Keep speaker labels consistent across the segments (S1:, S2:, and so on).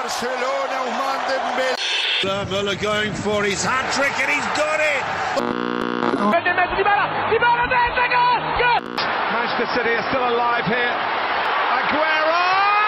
S1: Barcelona, Ousmane Dembélé. Müller going for his hat-trick and he's got it. Manchester City are still alive here. Aguero!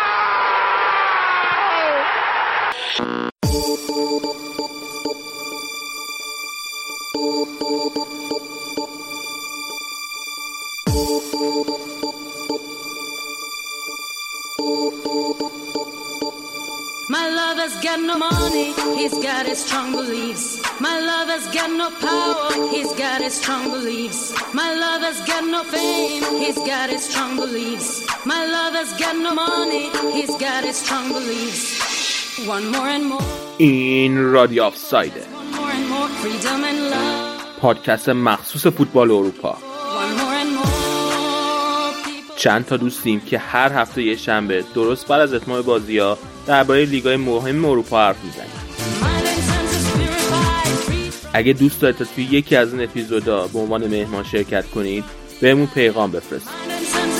S2: My lover's got no money, he's got his strong beliefs. My lover's got no power, he's got his strong beliefs. My lover's got no fame, he's got his strong beliefs. My lover's got no money, he's got his strong beliefs. One more and more.
S3: این رادیو آفسایده،
S2: One more and more freedom and love.
S3: پادکست مخصوص فوتبال اروپا.
S2: One more and more people.
S3: چند تا دوستیم که هر هفته یه شنبه درست بعد از اتمام بازی‌ها درباره لیگ‌های مهم اروپا حرف میزنیم. اگه دوست دارید تا توی یکی از این اپیزودا به عنوان مهمان شرکت کنید، بهمون پیغام بفرستید.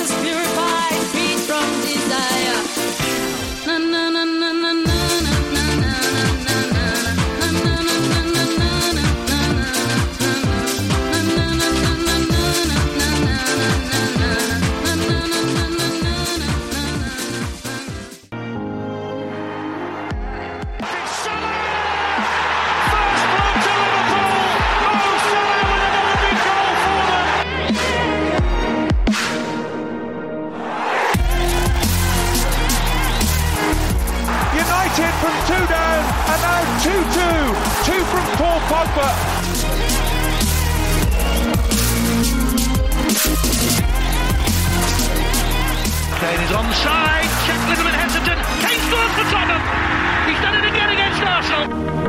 S1: From 2 down and now 2-2. 2 from Paul Pogba. Kane is onside. Check a little bit hesitant. Kane scores for Tottenham. He's done it again against Arsenal.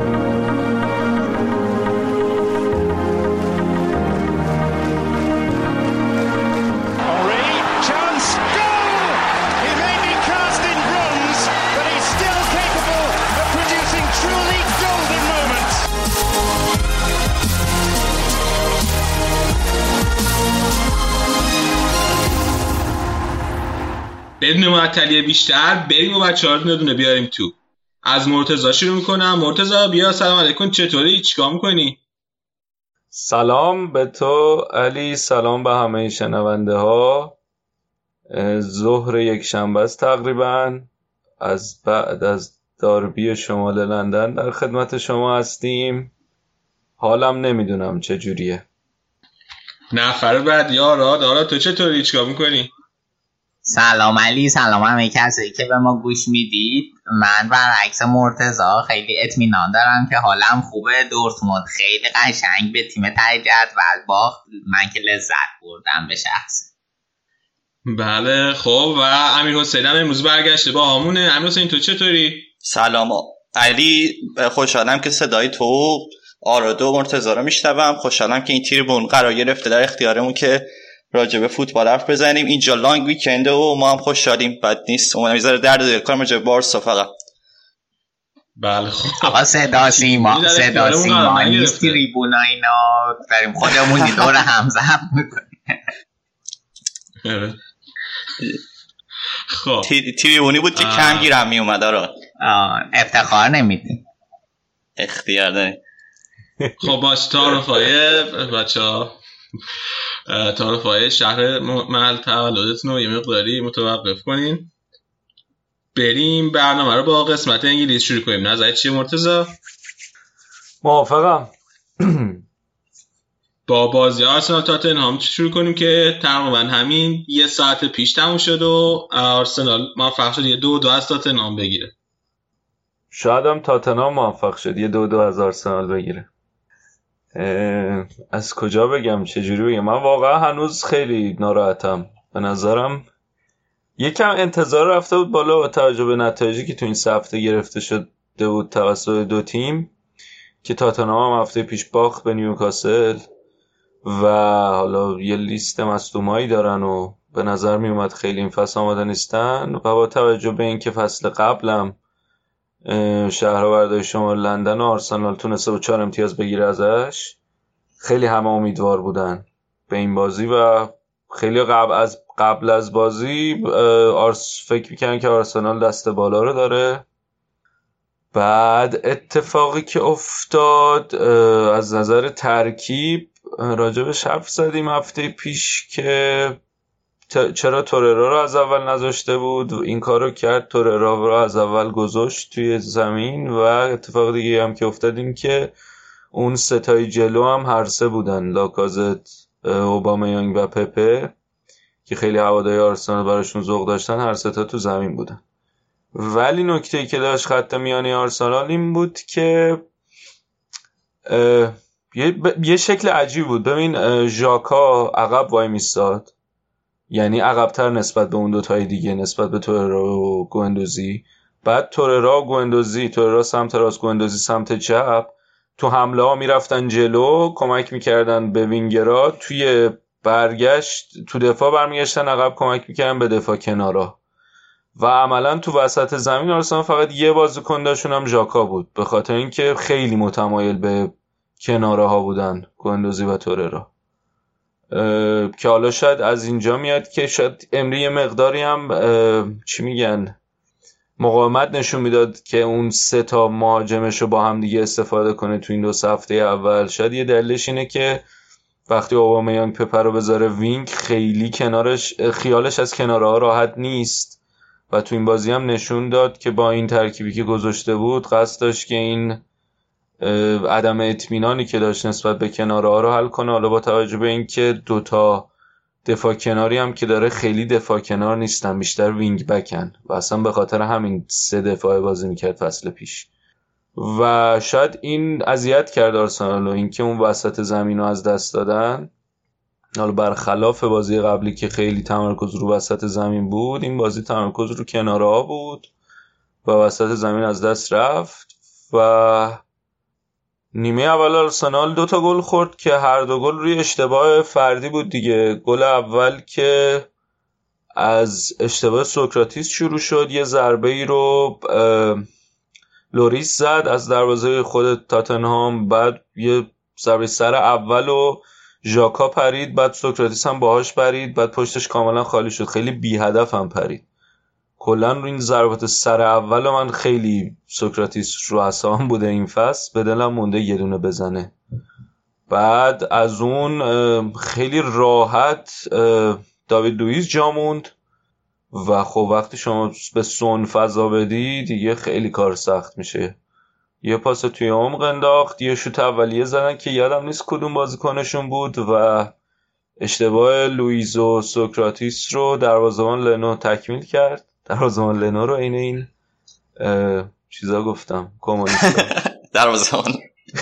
S4: بدون معطلی بیشتر بریم و بچه‌ها رو دونه بیاریم تو. از مرتضی شروع میکنم. مرتضی بیا، سلام علیکم، چطوری؟ چیکار میکنی؟
S5: سلام به تو علی، سلام به همه شنونده ها. ظهر یک شنبه است تقریبا، از بعد از داربی شمال لندن در خدمت شما هستیم. حالم نمیدونم چجوریه.
S4: نفر بعدی آراد تو چطوری؟ چیکار میکنی؟
S6: سلام علی، سلام همه کسایی که به ما گوش میدید. من برعکس مرتضی خیلی اطمینان دارم که حالم خوبه. دورتموند خیلی قشنگ به تیم ته جدول باخت، من که لذت بردم به شخص.
S4: بله خب، و امیر حسین هم امروز برگشته با همونه. امیر حسین تو چطوری؟
S7: سلام علی، خوشحالم که صدای تو آرادو و مرتضی رو میشنوم. خوشحالم که این تریبون قرار گرفته در اختیارمون که راجع به فوتبال حرف بزنیم. اینجا لانگ ویکنده و ما هم خوشحالیم، بد نیست. اونم میذاره درد دل کنم راجع به بارسا فقط.
S4: بله خب
S6: آقا صدا سیما نیست تریبونا اینا، داریم خودمون دور هم ضبط میکنیم.
S4: خب
S7: تریبونی بود که کم گیرم میومد.
S6: افتخار نمیدیم،
S7: اختیار داریم.
S4: خب باش، تعارفای بچه‌ها، تعارفای شهر محل تولدتون رو یه مقداری متوقف کنین. بریم برنامه رو با قسمت انگلیس شروع کنیم. نظرت چیه مرتضی؟
S5: موافقم.
S4: با بازی آرسنال تاتنهام شروع کنیم که تقریبا همین یه ساعت پیش تموم شد و آرسنال موفق شد یه 2-2 از تاتنهام بگیره.
S5: شاید هم تاتنهام موفق شد یه 2-2 از آرسنال بگیره. از کجا بگم، چجوری بگم؟ من واقعا هنوز خیلی ناراحتم. به نظرم یکم انتظار رفته بود بالا با توجه به نتایجی که تو این هفته گرفته شده بود توسط دو تیم، که تاتنهام هم هفته پیش باخت به نیوکاسل و حالا یه لیست مصدومایی دارن و به نظر می اومد خیلی این فصل آماده نیستن. و با توجه به این که فصل قبلم شهرآوردهای شمال لندن و آرسنال تونسته با 4 امتیاز بگیره ازش، خیلی همه امیدوار بودن به این بازی و خیلی قبل از بازی فکر میکنن که آرسنال دست بالا رو داره بعد اتفاقی که افتاد از نظر ترکیب راجبش حرف زدیم هفته پیش که چرا توررا رو از اول نذاشته بود، این کارو کرد، توررا رو از اول گذاشت توی زمین. و اتفاق دیگه هم که افتاد این که اون ستای جلو هم هر سه بودن، لاکازت، اوبامیانگ و پپه که خیلی هواداری آرسنال براشون ذوق داشتن، هر سه تا تو زمین بودن. ولی نکته‌ای که داشت خط میانی آرسنال این بود که یه شکل عجیب بود. ببین ژاکا عقب وای میستاد، یعنی عقب‌تر نسبت به اون دوتای دیگه، نسبت به توررا و گوندوزی. بعد توررا و گوندوزی، توررا سمت راست، گوندوزی سمت چپ، تو حمله ها میرفتن جلو، کمک میکردن به وینگرها، توی برگشت تو دفاع برمیگشتن عقب، کمک میکردن به دفاع کنارا. و عملا تو وسط زمین آرسنال فقط یه بازیکن داشتون هم ژاکا بود، به خاطر اینکه خیلی متمایل به کناره ها بودن گوندوزی و توررا. که حالا شاید از اینجا میاد که شاید امری یه مقداری هم چی میگن مقاومت نشون میداد که اون سه تا مهاجمش رو با هم دیگه استفاده کنه تو این دو هفته اول. شاید یه دلیلش اینه که وقتی اوبامیانگ پپه رو بذاره وینگ، خیلی کنارش خیالش از کنارها راحت نیست و تو این بازی هم نشون داد که با این ترکیبی که گذاشته بود قصد داشت که این عدم اطمینانی که داشت نسبت به کنارها رو حل کنه. حالا با توجه به این که دوتا دفاع کناری هم که داره خیلی دفاع کنار نیستن، بیشتر وینگ بکن و اصلا به خاطر همین سه دفاع بازی میکرد فصل پیش و شاید این اذیت کرد آرسنال، این که اون وسط زمین رو از دست دادن. حالا برخلاف بازی قبلی که خیلی تمرکز رو وسط زمین بود، این بازی تمرکز رو کنارها بود و وسط زمین از دست رفت. و نیمه اول آرسنال 2 گل خورد که هر 2 گل روی اشتباه فردی بود دیگه. گل اول که از اشتباه سوکراتیس شروع شد، یه ضربه ای رو لوریس زد از دروازه خود تاتنهام، بعد یه ضربه سر اول و ژاکا پرید، بعد سوکراتیس هم باهاش پرید، بعد پشتش کاملا خالی شد، خیلی بی هدف هم پرید. کلا رو این ضربات سر اول من خیلی سوکراتیس رو اعصابم بوده این فصل، به دلم مونده یه دونه بزنه. بعد از اون خیلی راحت داوید لوئیس جا موند و خب وقتی شما به سون فضا بدی دیگه خیلی کار سخت میشه. یه پاس توی عمق انداخت، یه شوت اولیه زدن که یادم نیست کدوم بازیکنشون بود و اشتباه لوئیس و سوکراتیس رو دروازه‌بان لنو تکمیل کرد. دروازه‌بان لنو رو این چیزا گفتم کمونیستا
S7: دروازه‌بان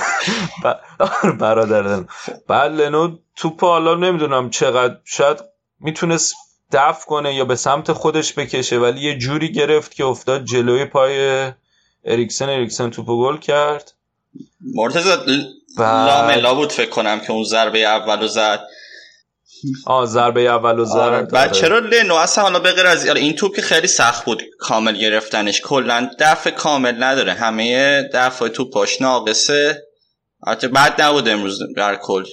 S5: برادر. بعد لنو توپ حالا نمیدونم چقدر شاید میتونست دفع کنه یا به سمت خودش بکشه، ولی یه جوری گرفت که افتاد جلوی پای اریکسن توپو گل کرد.
S7: مرتضی لاملا بود فکر کنم که اون ضربه اولو زد.
S5: ضربه اولو زد.
S7: بعد چرا لنو اصلا حالا به غیر از این توپ که خیلی سخت بود کامل گرفتنش، کلا دفع کامل نداره، همه دفع توپاش ناقصه. البته بعد نبود امروز در کل.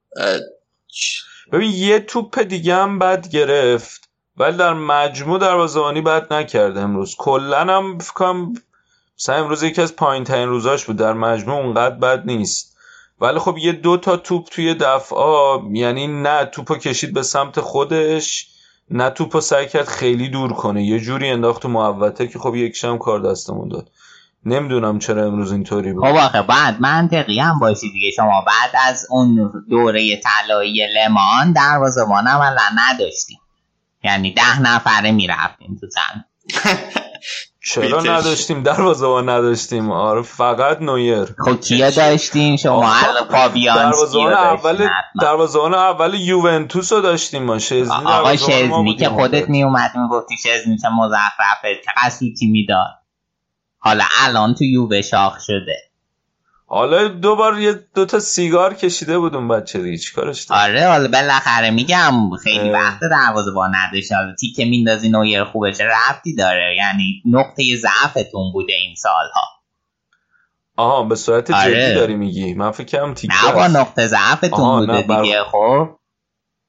S5: ببین یه توپ دیگه هم بد گرفت ولی در مجموع دروازه‌بانی بد نکرد امروز. کلا هم فکر کنم مثلا امروز یکی از پایین‌ترین روزاش بود، در مجموع اونقدر بد نیست. ولی خب یه 2 توپ توی دفعه، یعنی نه توپو کشید به سمت خودش، نه توپو سعی کرد خیلی دور کنه، یه جوری انداخت تو محوطه که خب یکیش هم کار دستمون داد. نمیدونم چرا امروز اینطوری بود.
S6: خب آخه بعد منطقی هم باشی دیگه، شما بعد از اون دوره طلایی لمان دروازه‌بان اولا نداشتیم، یعنی 10 نفره میرفتیم تو زمین.
S5: چرا نداشتیم دروازه‌بان نداشتیم؟ آره فقط نویر.
S6: خب کیا داشتیم شما؟ فابیانسکی
S5: دروازه‌بان اول یوونتوس رو داشتیم ما. شزنی
S6: آقا شزنی که خودت میومد میگفتی شزنی چه مزخرفه، چقدر سوتی میداد. حالا الان تو یووه شاخ شده.
S5: حالا 2 بار یه 2 تا سیگار کشیده بود اون بچه دیگه، چیکارش داشت؟
S6: آره حالا بالاخره میگم خیلی وقت دروازه‌بان نداشت. حالا تیکه میندازی نویر خوبه چه ربطی داره؟ یعنی نقطه ضعفتون بوده این سالها.
S5: به صورت جدی داری میگی؟ من فکر کنم تیکه
S6: نه با نقطه ضعفتون بوده دیگه. خب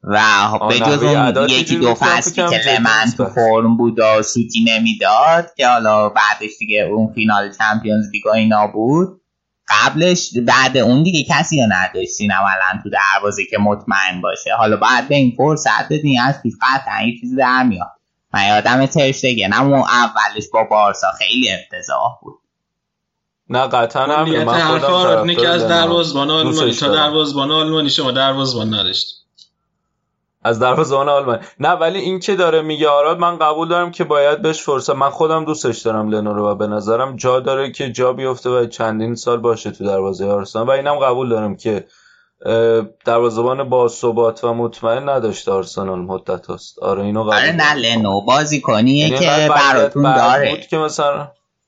S6: و به جز اون یکی دو فصلی که لمن تو فرم بود و سوتی نمیداد که حالا بعدش دیگه اون فینال چمپیونز لیگ اینا بود، قبلش بعد اون دیگه کسی رو نداشتین اولا تو دروازه که مطمئن باشه. حالا بعد به این فرصت بدین از پیش قطعا یه چیزی در میاد. من یادم ترشتگنم اون اولش با بارسا خیلی افتضاح بود.
S5: نه قطعا هم
S4: من خودم که از دروازه‌بان آلمانی تا دروازه‌بان آلمانی شما دروازه‌بان نداشت
S5: از دروازه‌بان آلمانی. نه ولی این که داره میگه آراد من قبول دارم که باید بهش فرصت، من خودم دوستش دارم لنو رو و به نظرم جا داره که جا بیفته و چندین سال باشه تو دروازه آرسنال و اینم قبول دارم که دروازه‌بان با ثبات و مطمئن نداشته آرسنال مدت هاست. آره اینو قبول.
S6: آره نه لنو بازیکنیه که براتون داره
S5: که مثلا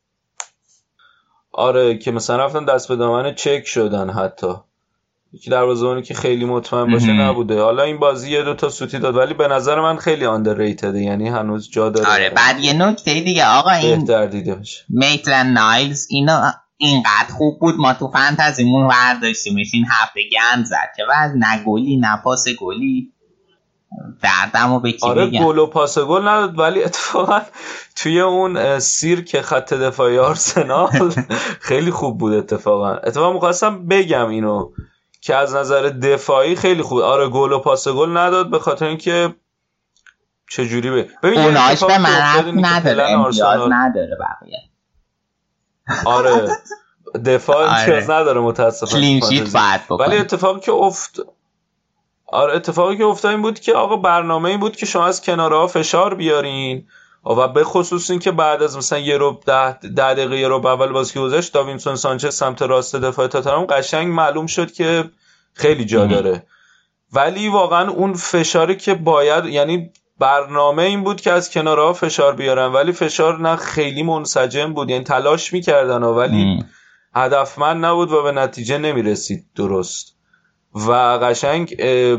S5: آره که مثلا رفتن دست به دامن چک شدن، حتی یکی دروازه‌بانی که خیلی مطمئن باشه نبوده. حالا این بازی یه دو تا سوتی داد ولی به نظر من خیلی آندرریتده، یعنی هنوز جا داره.
S6: آره بعد یه نکته دیگه آقا این
S5: بهتر دیده بشه.
S6: میتلند نایلز اینا اینقدر خوب بود ما تو فانتزیمون برداشتیمش این هفته گند زد که بعد نه گلی نه پاس گلی دردمو به کی
S5: آره
S6: بگم.
S5: گل و پاس گل نداد ولی اتفاقا توی اون سیر که خط دفاعی آرسنال خیلی خوب بود. اتفاقا می‌خواستم بگم اینو که از نظر دفاعی خیلی خوب. آره گل و پاس گل نداد به خاطر اینکه چجوری ببین
S6: اوناش به من رفت نداره امتیاز نداره بقیه.
S5: آره دفاع امتیاز نداره متاسفانه
S6: کلین شیت باید بکنه.
S5: ولی اتفاقی که افتاد این بود که آقا برنامه این بود که شما از کنارها فشار بیارین و به خصوص این که بعد از مثلا 10 دقیقه یه رو اول بازی گذشت داوینسون سانچز سمت راست دفاع تاتنهام قشنگ معلوم شد که خیلی جا داره. ولی واقعا اون فشاری که باید، یعنی برنامه این بود که از کنارها فشار بیارن ولی فشار نه خیلی منسجم بود، یعنی تلاش میکردن ولی هدفمند نبود و به نتیجه نمیرسید درست. و قشنگ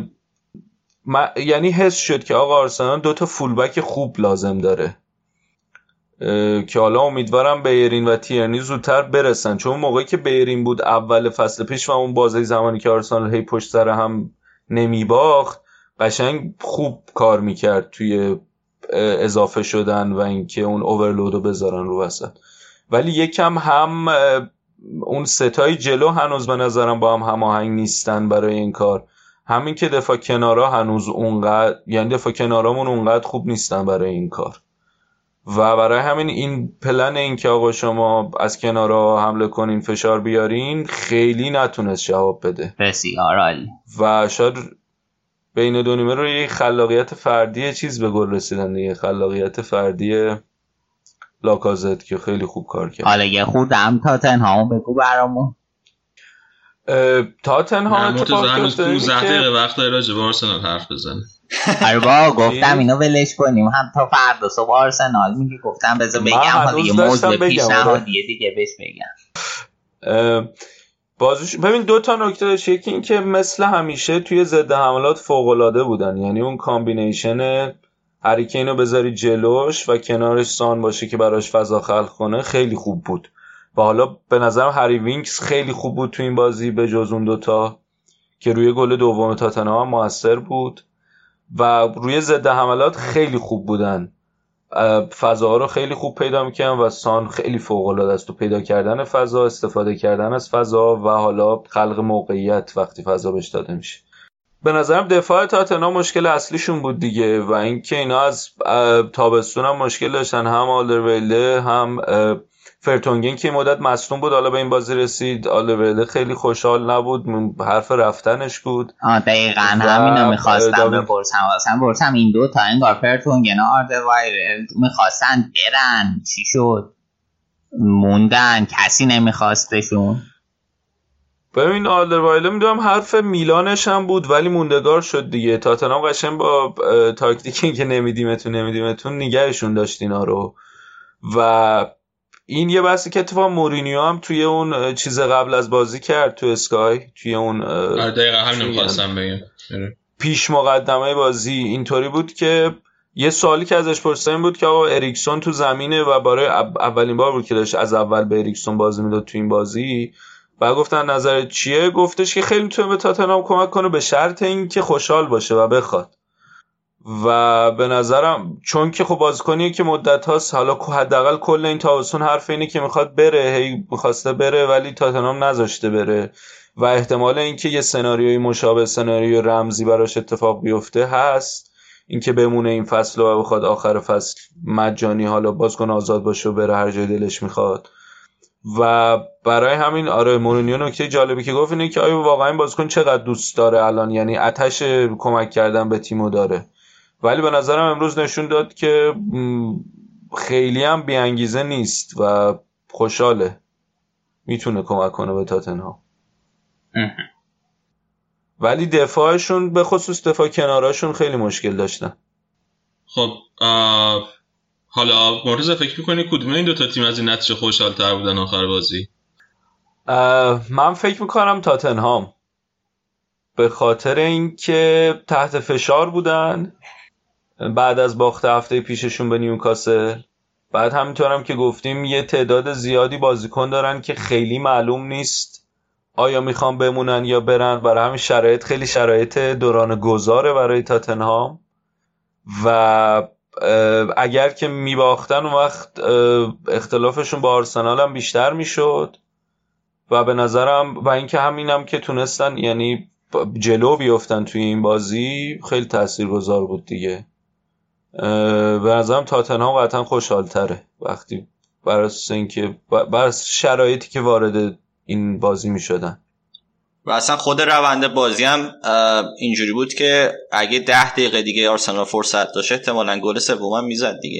S5: یعنی حس شد که آقا آرسنال 2 تا فولبک خوب لازم داره که حالا امیدوارم بیرین و تیرنی زودتر برسن، چون موقعی که بیرین بود اول فصل پیش و اون بازی زمانی که آرسنال هی پشت سر هم نمیباخت قشنگ خوب کار میکرد توی اضافه شدن و اینکه اون اوورلود رو بذارن رو وسط. ولی یکم هم اون ستای جلو هنوز به نظرم با هم هماهنگ نیستن برای این کار، همین که دفاع کنارا هنوز اونقدر، یعنی دفاع کنارامون اونقدر خوب نیستن برای این کار و برای همین این پلن این که آقا شما از کنارا حمله کنین فشار بیارین خیلی نتونست جواب بده.
S6: بسیار عالی.
S5: و شاید بین دو نیمه رو یه خلاقیت فردی چیز به گل رسیدن دیگه، خلاقیت فردی لاکازت که خیلی خوب کار کرد.
S6: حالا یه خودم تاتنهامو بگو برامون.
S5: تاتنهام
S4: اتفاق افتاد 12 دقیقه وقت راجع به آرسنال حرف بزنه.
S6: آره بابا گفتم اینو ولش کنیم، هم تا فردا صبح آرسنال میگه، گفتم بذار بگم حالا یه موضوع پیشنهادیه دیگه بهش بگم.
S5: بازیش ببین 2 تا نکته داشت، یکی این که مثل همیشه توی ضد حملات فوق‌العاده بودن، یعنی اون کامبینیشن هری کین رو بذاری جلوش و کنارش سان باشه که براش فضا خلق کنه خیلی خوب بود. و حالا به نظرم هری وینکس خیلی خوب بود تو این بازی به جز اون 2 تا که روی گل دوم تاتنهام موثر بود و روی ضد حملات خیلی خوب بودن، فضاها رو خیلی خوب پیدا میکنن و سان خیلی فوق‌العاده است تو پیدا کردن فضا، استفاده کردن از فضا و حالا خلق موقعیت وقتی فضا بهش داده میشه. به نظرم دفاع تاتنهام مشکل اصلیشون بود دیگه و اینکه اینا از تابستون هم مشکل داشتن، هم آلدرویلده هم فرتونگن که مدت مصدوم بود، حالا به این بازی رسید. آلدرویلده خیلی خوشحال نبود، حرف رفتنش بود.
S6: دقیقاً همینو می‌خواستم بپرسم این 2 تا انگار فرتونگن و آلدرویلده می‌خواستن برن، چی شد؟ موندن، کسی نمی‌خواستشون.
S5: ببین آلدرویلده میدونم حرف میلانش هم بود ولی موندگار شد دیگه. تاتنهام قشنگ با تاکتیکی که نمیدیمتون نگهشون داشت اینا رو و این یه بحثی که اتفاقا مورینیو هم توی اون چیز قبل از بازی کرد تو اسکای، توی اون
S4: دقیقاً همین می‌خواستم بگم
S5: پیش مقدمه بازی اینطوری بود که یه سوالی که ازش پرسیدن بود که آقا اریکسون تو زمینه و برای اولین بار بود که داشت از اول به اریکسون بازی میداد تو این بازی بعد گفتن نظرت چیه؟ گفتش که خیلی میتونه به تاتنهام کمک کنه به شرط اینکه خوشحال باشه و بخواد. و به نظرم چون که خب بازیکنیه که مدت هاست، حالا حداقل کل این تابستون حرف اینه که میخواد بره، هی میخواسته بره ولی تاتنهام نذاشته بره و احتمال اینکه یه سناریوی مشابه سناریوی رمزی براش اتفاق بیفته هست، اینکه بمونه این فصل و بخواد آخر فصل مجانی حالا بازیکن آزاد باشه و بره هر جای دلش میخواد. و برای همین آره مورینیو نکته جالبی که گفت اینه که آیا واقعا این بازیکن چقدر دوست داره الان، یعنی آتش کمک کردن به تیمو داره. ولی به نظرم امروز نشون داد که خیلی هم بی‌انگیزه نیست و خوشحاله، میتونه کمک کنه به تاتنهام. ولی دفاعشون به خصوص دفاع کناراشون خیلی مشکل داشتن.
S4: خب حالا مرتضی فکر می‌کنی کدوم این دوتا تیم از این نتیجه خوشحال‌تر بودن آخر بازی؟
S5: من فکر میکنم تاتنهام، به خاطر اینکه تحت فشار بودن بعد از باخت هفته پیششون به نیوکاسل. بعد همینطورم که گفتیم یه تعداد زیادی بازیکن دارن که خیلی معلوم نیست آیا میخوان بمونن یا برن. برای همین شرایط خیلی شرایط دوران گذاره برای تاتنهام و اگر که میباختن اون وقت اختلافشون با آرسنال هم بیشتر میشد و به نظرم و اینکه همینم که تونستن یعنی جلو بیفتن توی این بازی خیلی تاثیرگذار بود دیگه. به نظرم تاتنهام قطعا خوشحال‌تره وقتی برای اینکه برای شرایطی که وارد این بازی میشدن.
S7: و اصلا خود روند بازی هم اینجوری بود که اگه 10 دقیقه دیگه آرسنال فرصت داشت احتمالاً گل سوم میزد دیگه.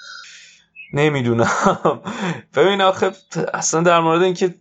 S5: نمیدونم ببین آخه اصلا در مورد اینکه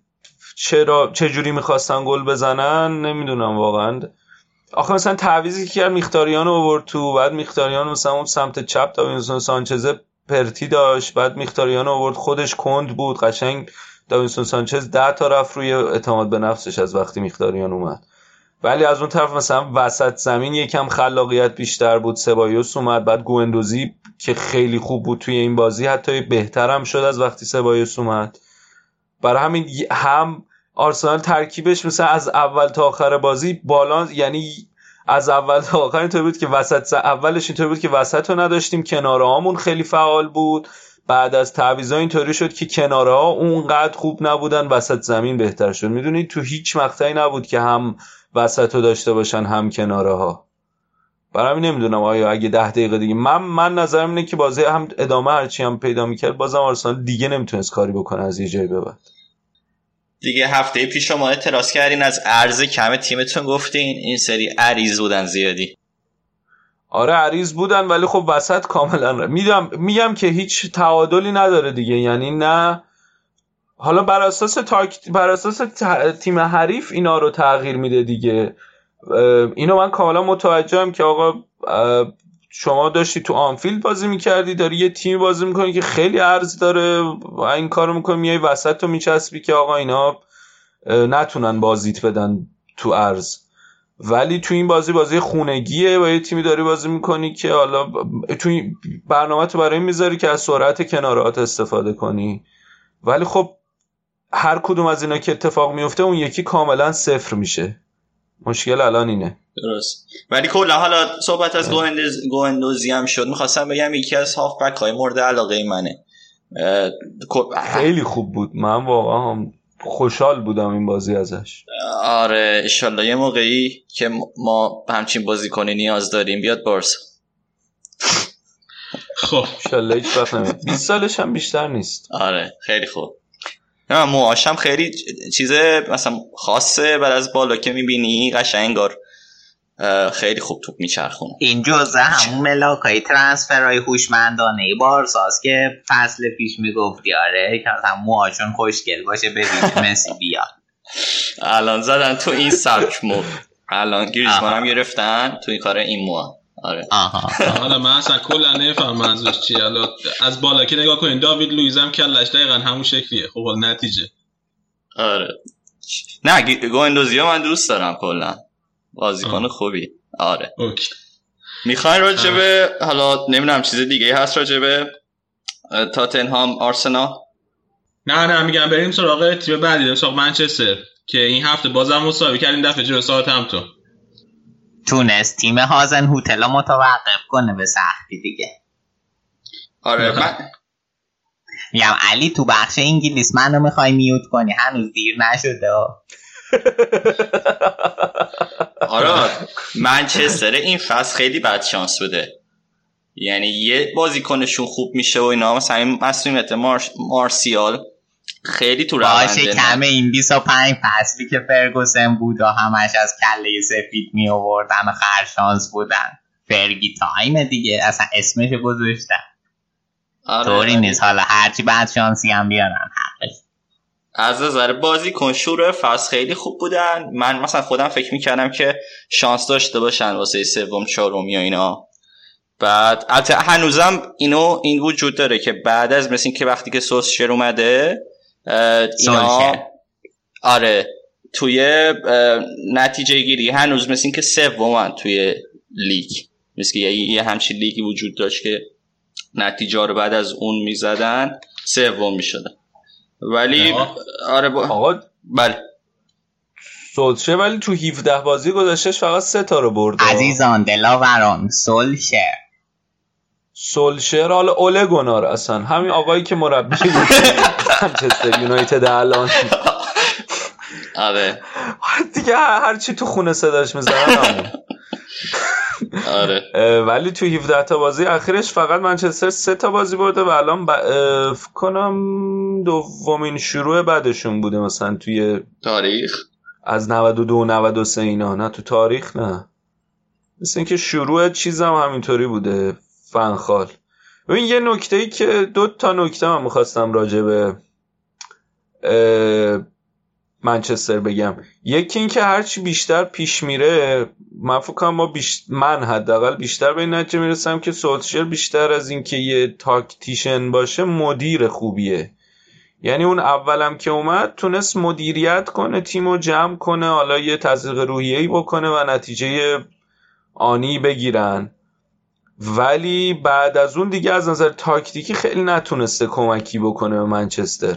S5: چجوری میخواستن گل بزنن نمیدونم واقعا. آخه مثلا تعویضی که کرد میختاریان رو آورد تو، بعد میختاریان مثلا اون سمت چپ داوینسون سانچز پرتی داشت، بعد میختاریان رو آورد خودش کند بود قشنگ. داوینسون سانچز 10 تا رفت روی اعتماد به نفسش از وقتی میختاریان اومد. ولی از اون طرف مثلا وسط زمین یکم خلاقیت بیشتر بود، سبایوس اومد، بعد گوندوزی که خیلی خوب بود توی این بازی حتی بهتر هم شد از وقتی سبایوس اومد. برای همین هم آرسنال ترکیبش مثلا از اول تا آخر بازی بالا، یعنی از اول تا آخر اینطور بود که اولش اینطور بود که وسط رو نداشتیم، کناره هامون خیلی فعال بود. بعد از تعویضا اینطوری شد که کناره ها اونقدر خوب نبودن، وسط زمین بهتر شد. میدونید تو هیچ مقطعی نبود که هم وسط رو داشته باشن هم کناره ها. برای همین نمیدونم آیا اگه 10 دقیقه دیگه من نظرم اینه که بازی هم ادامه هرچی هم پیدا میکرد بازم آرسنال دیگه نمیتونست کاری بکنه از یه جایی به بعد.
S7: دیگه هفته پیش شما اعتراض کردین از عرض کم تیمتون، گفتین این سری عریض بودن زیادی.
S5: آره عریض بودن ولی خب وسط کاملا میگم که هیچ تعادلی نداره دیگه. یعنی نه حالا بر اساس تیم حریف اینا رو تغییر میده دیگه. اینو من کاملا متوجهم که آقا شما داشتی تو آنفیلد بازی میکردی، داری یه تیم بازی میکنی که خیلی عرض داره و این کارو میکنی، میای وسط رو میچسبی که آقا اینا نتونن بازیت بدن تو عرض. ولی تو این بازی خونگیه و یه تیمی داری بازی میکنی که حالا تو برنامه تو برای میذاری که از سرعت کنارات استفاده کنی، ولی خب هر کدوم از اینا که اتفاق میفته اون یکی کاملا صفر میشه. مشکل الان اینه.
S7: درست. ولی کلا حالا صحبت از گوندوزی هم شد، میخواستم بگم یکی از هافبک های مورد علاقه منه.
S5: خیلی خوب بود، من واقعا خوشحال بودم این بازی ازش.
S7: آره انشالله یه موقعی که ما همچین بازیکنی نیاز داریم بیاد بارسا.
S4: خب
S5: انشالله هیچ وقت نمید. 20 سالش هم بیشتر نیست.
S7: آره خیلی خوب. نه موهاش هم خیلی چیزه مثلا خاصه، بعد از بالا که میبینی قشنگ انگار خیلی خوب توپ میچرخونه.
S6: این جزء همون ملاکای ترانسفرهای هوشمندانه بارساست که فصل پیش میگفتی آره که مثلا موهاشون خوشگل باشه ببینیم مسی بیاد.
S7: الان زدن تو این سبک مو، الان گریزمان هم گرفتن تو این کار این موها. آره
S4: حالا من اصلا کلا نمیفهمم منظورش چیه. حالا از بالا که نگاه کنین داوید لوئیز هم کلش دقیقاً همون شکلیه. خب حالا نتیجه
S7: آره نه گوندوزیو من دوست دارم، کلا بازیکن خوبی. آره
S4: اوکی.
S7: میخواین راجبه حالا نمیدونم چیز دیگه هست راجبه تاتنهام آرسنال؟
S4: نه میگم بریم سراغ تیم بعدی، بریم سراغ منچستر که این هفته بازم مساوی کرد، این دفعه جلوی ساوثهمپتون.
S6: تونست تیم هازن هوتل متوقف کنه به سختی دیگه.
S7: آره
S6: میگم علی تو بخش انگلیس منو میخوای میوت کنی، هنوز دیر نشده.
S7: آره منچستر این فصل خیلی بد شانس بوده، یعنی یه بازیکنشون خوب میشه و اینا، مثلا این مسئولیت مارسیال خیلی تو رونده
S6: باشه کمه این 25 فصلی که فرگوسن بود و همش از کله سفید می آوردن و خرشانس بودن، فرگی تایم دیگه اصلا اسمش گذاشتن.
S7: آره
S6: طوری نیست، حالا هرچی بعد شانسی هم بیارن حقش.
S7: از نظر بازیکن شروع فصل خیلی خوب بودن. من مثلا خودم فکر میکردم که شانس داشته باشن واسه سوم چهارم یا اینا. بعد البته هنوزم این وجود داره که بعد از مثل این که وقتی که سولشر اومده اینا آره توی نتیجه گیری هنوز مثل این که سومن توی لیگ، مثل یه همچین لیگی وجود داشت که نتیجه رو بعد از اون میزدن سوم میشدن. ولی آره
S5: آقا
S7: بله
S5: سولشه ولی تو 17 بازی گذشتهش فقط 3 تا رو برده.
S6: عزیزان دلاوران
S5: سولشر حالا اوله گنار اصلا همین آقایی که مربی منچستر یونایتد الان
S7: آره
S5: دیگه هر چی تو خونه صداش میزنن همون.
S7: آره
S5: ولی تو 17 تا بازی اخیرش فقط منچستر 3 تا بازی برده و الان فکر کنم دومین شروع بعدشون بوده مثلا توی
S7: تاریخ
S5: از 92 93 اینا، نه تو تاریخ نه، مثل اینکه شروع چیزم همینطوری بوده. فنخال ببین یه نکته‌ای که 2 تا نکته من می‌خواستم راجع به منچستر بگم. یکی این که هرچی بیشتر پیش میره من فکر کنم من حداقل بیشتر به این نتیجه میرسم که سولشر بیشتر از این که یه تاکتیشن باشه مدیر خوبیه. یعنی اون اولم که اومد تونست مدیریت کنه، تیمو جمع کنه، حالا یه تزریق روحیه‌ای بکنه و نتیجه آنی بگیرن، ولی بعد از اون دیگه از نظر تاکتیکی خیلی نتونسته کمکی بکنه به منچستر.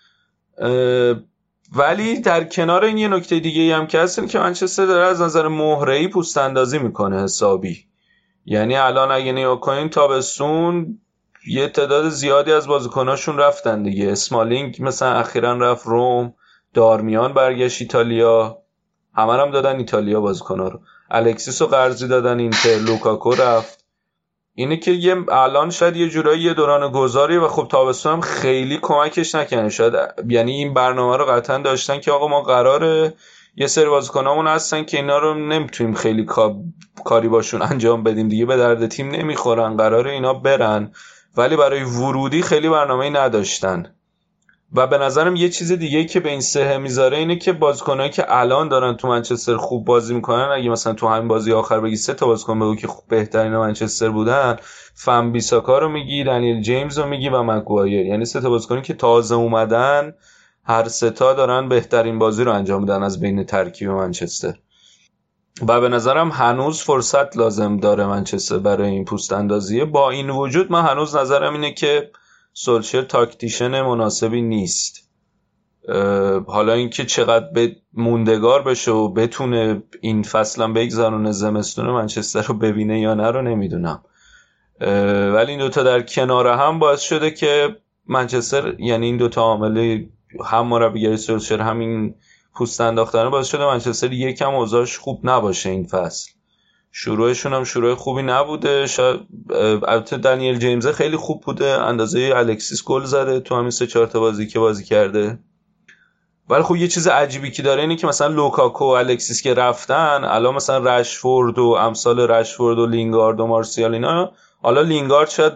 S5: ولی در کنار این یه نکته دیگه هم که هست که منچستر داره از نظر مهره‌ای پوست اندازی میکنه حسابی. یعنی الان اگه نگاه کنین تابستون یه تعداد زیادی از بازیکناشون رفتن دیگه. اسمالینگ مثلا اخیراً رفت روم، دارمیان برگشت ایتالیا، همه هم دادن ایتالیا بازیکن‌ها رو. الکسیس رو قرضی دادن اینتر، لوکاکو رفت. اینه که الان شاید یه جورایی یه دوران گذاری و خب تابستون هم خیلی کمکش نکنه شاید، یعنی این برنامه رو قطعا داشتن که آقا ما قراره یه سری بازیکنامون هستن که اینا رو نمیتونیم خیلی کاری باشون انجام بدیم دیگه، به درد تیم نمیخورن، قراره اینا برن، ولی برای ورودی خیلی برنامه‌ای نداشتن. و به نظرم یه چیز دیگه که به این سهه میذاره اینه که بازیکنایی که الان دارن تو منچستر خوب بازی میکنن، اگه مثلا تو همین بازی آخر بگی 3 تا بازیکن بگو که خوب بهترین منچستر بودن، فن بیساکا رو میگی، دنیل جیمز رو میگی و مگوایر، یعنی 3 تا بازیکنی که تازه اومدن هر 3 تا دارن بهترین بازی رو انجام میدن از بین ترکیب منچستر. و به نظرم هنوز فرصت لازم داره منچستر برای این پوست اندازیه. با این وجود من هنوز نظرم اینه که سولشر تاکتیشن مناسبی نیست. حالا اینکه چقدر موندگار بشه و بتونه این فصلم بگذرونه زمستون منچستر رو ببینه یا نه رو نمیدونم، ولی این دوتا در کنار هم باعث شده که منچستر، یعنی این دوتا عامل هم مربیگری سولشر همین پوست انداختن باعث شده منچستر یکم اوضاعش خوب نباشه این فصل. شروعشون هم شروع خوبی نبوده. البته دنیل جیمز خیلی خوب بوده، اندازه الکسیس گل زده تو همین 3-4 تا بازی که بازی کرده، ولی خب یه چیز عجیبی که داره اینه که مثلا لوکاکو و الکسیس که رفتن، الان مثلا رشفورد و امثال رشفورد و لینگارد و مارسیال اینا، حالا لینگارد شاید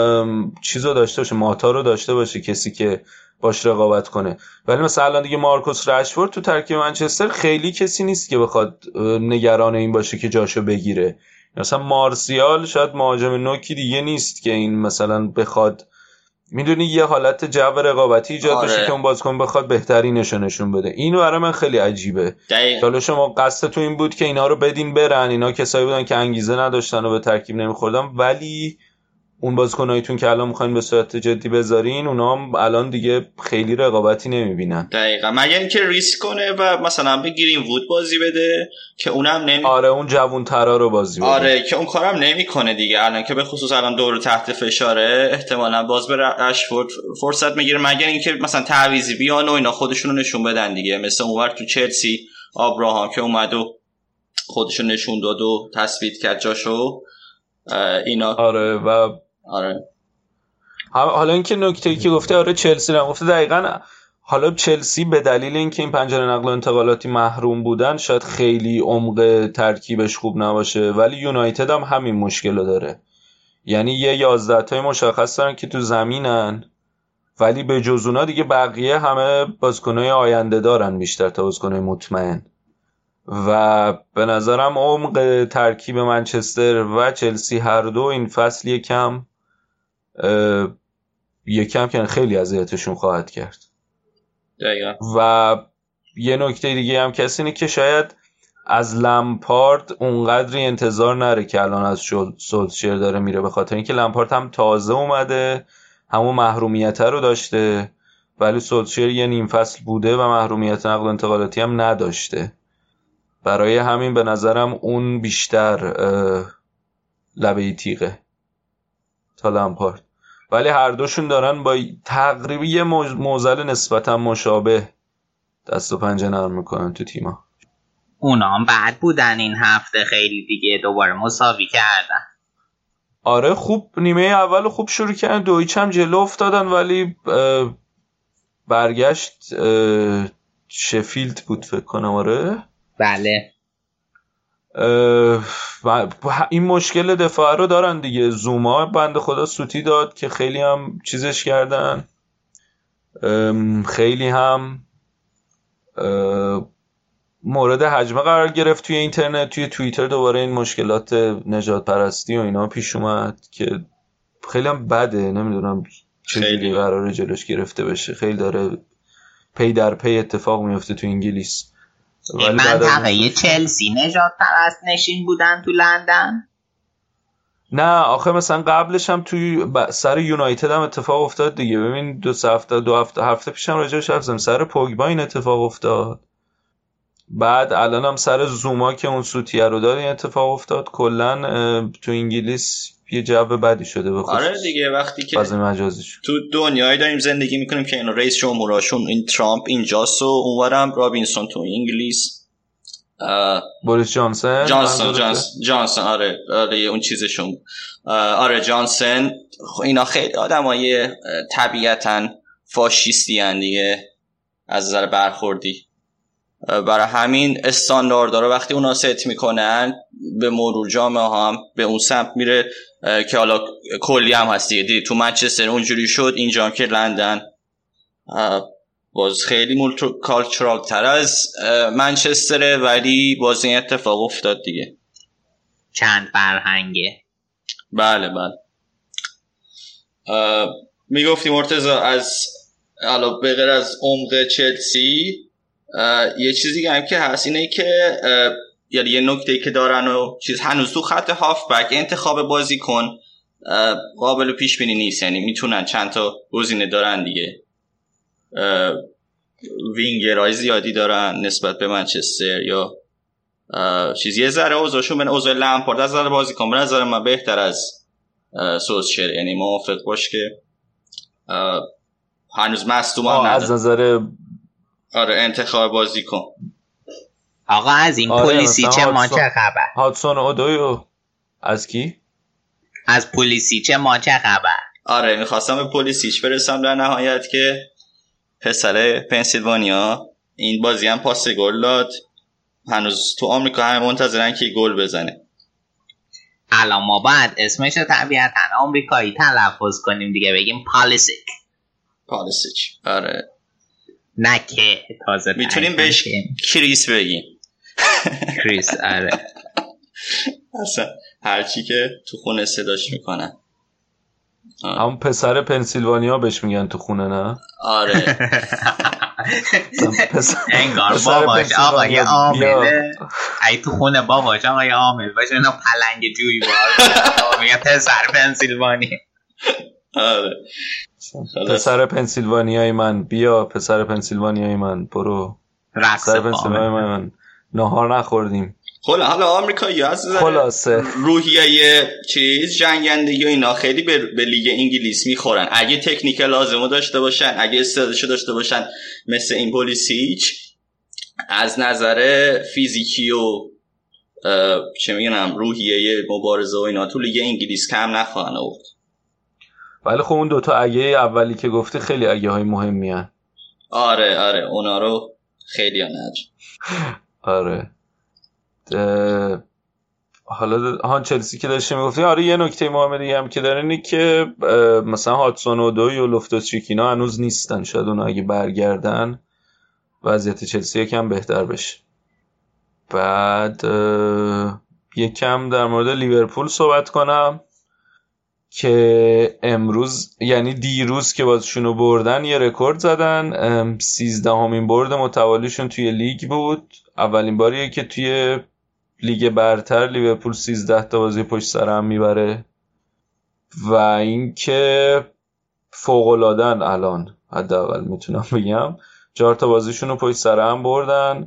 S5: چیزو داشته باشه، ماتا رو داشته باشه، کسی که باش رقابت کنه، ولی مثلا الان دیگه مارکوس رشفورد تو ترکیب منچستر خیلی کسی نیست که بخواد نگران این باشه که جاشو بگیره. مثلا مارسیال شاید مهاجم نوکی دیگه نیست که این مثلا بخواد، میدونی، یه حالت جو رقابتی ایجاد بشه که اون بازیکن بخواد بهترینش نشون بده. اینو برای من خیلی عجیبه. حالا شما قصد تو این بود که اینا رو بدین برن، اینا کسایی بودن که انگیزه نداشتن و به ترکیب نمیخوردن، ولی اون بازیکنایتون که الان میخواین به صورت جدی بذارین اونا هم الان دیگه خیلی رقابتی نمیبینن.
S7: دقیقاً مگر اینکه ریسک کنه و مثلا به گرین وود بازی بده که اونم
S5: آره اون جوان‌ترا رو بازی بده.
S7: آره که اون کارم نمیکنه دیگه الان که به خصوص الان دور تحت فشاره احتمالاً باز به رشفورد فرصت میگیره مگر اینکه مثلا تعویضی بیان و اینا خودشونو نشون بدن دیگه، مثل اونور تو چلسی آبراهام که اومد و خودشون نشون داد و تثبیت کرد جاشو اینا.
S5: آره و
S7: آره
S5: حالا اینکه نکته‌ای که گفته آره چلسی رو گفته دقیقاً. حالا چلسی به دلیل اینکه این پنجره نقل و انتقالاتی محروم بودن شاید خیلی عمق ترکیبش خوب نباشه، ولی یونایتد هم همین مشکل رو داره. یعنی یه 11 تای مشخص دارن که تو زمینن ولی به جز اونا دیگه بقیه همه بازیکن‌های آینده دارن بیشتر تا بازیکن‌های مطمئن. و به نظرم عمق ترکیب منچستر و چلسی هر دو این فصل یکم که خیلی اذیتشون خواهد کرد.
S7: دقیقا.
S5: و یه نکته دیگه هم کسی اینه که شاید از لمپارد اونقدری انتظار نره که الان از سولشر داره میره، به خاطر اینکه لمپارد هم تازه اومده همون محرومیت رو داشته ولی سولشر یه نیم فصل بوده و محرومیت نقل و انتقالاتی هم نداشته. برای همین به نظرم اون بیشتر لبه تیغه تا لمپارد، ولی هر دوشون دارن با تقریبا یه معضل نسبتا مشابه دست و پنجه نرم میکنن تو تیما.
S6: اونا هم بعد بودن این هفته خیلی دیگه دوباره مساوی کردن.
S5: آره خوب نیمه اول خوب شروع کردن 2-0 هم جلو افتادن ولی برگشت شفیلد بود فکر کنم. آره
S6: بله
S5: این مشکل دفاع رو دارن دیگه. زوما بنده خدا سوتی داد که خیلی هم چیزش کردن، خیلی هم مورد هجمه قرار گرفت توی اینترنت، توی توییتر دوباره این مشکلات نجات پرستی و اینا پیش اومد که خیلی هم بده. نمیدونم چجوری قراره جلوش گرفته بشه، خیلی داره پی در پی اتفاق میفته تو انگلیس.
S6: این منطقه چلسی نجات پرست نشین بودن تو لندن؟
S5: نه آخه مثلا قبلش هم توی سر یونایتد هم اتفاق افتاد دیگه. ببین دو هفته پیشم راجعش حرف زدم، سر پوگبا این اتفاق افتاد، بعد الان هم سر زوما که اون سوتیه رو داد این اتفاق افتاد. کلا تو انگلیس یه جو بدی شده به خصوص.
S7: آره دیگه وقتی که
S5: مجازیش
S7: تو دنیایی داریم زندگی میکنیم که این رئیس جمهوراشون این ترامپ اینجاست و اونورم رابینسون تو انگلیس
S5: بوریس
S7: جانسون آره اون چیزشون آره جانسون. اینا خیلی آدمای طبیعتاً فاشیستی ان دیگه از نظر برخوردی. برای همین استاندارد رو وقتی اونا ست میکنن به مرور جامعه هم به اون سمت میره که حالا کلی هم هست دیگه. تو منچستر اونجوری شد، اینجا که لندن باز خیلی مولتی کالچورال تر از منچستره ولی باز این اتفاق افتاد دیگه.
S6: چند فرهنگه.
S7: بله میگفتی مرتضی از حالا به غیر از عمق چلسی یه چیزی دیگه هم که هست اینه که یعنی یه نکته‌ای که دارن و چیز هنوز تو خط هافبک انتخاب بازیکن قابل پیش بینی نیست. یعنی میتونن چند تا گزینه دارن دیگه، وینگرای زیادی دارن نسبت به منچستر یا چیز. یه ذره اوضاعشون به اوضاع لمپارد از نظر بازیکن به نظر من بهتر از سولشر. یعنی موافق باش که هنوز مصدوم هم
S5: از نظر
S7: آره انتخاب بازیکن.
S6: آقا از این پولیسیچ ما چه خبر؟
S5: هاتسون اودویو از کی؟
S6: از پولیسیچ ما چه خبر؟
S7: آره میخواستم به پولیسیچ برسم در نهایت که پسر پنسیلوانیا این بازی هم پاس گل داد. هنوز تو آمریکا همه منتظرن که گل بزنه.
S6: الان ما باید اسمش رو طبیعتاً آمریکایی تلفظ کنیم دیگه، بگیم
S7: پالیسیچ. آره
S6: نه که تازه
S7: میتونیم بهش کریس بگیم.
S6: کریس آره
S5: اصلا
S7: هرچی که تو خونه صداش میکنن.
S5: همون پسر پنسیلوانیا بهش میگن تو خونه نه؟
S7: آره
S6: انگار باباش آقای عامله. ای تو خونه باباش آقای عامل باشه اینا پلنگ جویی بار میگه پسر پنسیلوانیا.
S7: آره
S5: پسر پنسیلوانیای من بیا، پسر پنسیلوانیای من برو، پسر پنسیلوانیای من نهار نخوردیم.
S7: حالا آمریکایی از
S5: خلاصه
S7: روحیه چیز جنگندگی و اینا خیلی به لیگ انگلیس میخورن. اگه تکنیک لازمو داشته باشن، اگه استعدادشو داشته باشن مثل این پولیسیچ، از نظر فیزیکی و چه میگم روحیه مبارزه و اینا تو لیگ انگلیس کم نخواهن آورد.
S5: ولی خب اون دوتا اگه اولی که گفتی خیلی اگه های مهمی هن.
S7: آره اونا رو خیلی ها
S5: آره حالا چلسی که داشته میگفتی، آره یه نکته مهمه دیگه هم که داره اینه که مثلا هاتسون اودوی و لوفتوس چیک اینا هنوز نیستن، شاید اونا اگه برگردن وضعیت چلسی یکم بهتر بشه. بعد یکم در مورد لیورپول صحبت کنم که امروز یعنی دیروز که بازشونو بردن یه رکورد زدن، 13مین برد متوالیشون توی لیگ بود. اولین باریه که توی لیگ برتر لیورپول 13 تا بازی پشت سر هم میبره و این که فوق‌العاده‌ن. الان حداقل میتونم بگم 4 تا بازیشونو پشت سر هم بردن.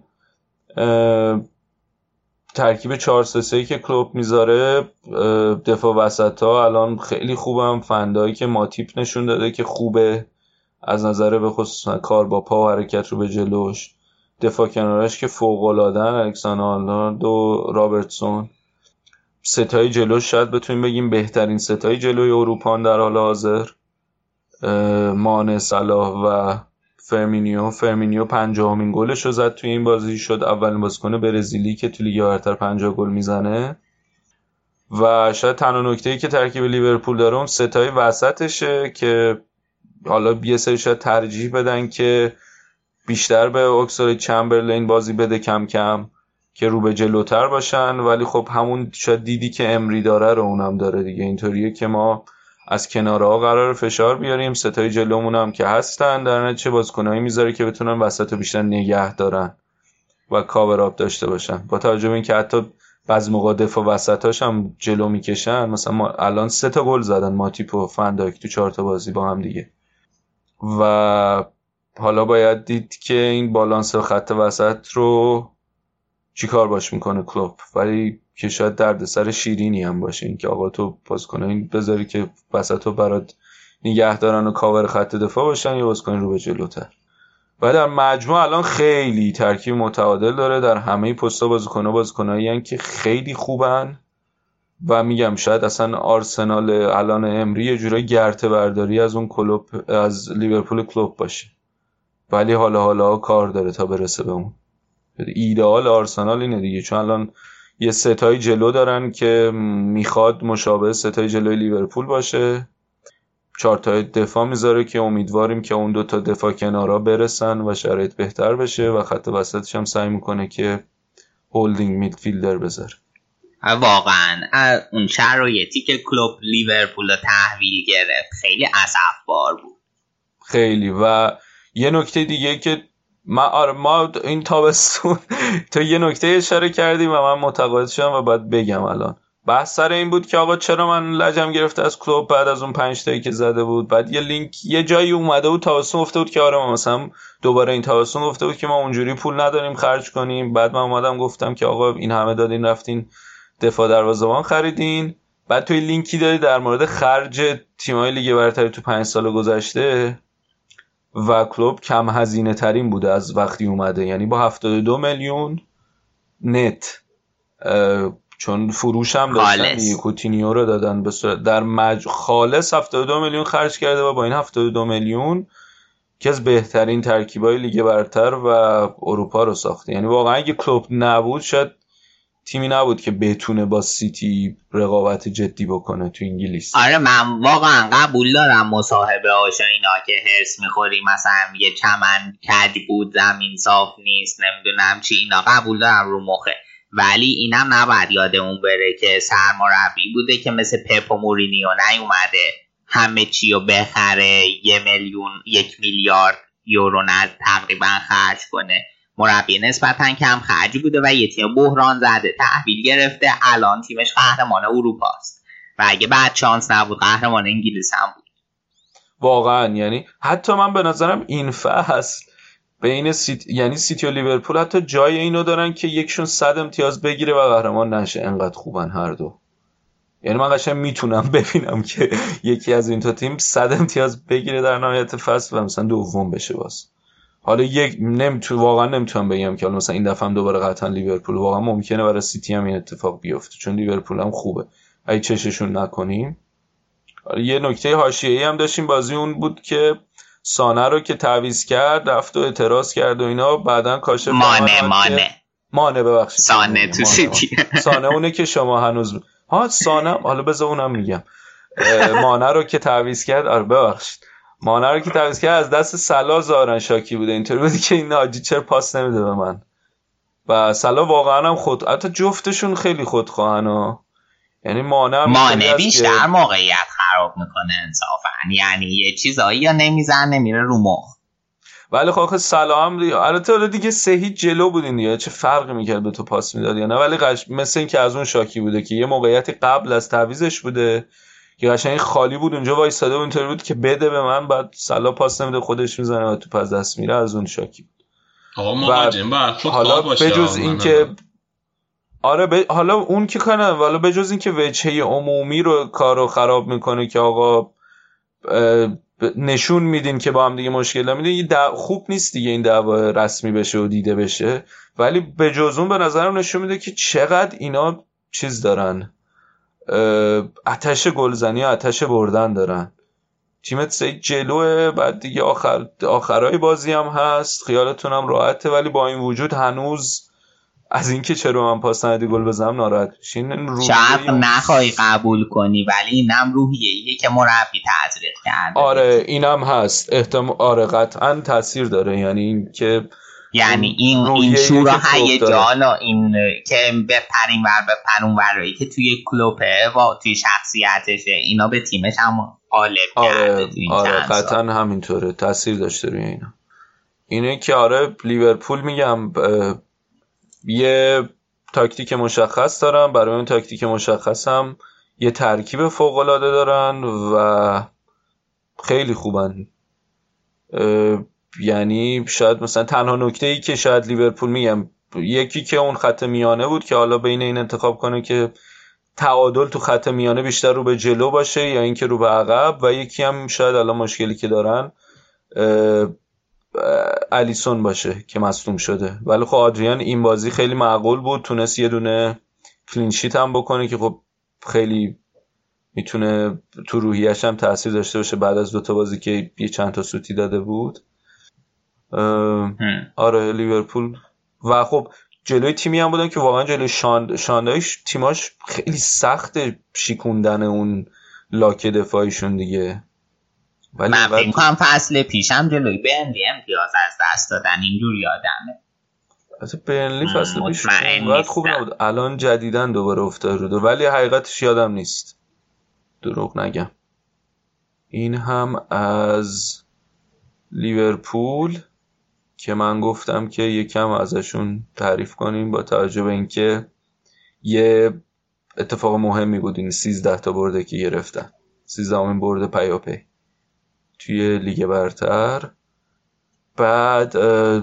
S5: ترکیب 4-3-3 که کلوب میذاره، دفاع وسطا الان خیلی خوبم. فندایی که ماتیپ نشون داده که خوبه از نظر به خصوص کار با پا و حرکت رو به جلوش. دفاع کنارش که فوق‌العاده‌ن، الکساندر آرنولد و رابرتسون. ستای جلوش شاید بتونیم بگیم بهترین ستای جلوی اروپا در حال حاضر، مانه، صلاح و فرمینیو 50مین گلش رو زد توی این بازی، شد اولین بازیکن برزیلی که توی لیگ برتر 50 گل میزنه. و شاید تنها نکته‌ای که ترکیب لیورپول داره اون ستای وسطشه که حالا یه سری شاید ترجیح بدن که بیشتر به اوکسلید چمبرلین بازی بده کم کم که رو به جلوتر باشن، ولی خب همون شاید دیدی که امری داره رو اونم داره دیگه. اینطوریه که ما از کنارها قرار فشار بیاریم، ستای جلومون هم که هستن، در نتیجه بازیکنایی میذاره که بتونن وسط بیشتر نگه دارن و کاور آپ داشته باشن. با توجه به اینکه حتی بعضی موقع دفاع وسطاش هم جلو میکشن، مثلا ما الان 3 تا گل زدن ماتیپ و فندایک تو 4 تا بازی با هم دیگه. و حالا باید دید که این بالانس خط وسط رو چیکار باش میکنه کلوب، ولی که شاید دردسر شیرینی هم باشه این که آقا تو بازیکنین بذاری که وسطو برات نگه دارن و کاور خط دفاع باشن یا بازیکن رو به جلوتر. ولی در مجموع الان خیلی ترکیب متعادل داره در همه پست‌ها. بازیکنایی هستن که خیلی خوبن و میگم شاید اصلا آرسنال الان امری یه جورای گرته برداری از اون کلوب، از لیورپول کلوب باشه، ولی حالا کار داره تا برسه به اون. ایدئال آرسنال اینه دیگه، چون الان یه ستای جلو دارن که میخواد مشابه ستای جلوی لیورپول باشه. 4 تا دفاع میذاره که امیدواریم که اون 2 تا دفاع کنارا برسن و شرایط بهتر بشه و خط وسطش هم سعی میکنه که هولدینگ میدفیلدر بذاره.
S6: واقعا اون شرایطی که کلوب لیورپول رو تحویل گرفت خیلی اسفبار بود.
S5: خیلی. و یه نکته دیگه که ما این تابستون تو یه نکته اشاره کردیم و من متقاعد شدم و باید بگم الان. بحث سر این بود که آقا چرا من لجم گرفته از کلوب بعد از اون 5 تایی که زده بود. بعد یه لینک یه جایی اومده بود تابستون گفته بود که آره ما مثلا دوباره این تابستون گفته بود که ما اونجوری پول نداریم خرج کنیم. بعد من اومدم گفتم که آقا این همه دادین رفتین دفاع دروازه‌بان خریدین. بعد توی لینکی دادی در مورد خرج تیم‌های لیگ برتر تو 5 سال گذشته و کلوب کم هزینه ترین بوده از وقتی اومده، یعنی با 72 میلیون نت، چون فروش هم داشتن کوتینیو رو دادن به صورت در خالص 72 میلیون خرج کرده و با این 72 میلیون که از بهترین ترکیبای لیگ برتر و اروپا رو ساخته. یعنی واقعا اگه کلوب نبود شاید تیمی نبود که بتونه با سیتی رقابت جدی بکنه تو انگلیس.
S6: آره من واقعا قبول دارم مصاحبه هاشو اینا که هرس میخوری مثلا یه چمن کدی بود زمین صاف نیست نمیدونم چی، اینا قبول دارم رو مخه، ولی اینم نباید یادمون بره که سرمربی بوده که مثل پپ و مورینیو نیومده همه چی رو بخره 1 میلیارد یورو تقریبا خرج کنه. مربی نسبتاً کم خرجی بوده و یه تیم بحران زده تحویل گرفته، الان تیمش قهرمان اروپا است. و اگه بعد شانس نبود قهرمان انگلیس هم بود.
S5: واقعا یعنی حتی من به نظرم این فصل بین یعنی سیتی و لیورپول حتی جای اینو دارن که یکشون 100 امتیاز بگیره و قهرمان نشه، انقدر خوبن هر دو. یعنی من قشنگ میتونم ببینم که یکی از این تا تیم 100 امتیاز بگیره در نهایت فصل و مثلا دوم بشه باز. حالا واقعا نمیتونم بگم که حالا مثلا این دفعه هم دوباره قطعا لیورپول، واقعا ممکنه برای سیتی هم این اتفاق بیفته چون لیورپول هم خوبه اگه چششون نکنیم. یه نکته حاشیه‌ای هم داشتیم بازی، اون بود که سانه رو که تعویض کرد رفت و اعتراض کرد و اینا، بعدن کاشف مانه ببخشید
S6: سانه تو سیتی
S5: سانه اونه که شما هنوز سانه حالا بذار اونم میگم مانه رو که تعویض کرد، ببخشید مانه رو که تعویض کرد از دست صلاح ظاهرا شاکی بوده، اینطوری بود که این حاجی چرا پاس نمیده به من. و صلاح واقعا هم حتی جفتشون خیلی خودخواهن، یعنی
S6: مانه بیشتر موقعیت خراب میکنه انصافا، یعنی یه چیزایی یا نمیزنه میره رو مخ.
S5: ولی خب صلاح هم البته دیگه سهی جلو بودین دیگه، چه فرقی میکرد به تو پاس میداد یا نه، ولی مثل این که از اون شاکی بوده که یه موقعیتی قبل از تعویضش بوده که قشنگ خالی بود اونجا وایساده و اینطوری بود که بده به من، بعد صلاح پاس نمیده خودش میزنه و تو از دست میره، از اون شاکی بود.
S4: آقا مهاجم
S5: حالا بجز این که حالا اون که کنه، حالا بجز این که وجهه عمومی رو کارو خراب میکنه که آقا نشون میدین که با هم دیگه مشکل میدین، خوب نیست دیگه این دعوا رسمی بشه و دیده بشه، ولی بجز اون به نظرم نشون میده که چقدر اینا چیز دارن، آتش گلزنی و آتش بردن دارن. تیمت سه جلوه، بعد دیگه آخرای بازی هم هست، خیالتون هم راحته، ولی با این وجود هنوز از اینکه چرا من پاس ندی گل بزنم ناراحت میشین.
S6: شاید نخوای قبول کنی ولی اینم روحیه‌ایه که مربی تزریق کرده.
S5: آره اینم هست آره قطعا تاثیر داره، یعنی این که
S6: این شور و هیجان و این که بپرین ور بپرون ورایی که توی کلوپه و توی شخصیتشه اینا به تیمش هم غالب کرده.
S5: آره قطعا همینطوره، تاثیر داشته روی اینا. اینه که آره لیورپول میگم یه تاکتیک مشخص دارن، برای اون تاکتیک مشخص هم یه ترکیب فوق‌العاده دارن و خیلی خوبن. یعنی شاید مثلا تنها نکته‌ای که شاید لیورپول میگم یکی که اون خط میانه بود که حالا بین این انتخاب کنه که تعادل تو خط میانه بیشتر رو به جلو باشه یا اینکه رو به عقب، و یکی هم شاید الان مشکلی که دارن الیسون باشه که مصدوم شده. ولی خب آدریان این بازی خیلی معقول بود، تونست یه دونه کلین شیت هم بکنه که خب خیلی میتونه تو روحیه‌اش هم تاثیر داشته باشه بعد از دوتا بازی که یه چند تا سوتی داده بود. آره لیورپول و خب جلوی تیمی هم بودن که واقعا جلوی شاندایش تیماش خیلی سخت شیکوندن اون لاک دفاعیشون دیگه.
S6: ولی من فکر کنم فصل پیشم جلوی برنلی امتیاز از دست دادن، اینجور یادمه.
S5: اصلا برنلی فصل پیش اونقدر خوب نبود، الان جدیدن دوباره افتاده رو، ولی حقیقتش یادم نیست، دروغ نگم. این هم از لیورپول که من گفتم که یکم ازشون تعریف کنیم با توجه به اینکه یه اتفاق مهمی بود این 13 تا برده که گرفتن، 13مین برده پیاپی توی لیگ برتر. بعد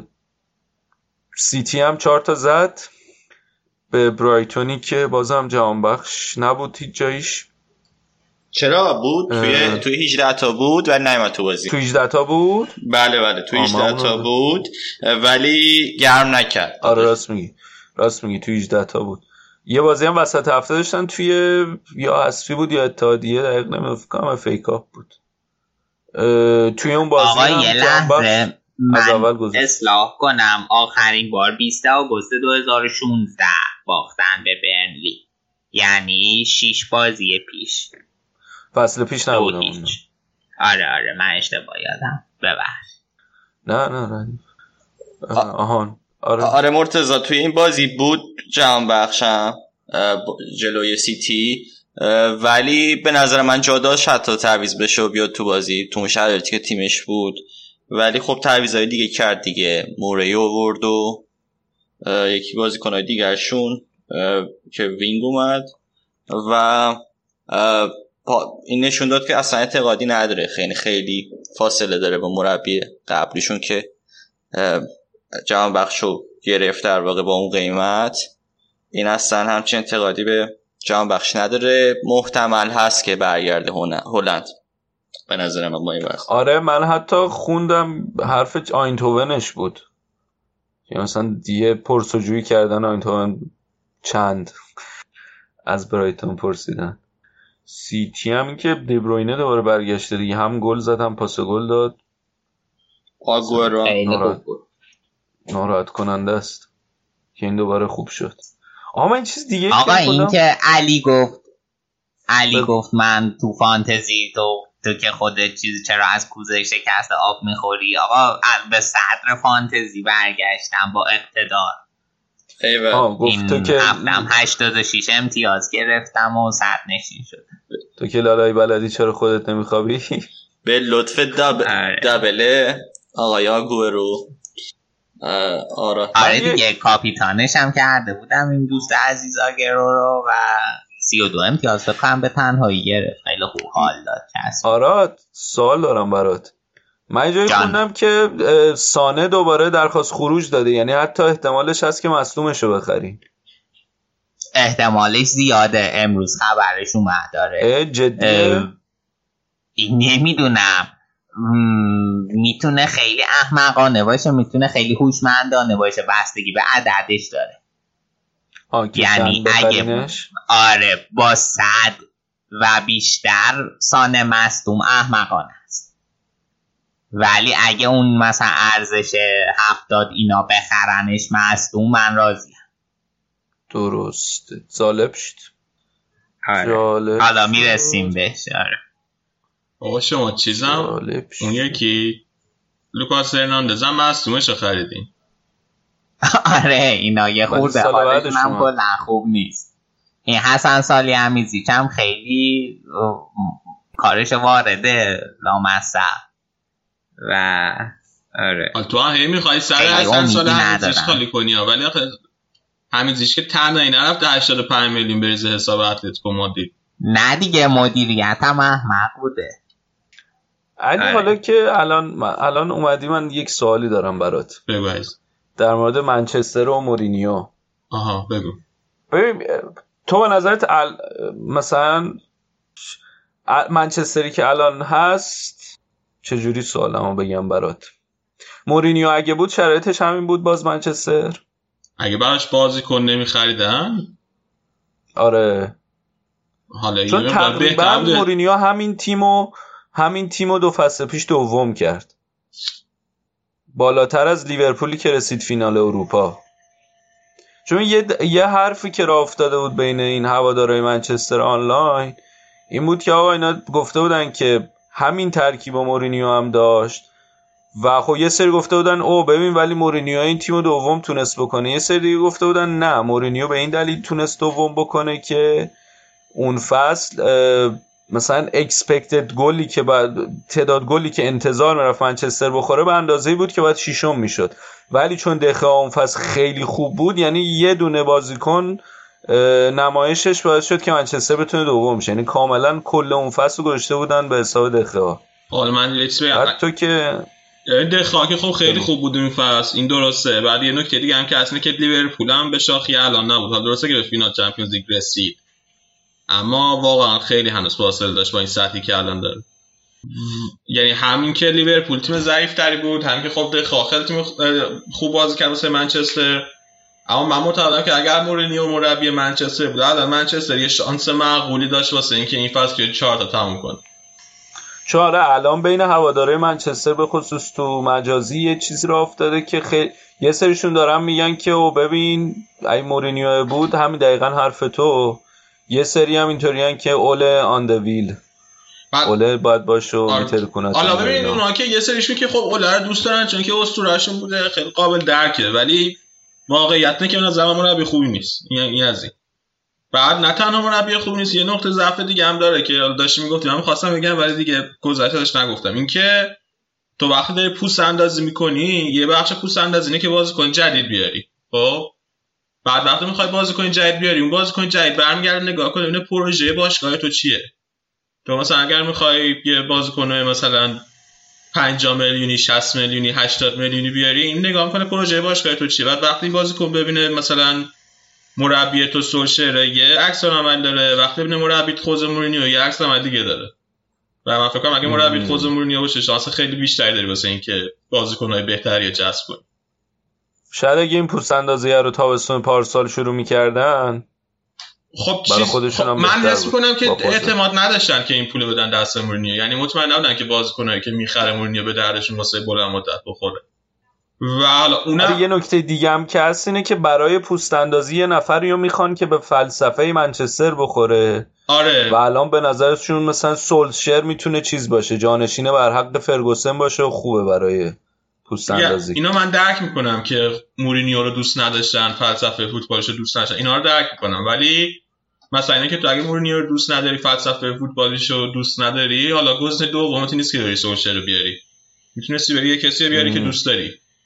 S5: سیتی هم 4 تا زد به برایتونی که بازم جهان بخش نبود هیچ جاییش.
S7: چرا بود؟ توی 18 تا بود ولی نیومد تو بازی.
S5: توی 18 تا بود؟
S7: بله توی 18 تا بود ولی گرم نکرد.
S5: آره راست میگی توی 18 تا بود. یه بازی هم وسط هفته داشتن توی یا حذفی بود یا اتحادیه، دقیق نمی‌فهمم، فیکاپ بود. توی اون بازی
S6: آقا یه لحظه من اصلاح کنم، آخرین بار 20 آگوست 2016 باختن به برنلی، یعنی 6 بازی پیش،
S5: فصل پیش نبودم.
S6: آره من اشتباه یادم، ببخش.
S5: نه
S7: آره مرتضی توی این بازی بود جهان بخشم جلوی سیتی، ولی به نظر من جا داشت حتی تعویض بشه و بیاد تو بازی تو شرایطی که تیمش بود، ولی خب تعویضای دیگه کرد دیگه، موریو آورد و یکی بازیکنای دیگرشون که وینگ اومد و این نشون داد که اصلا اعتقادی نداره، خیلی فاصله داره با مربی قبلیشون که جهانبخشو گرفت در واقع با اون قیمت. این اصلا همچین اعتقادی به جهانبخش نداره. محتمل هست که برگرده هلند به نظر من با این وقت.
S5: آره من حتی خوندم حرف آینتوونش بود که مثلا دیگه پرسجویی کردن آینتوون چند از برایتون پرسیدن. سیتی هم این که دیبروینه دوباره برگشته دیگه، هم گل زد هم پاس گل داد.
S7: آگورو
S5: ناراحت کننده است که این دوباره خوب شد. آقا این چیز دیگه
S6: آقا این که علی گفت من تو فانتزی تو که خودت چرا از کوزه شکست آب میخوری. آقا به صدر فانتزی برگشتم با اقتدار.
S5: گفت تو که
S6: هفتم 86 امتیاز گرفتم و صد نشین شد.
S5: تو که لالای بلدی چرا خودت نمیخوابی؟
S7: به لطف دبله آقای آگورو.
S6: آره دیگه کاپیتانش هم کرده بودم این دوست عزیز آگورو رو و 32 امتیاز فکرم به تنهایی گرفت. خیلی خوب حال داد کسی.
S5: آره سوال دارم برات. من جایی خوندم که سانه دوباره درخواست خروج داده، یعنی حتی احتمالش هست که مصدومشو بخرین.
S6: احتمالش زیاده، امروز خبرش اومد. داره
S5: جدیه؟
S6: نمیدونم، میتونه خیلی احمقانه باشه میتونه خیلی هوشمندانه باشه، بستگی به عددش داره. یعنی اگه با 100 و بیشتر سانه مصدوم احمقانه است، ولی اگه اون مثلا ارزش 70 اینا بخرنش مصدوم من راضیم.
S5: درست جالب شد.
S6: حالا میرسیم بهش.
S4: آقا شما چیزم اون یکی لوکاس هرناندز هم مصدومش رو خریدین.
S6: آره اینا یه خورده حالشون هم کلا خوب نیست. این حسن سالیعمیزی هم خیلی کارش وارده لامصب و آره
S4: تو هم هی میخوایی سر حسن سالیعمیزیش خالی کنی ولی همیزیش که تنهایی نرفته 85 میلیون بریزه حساب اتلتیکو مادرید.
S6: نه دیگه مدیریت هم احمق بوده.
S5: علی حالا که الان اومدی من یک سوالی دارم برات.
S4: بگو
S5: در مورد منچستر و مورینیو.
S4: آها بگو.
S5: ببین تو به نظرت مثلا منچستری که الان هست چجوری سوالمو بگم برات؟ مورینیو اگه بود شرایطش همین بود باز منچستر؟
S4: اگه براش بازیکن نمیخریدن؟
S5: آره.
S4: حالا
S5: چون تقریبا مورینیو همین تیمو 2 فصل پیش دوم کرد، بالاتر از لیورپولی که رسید فینال اروپا. چون یه حرفی که راه افتاده بود بین این هوادارهای منچستر آنلاین این بود که آقا اینا گفته بودن که همین ترکیب مورینیو هم داشت و خب یه سری گفته بودن او ببین ولی مورینیو این تیمو دوم تونست بکنه، یه سری دیگه گفته بودن نه مورینیو به این دلیل تونست دوم بکنه که اون فصل مثلا expected گلی که تعداد گلی که انتظار میرفت منچستر بخوره به اندازه‌ای بود که باید ششم میشد، ولی چون دخیا اون فصل خیلی خوب بود یعنی یه دونه بازیکن نمایشش باعث شد که منچستر بتونه دوم شه، یعنی کاملا کل اون فصل رو گذاشته بودن به حساب دخیا.
S4: حالا من
S5: حتی که
S4: دخیا که خب خیلی خوب بود این فصل، این درسته. بعد یه نکته دیگه هم که اصلا که لیورپول هم به شاخی الان نبود، حالا درسته که به فینال چمپیونز لیگ رسید اما واقعا خیلی هنوز فاصله داشت با این سطحی که الان داره. یعنی همین که لیورپول تیم ضعیف تری بود، همین که خب دخیا خیلی تیم خوب بازی کرد واسه منچستر، اما من معتقدم که اگر مورینیو مربی منچستر بود الان منچستر یه شانس معقولی داشت واسه اینکه این فصل که 4 تا تموم کنه.
S5: چون الان بین هوادارهای منچستر به خصوص تو مجازی یه چیزی راه افتاده که خیلی یه سریشون دارن میگن که او ببین ای مورینیو بود همین دقیقاً حرف تو، یه سری هم اینطوریان که اوله آن د ویل اوله باید باشه و میتر کنه.
S4: حالا ببین اونا که یه سریشون که خب اوله رو دوست دارن چون که اسطورهشون بوده خیلی قابل درکه، ولی واقعیت نه که اون زمان مربی خوبی نیست. این از این بعد نه تنها مربی خوبی نیست، یه نقطه ضعف دیگه هم داره که داشتم میگفتم من خواستم بگم ولی دیگه گذشتهش نگفتم. این که تو وقتی داری پوست اندازی میکنی یه بخش پوست اندازی اینه که بازیکن جدید بیاری. خب بعد وقتی میخوای بازیکن جدید بیاری، اون بازیکن جدید برمیگرده نگاه کنه ببینه پروژه باشگاه تو چیه. تو مثلا اگر میخوای یه بازیکن مثلا 50 میلیونی 60 میلیونی 80 میلیونی بیاری، این نگاه میکنه پروژه باشگاه تو چیه. بعد وقتی بازیکن ببینه مثلا مربی تو سولشر یه عکس عمل داره، وقتی ببینه مربی خوزه مورینیو یه عکس عمل دیگه داره. و من فکر کنم اگه مربی خوزه مورینیو باشه شانس خیلی بیشتری داری واسه اینکه بازیکن‌های بهتری جذب کنی.
S5: شاید اگه این پوست اندازیه رو تابستون پارسال شروع می‌کردن
S4: خب
S5: برای خودشون هم
S4: من حس
S5: بود.
S4: می‌کنم که اعتماد نداشتن که این پولو بدن دست مورینیو، یعنی مطمئن نبودن که بازیکنایی که می‌خره مورینیو به دردشون واسه بلند مدت بخوره. و حالا اونم
S5: یه نکته دیگه هم که هست اینه که برای پوست اندازی یه نفری رو میخوان که به فلسفه منچستر بخوره.
S4: آره.
S5: و الان به نظرشون مثلا سولشر میتونه چیز باشه، جانشینه بر حق فرگوسن باشه و خوبه برای پوست اندازی.
S4: اینا من درک میکنم که مورینیو رو دوست نداشتن، فلسفه فوتبالش رو دوست نداشتن، اینا رو درک میکنم، ولی مثلا اینه که تو اگه مورینیو رو دوست نداری، فلسفه فوتبالش رو دوست نداری، حالا گزینه دومت نیست که بری سولشر رو بیاری، میتونستی بری یه کسی بیاری که دوست داری.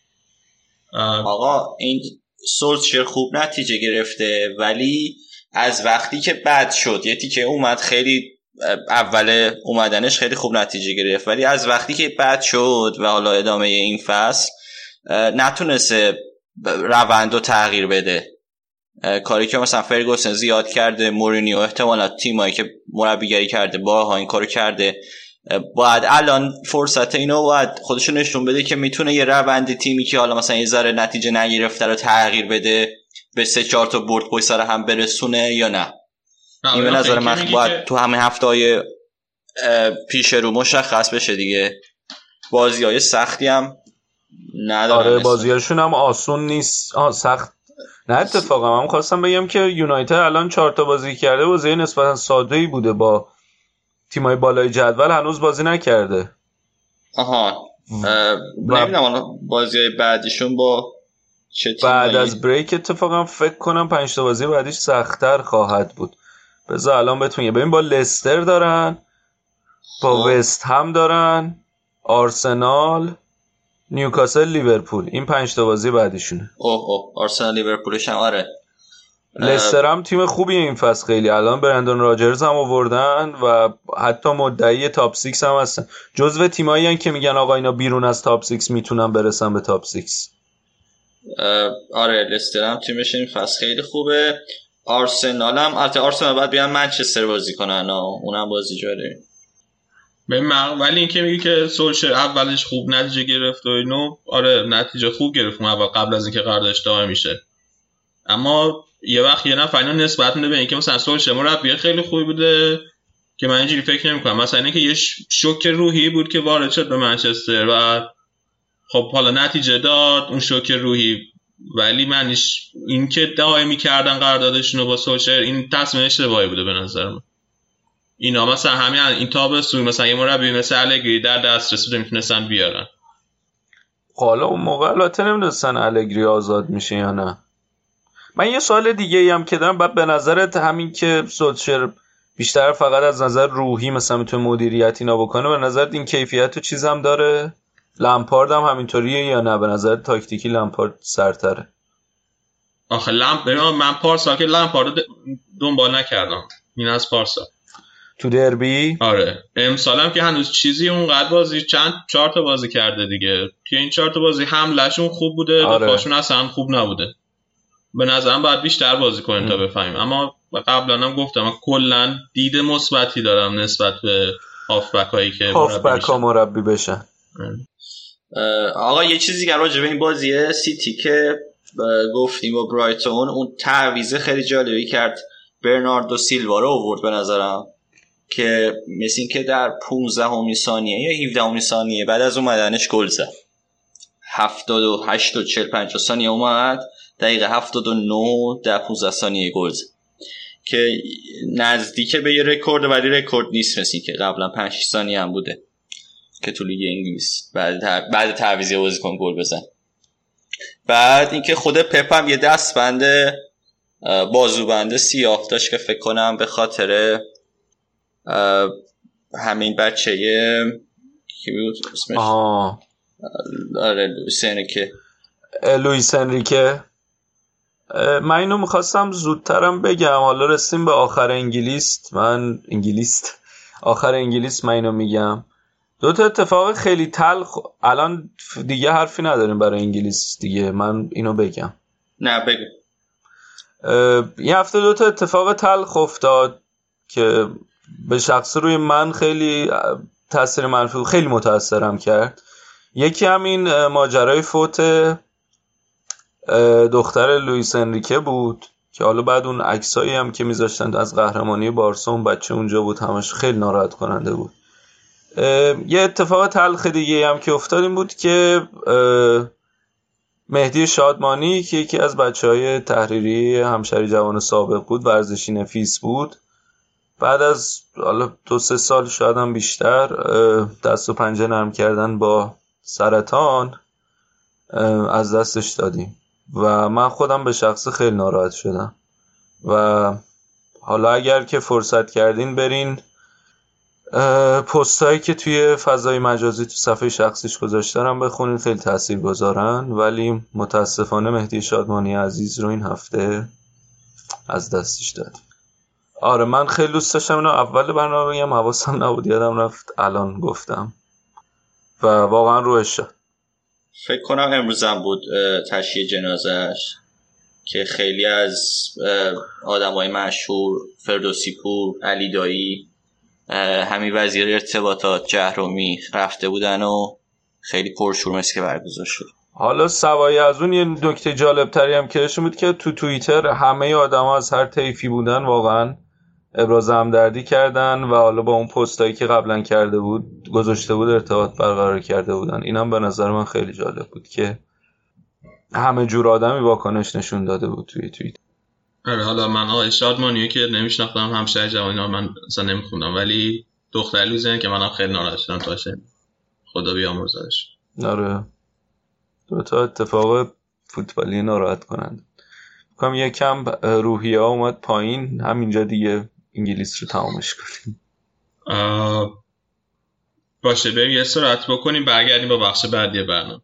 S7: آقا این سولشر خوب نتیجه گرفته، ولی از وقتی که بد شد، یه تیکه اومد خیلی اول اومدنش خیلی خوب نتیجه گرفت، ولی از وقتی که بد شد و حالا ادامه این فصل نتونسته روندو تغییر بده. کاری که مثلا فرگوسن زیاد کرده، مورینیو احتمالا تیمایی که مربیگری کرده بارها این کارو کرده، باید الان فرصت اینو باید خودشو نشون بده که میتونه یه روند تیمی که حالا مثلا یه ذره نتیجه نگرفته رو تغییر بده، به 3-4 تا برد پشت سر هم برسونه یا نه. این به نظر من باید تو همه هفته‌های پیش رو مشخص بشه دیگه. بازی‌های سختی هم ندارن.
S5: آره بازیاشون هم آسون نیست. سخت نه، اتفاقا من خواستم بگم که یونایتد الان 4 تا بازی کرده، بازی نسبتا ساده‌ای بوده، با تیمای بالای جدول هنوز بازی نکرده.
S7: آها نمیدونم بازی‌های بعدیشون با چه تیمایی
S5: بعد از بریک اتفاقا فکر کنم 5 تا بازی بعدیش سخت‌تر خواهد بود. بذار الان بتونیم ببین، با لستر دارن، با وست هم دارن، آرسنال، نیوکاسل، لیورپول. این 5 تا بازی بعدیشونه.
S7: آرسنال لیورپولش هم آره.
S5: لستر هم تیم خوبیه این فصل خیلی. الان برندون راجرز هم آوردن و حتی مدعی تاپ 6 هم هستن. جزو تیمایی هستن که میگن آقا اینا بیرون از تاپ 6 میتونن برسن به تاپ 6.
S7: آره لستر هم تیمش این فصل خیلی خوبه. آرسنال هم البته آرسنال باید بیان منچستر بازی کنن، اونم بازی جاره.
S4: ولی این که میگی که سولشر اولش خوب نتیجه گرفت و اینو، آره نتیجه خوب گرفت اول قبل از اینکه قراردادش دائم میشه، اما یه وقت یه نفر اینا نسبت میده به اینکه مثلا سولشر مربی خیلی خوبی بوده که من اینجوری فکر نمی‌کنم. مثلا اینکه یه شوک روحی بود که وارد شد به منچستر و خب حالا نتیجه داد اون شوک روحی، ولی منش این که دائمی می‌کردن قراردادشون رو با سولشر، این تصمیم اشتباهی بوده به نظر من. اینا مثلا همین این تابستون مثلا یه مربی مثل الگری در دسترس بوده میتونستن بیارن.
S5: حالا اون موقع البته نمیدونستن الگری آزاد میشه یا نه. من یه سوال دیگه هم که دارم، بعد به نظرت همین که سولشر بیشتر فقط از نظر روحی مثلا میتونه مدیریت اینا بکنه، به نظرت این کیفیت و چیز هم داره؟ لمپارد هم همینطوریه یا نه؟ به نظرت تاکتیکی لمپارد سرتره؟
S4: آخه من پارسال که لمپارد دنبال نکردم، این از پارسال
S5: تو دربی.
S4: آره امسالم که هنوز چیزی اونقدر بازی 4 تا بازی کرده دیگه، که این 4 تا بازی حملهشون خوب بوده، دفاعشون اصلا خوب نبوده. به نظرم باید بیشتر بازی کنیم تا بفهمیم. اما قبلا هم گفتم من کلا دید مثبتی دارم نسبت به هافبک هایی که
S5: مربی بشن.
S7: آقا یه چیزی دیگه راجع به این بازی سیتی که گفتیم با برایتون، اون تعویض خیلی جالبی کرد، برناردو سیلوا رو آورد به نظرم که مثل این که در 15 ثانیه یا 17 ثانیه بعد از اومدنش گل زد. 78 و 45 ثانیه اومد، دقیقه 79 در 15 ثانیه گل زد که نزدیک به یه رکورد، ولی رکورد نیست، مثل این که قبلا 5 ثانیه هم بوده که تو لیگ انگلیس بعد تعویض بازیکن گل بزن. بعد اینکه خود پپ هم یه دستبند بازوبند سیاه داشت که فکر کنم به خاطر همین بچه کی بود اسمش؟
S5: آره
S7: لوئیس انریکه
S5: من اینو میخواستم زودترم بگم، حالا رسیم به آخر آخر انگلیس من اینو میگم. دو تا اتفاق خیلی تلخ، الان دیگه حرفی نداریم برای انگلیس دیگه، من اینو بگم.
S7: نه بگو.
S5: یه هفته دو تا اتفاق تلخ افتاد که به شخص روی من خیلی تاثیر منفی، خیلی متاثرم کرد. یکی همین ماجرای فوت دختر لوئیس انریکه بود که حالا بعد اون عکسایی هم که میذاشتن از قهرمانی بارسا اون بچه اونجا بود، همش خیلی ناراحت کننده بود. یه اتفاق تلخ دیگه هم که افتاد این بود که مهدی شادمانی که یکی از بچهای تحریری همشهری جوان سابق بود، ورزشی نفیس بود، بعد از حالا 2-3 سال شاید هم بیشتر دست و پنجه نرم کردن با سرطان از دستش دادیم و من خودم به شخص خیلی ناراحت شدم و حالا اگر که فرصت کردین برین پستایی که توی فضای مجازی تو صفحه شخصیش گذاشتن هم بخونین، خیلی تأثیر گذارن. ولی متاسفانه مهدی شادمانی عزیز رو این هفته از دستش دادیم. آره من خیلی دوست داشتم اینو اول برنامه بگم، حواسم نبود، یادم رفت الان گفتم و واقعا روش شد.
S7: فکر کنم امروزم بود تشییع جنازه‌اش که خیلی از آدمای مشهور، فردوسی پور، علی دایی، همین وزیر ارتباطات جهرومی رفته بودن و خیلی پرشور که برگزار شد.
S5: حالا سوای از اون یه نکته جالب تری هم که داشتم بود که تو توییتر همه آدما از هر طیفی بودن واقعا ابراز همدردی کردن و حالا با اون پستایی که قبلا کرده بود گذاشته بود ارتباط برقرار کرده بودن. اینم به نظر من خیلی جالب بود که همه جور آدمی واکنش نشون داده بود توی توییتر.
S4: آره حالا من آقای شادمانیو که نمیشناختم، همشهری جوانی من اصلا نمیخوندم، ولی دختر لوزن که منم خیلی ناراحت شدم تاشه. خدا بیامرزش.
S5: آره دو تا اتفاق فوتبالی ناراحت کنند. میگم یکم روحیه ها اومد پایین، همینجا دیگه انگلیس رو تمامش کنیم.
S4: باشه بریم یه استراحت بکنیم، برگردیم با بخش بعدی برنامه.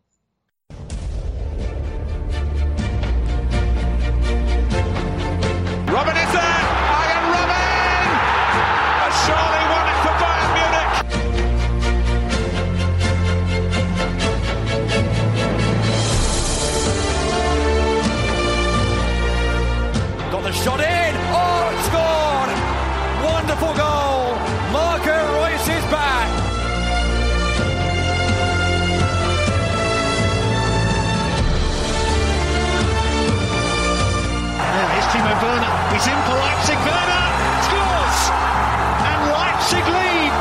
S1: He's in for Leipzig. Werner scores and Leipzig lead.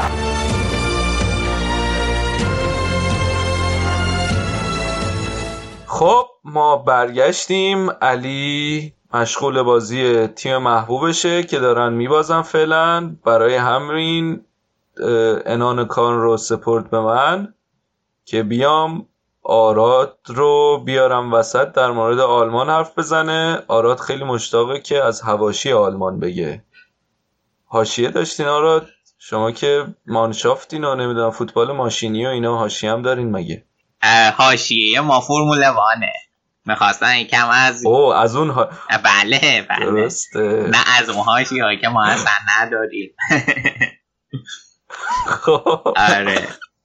S5: خب ما برگشتیم. علی مشغول بازی تیم محبوبشه که دارن میبازن فعلا، برای همین عنان کار رو سپرد به من که بیام آراد رو بیارم وسط در مورد آلمان حرف بزنه. آراد خیلی مشتاقه که از حواشی آلمان بگه. حاشیه داشتین آراد؟ شما که مانشافتین و نمیدونم فوتبال ماشینی و اینا، حاشیه هم دارین مگه؟
S6: حاشیه ما فرمول وانه. میخواستن یکم از
S5: از اون
S6: بله
S5: درسته.
S6: نه از اون حاشیه هایی که ما اصلا نداریم. آره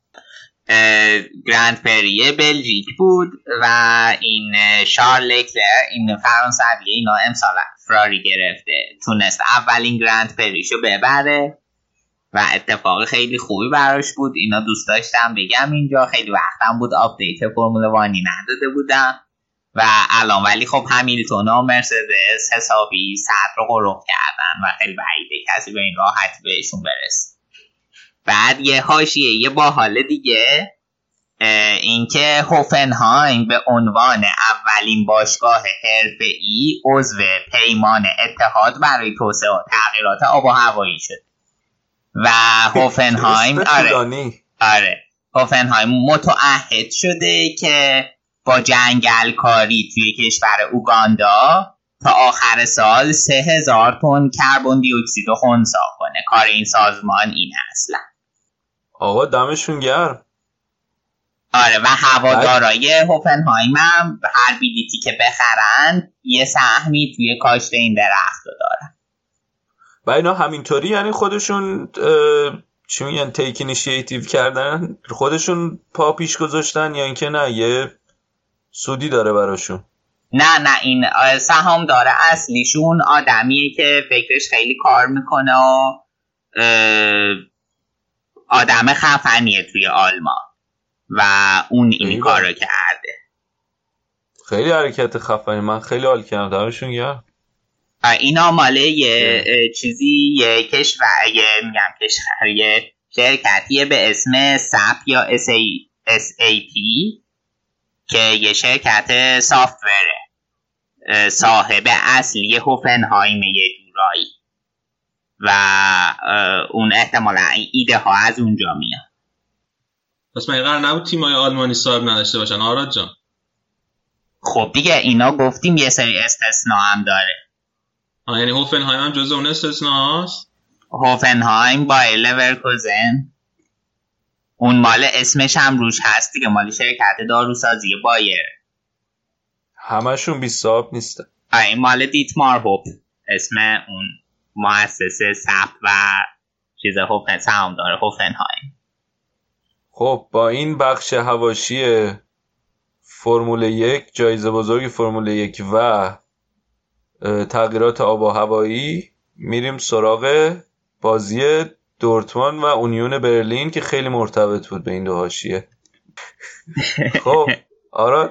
S6: گرند پری بلژیک بود و این شارل لکلر این فرانسوی اینا امسال فراری گرفته، تونست اولین گرند پریشو ببره و اتفاق خیلی خوبی براش بود. اینا دوست داشتم بگم اینجا، خیلی وقتم بود آپدیت فرمول وانی نداده بودم و الان ولی خب همیلتون و مرسدس حسابی صدر رو قرق کردن و خیلی بعیده کسی به این راحتی بهشون برسه. بعد یه حاشیه یه باحال دیگه، این که هوفنهایم به عنوان اولین باشگاه حرفه‌ای عضو پیمان اتحاد برای توسعه و تغییرات آب و هوایی شد و هوفنهایم آره هوفنهایم متعهد شده که با جنگل کاری توی کشور اوگاندا تا آخر سال 3000 تن کربن دی اکسید رو خنثی کنه. کار این سازمان این اصلا.
S5: آقا دمشون گرم.
S6: آره و هوادارای هوفنهایم هم هر بلیتی که بخرن یه سهمی توی کاشت این درخت دارن
S5: و اینا همینطوری یعنی خودشون چی میگن تیک اینیشیتیو کردن، خودشون پا پیش گذاشتن یا اینکه نه یه سودی داره براشون؟
S6: نه این سهامدار اصلیشون آدمیه که فکرش خیلی کار میکنه و آدم خفنیه توی آلمان و اون این کارو کرده.
S5: خیلی حرکت خفنی، من خیلی حال کردم دمشون گرم.
S6: اینا ماله یه چیزی یه کشور یه شرکتیه به اسم ساپ یا SAP که یه شرکت سافتوره صاحب اصلی هوفنهایم یه جورایی و اون احتمالا ایده ها از اونجا میاد.
S4: پس من قرار نبود تیمای آلمانی صاحب نداشته باشن آراد جان؟
S6: خب دیگه اینا گفتیم یه سری استثناء هم داره.
S4: یعنی هوفنهایم هم جزء اون استثناء هست؟
S6: هوفنهایم با لورکوزن اون مال اسمش هم روش هست دیگه، مال شرکت داروسازی بایر.
S5: همشون بی صاحب نیستن.
S6: این مال دیتمار هوپ اسم اون مؤسسه سپ و چیز سهامدار هوفنهایم.
S5: خب با این بخش حواشی فرمول 1 جایزه بزرگ فرمول 1 و تغییرات آب و هوایی میریم سراغ بازی دورتموند و اونیون برلین که خیلی مرتبط بود به این دو حاشیه. خب آراد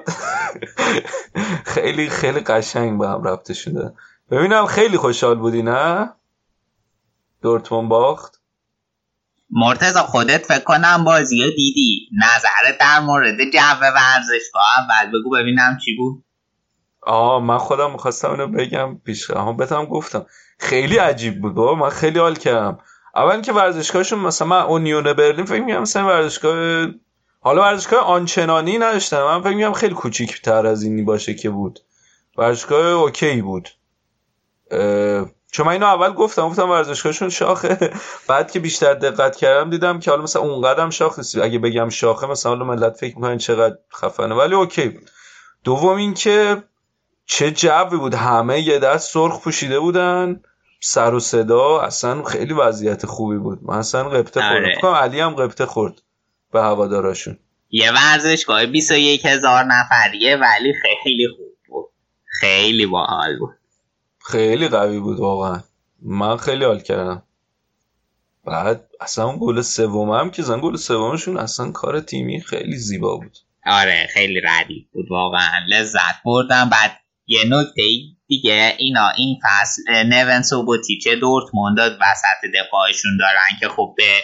S5: خیلی خیلی قشنگ به هم ربطه شده. ببینم خیلی خوشحال بودی نه؟ دورتموند باخت.
S6: مرتضی خودت فکر کنم بازی رو دیدی، نظرت در مورد جو ورزشگاه اول بگو ببینم چی بود.
S5: من خودم می‌خواستم اینو بگم پیش بهتم گفتم خیلی عجیب بود بابا، من خیلی حال کردم. اول که ورزشگاهشون مثلا من اونیون برلین فکر می‌کنم مثلا ورزشگاه آنچنانی نداشتن، من فکر می‌کنم خیلی کوچیک‌تر از اینی باشه که بود. ورزشگاه اوکی بود. چون من اینو اول گفتم ورزشگاهشون شاخه، بعد که بیشتر دقت کردم دیدم که حالا مثلا اونقدرم شاخ نیست. اگه بگم شاخه مثلا ملت فکر می‌کنن چقدر خفنه، ولی اوکی بود. دوم این که چه جوی بود، همه یه دست سرخ پوشیده بودن، سر و صدا، اصلا خیلی وضعیت خوبی بود. من اصلا قبطه خوردم، علی هم قبطه خورد به هواداراشون.
S6: یه ورزشگاه 21,000 نفریه ولی خیلی خوب بود، خیلی باحال بود،
S5: خیلی قوی بود واقعا. من خیلی حال کردم. بعد اصلا اون گل سومم که گل سومشون اصلا کار تیمی خیلی زیبا بود.
S6: آره خیلی ردیف بود واقعا، لذت بردم. بعد یه نکته دیگه این فصل نون سوبوتیچ دورتموند وسط دفاعشون دارن که خب به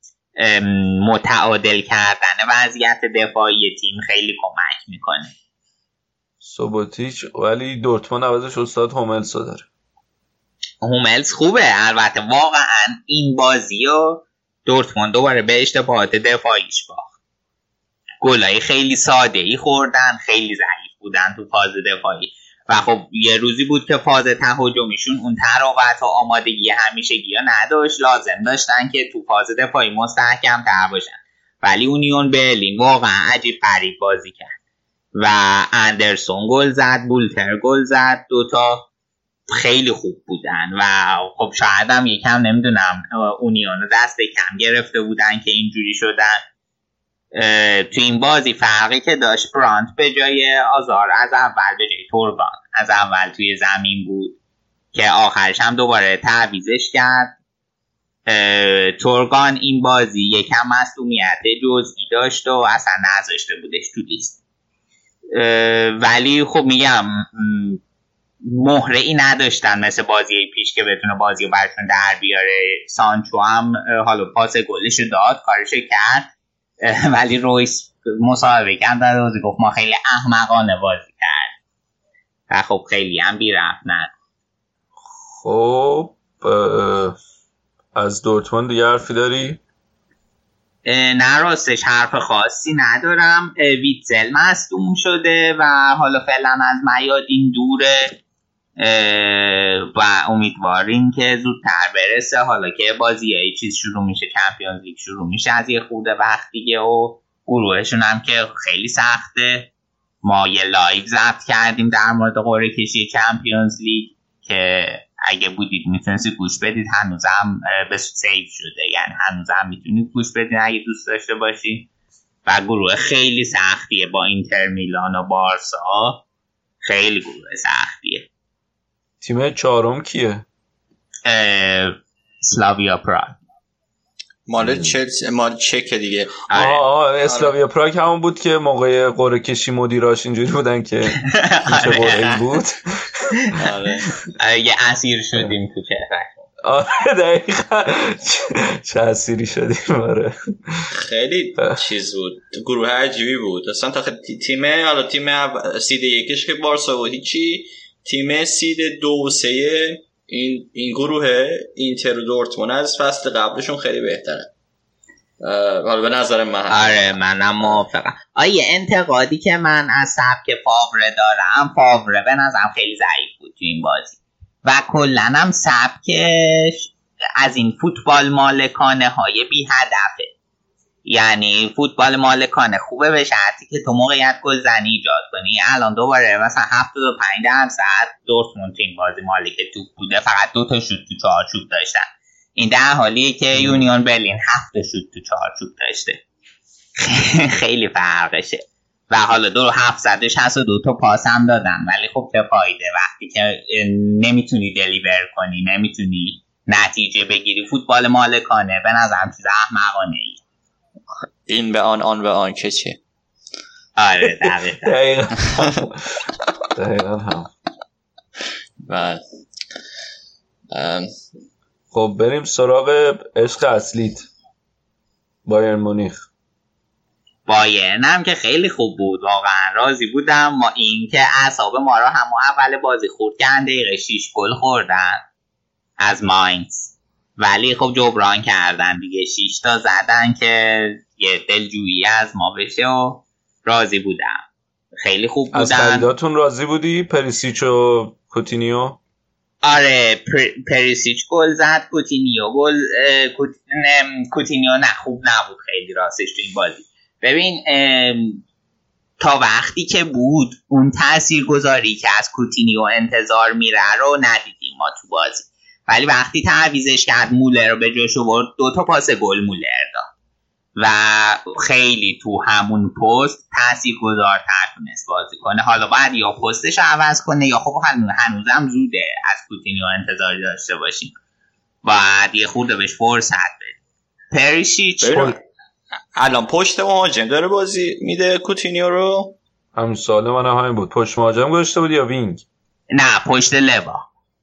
S6: متعادل کردن وضعیت دفاعی تیم خیلی کمک میکنه.
S5: سوبوتیچ ولی دورتموند عوضش استاد هوملز داره.
S6: هوملز خوبه البته، واقعا این بازی رو دورتموند دوباره به اشتباهات دفاعیش باخت. گلای خیلی ساده‌ای خوردن، خیلی ضعیف بودن تو فاز دفاعی و خب یه روزی بود که فاز تهاجمیشون اون تراوت و آمادگی همیشگی ها نداشت، لازم داشتن که تو فاز دفاعی مستحکم تر باشن. ولی اونیون برلین واقعا عجیب غریب بازی کرد و اندرسون گل زد، بولتر گل زد، دوتا خیلی خوب بودن و خب شاید هم یکم نمیدونم اونیون دست کم گرفته بودن که اینجوری شدن. تو این بازی فرقی که داشت برانت به جای آزار از اول به جای تورگان از اول توی زمین بود که آخرش هم دوباره تعویزش کرد. تورگان این بازی یکم مصدومیت جزئی داشت و اصلا نذاشته بودش تو لیست، ولی خب میگم مهره ای نداشتن مثل بازی پیش که بتونه بازی رو برشون در بیاره. سانچو هم حالا پاس گلش داد، کارش کرد، ولی رویس مصاحبه کرد و روزی گفت ما خیلی احمقانه بازی کرد و خب خیلی هم بی رفت نه.
S5: خب از دورتموند دیگه حرفی داری؟
S6: نه راستش حرف خاصی ندارم. ویتزل مصدوم شده و حالا فعلا از میادین دوره و امیدواریم که زودتر برسه. حالا که بازی ای چیز شروع میشه، چمپیونز لیگ شروع میشه از یه خورده وقت دیگه و گروهشون هم که خیلی سخته. ما یه لایو ضبط کردیم در مورد قرعه کشی چمپیونز لیگ که اگه بودید میتونستید گوش بدید، هنوزم به سیو شده، یعنی هنوزم میتونید گوش بدید اگه دوست داشته باشید. و گروه خیلی سختیه با اینتر میلان و بارسا، خیلی گروه سختیه.
S5: تیم چهارم کیه؟
S6: اسلاویا پراگ.
S7: مال چلسی، مال چک دیگه.
S5: اسلاویا پراگ همون بود که موقع قرعه کشی مدیراش اینجوری بودن که چه قرعه‌ای بود.
S6: یه اسیر شدیم تو چهره.
S5: دقیقا چه اسیری شدیم. آره
S7: خیلی چیز بود، گروه عجیبی بود اصلا. تا تیم حالا تیم سید یکش که بارسا بود هیچی، تیم سید 2 و 3 این گروه اینتر و دورتموند از فصل قبلشون خیلی بهتره حالا به نظر من.
S6: آره منم موافقم. یه انتقادی که من از سبک فاوره دارم، فاوره به نظرم خیلی ضعیف بود تو این بازی و کلن هم سبکش از این فوتبال مالکانه های بی هدفه. یعنی فوتبال مالکانه خوبه به شرطی که تو موقعیت گلزنی ایجاد کنی. الان دوباره مثلا 75% دورتموند تو این بازی مالک توپ بوده، فقط 2 تا شوت تو چارچوب داشتن. این در حالیه که یونیون برلین 7 تا شوت تو چارچوب داشته. خیلی فرقشه. و حالا 762 تا پاس هم دادن، ولی خب چه فایده وقتی که نمیتونی دلیور کنی، نمیتونی نتیجه بگیری. فوتبال مالکانه به نظرم چیز احمقانه ای.
S7: این به آن به آن که چه؟
S6: آره
S5: دقیقا هم.
S7: بعد
S5: خب بریم سراغ عشق اصلیت، بایرن مونیخ.
S6: بایرن هم که خیلی خوب بود، واقعا راضی بودم. ما این که اعصاب ما رو همون اول بازی خورد کردن، دقیقه 6 گل خوردن از ماینز، ولی خب جبران کردن دیگه، 6 تا زدن که یه دلجویی از ما بشه و راضی بودم. خیلی خوب بودن.
S5: از خریداتون راضی بودی؟ پریسیچ و کوتینیو؟
S6: آره پریسیچ گل زد، کوتینیو نه خوب نبود خیلی راستش تو این بازی. ببین تا وقتی که بود اون تاثیرگذاری که از کوتینیو انتظار میره رو ندیدیم ما تو بازی، ولی وقتی تعویضش کرد مولر رو به جاش آورد، 2 تا پاس گل مولر داد و خیلی تو همون پست تاثیرگذارتر تونست بازی کنه. حالا باید یا پستش رو عوض کنه یا خب هنوزم زوده از کوتینیو انتظاری داشته باشیم، باید یه خورده بهش فرصت بدیم. پریشیچ
S7: الان پشت مهاجم داره بازی میده کوتینیو رو.
S5: هم سال من همین بود، پشت مهاجم گذاشته بود یا وینگ؟
S6: نه پشت لوا.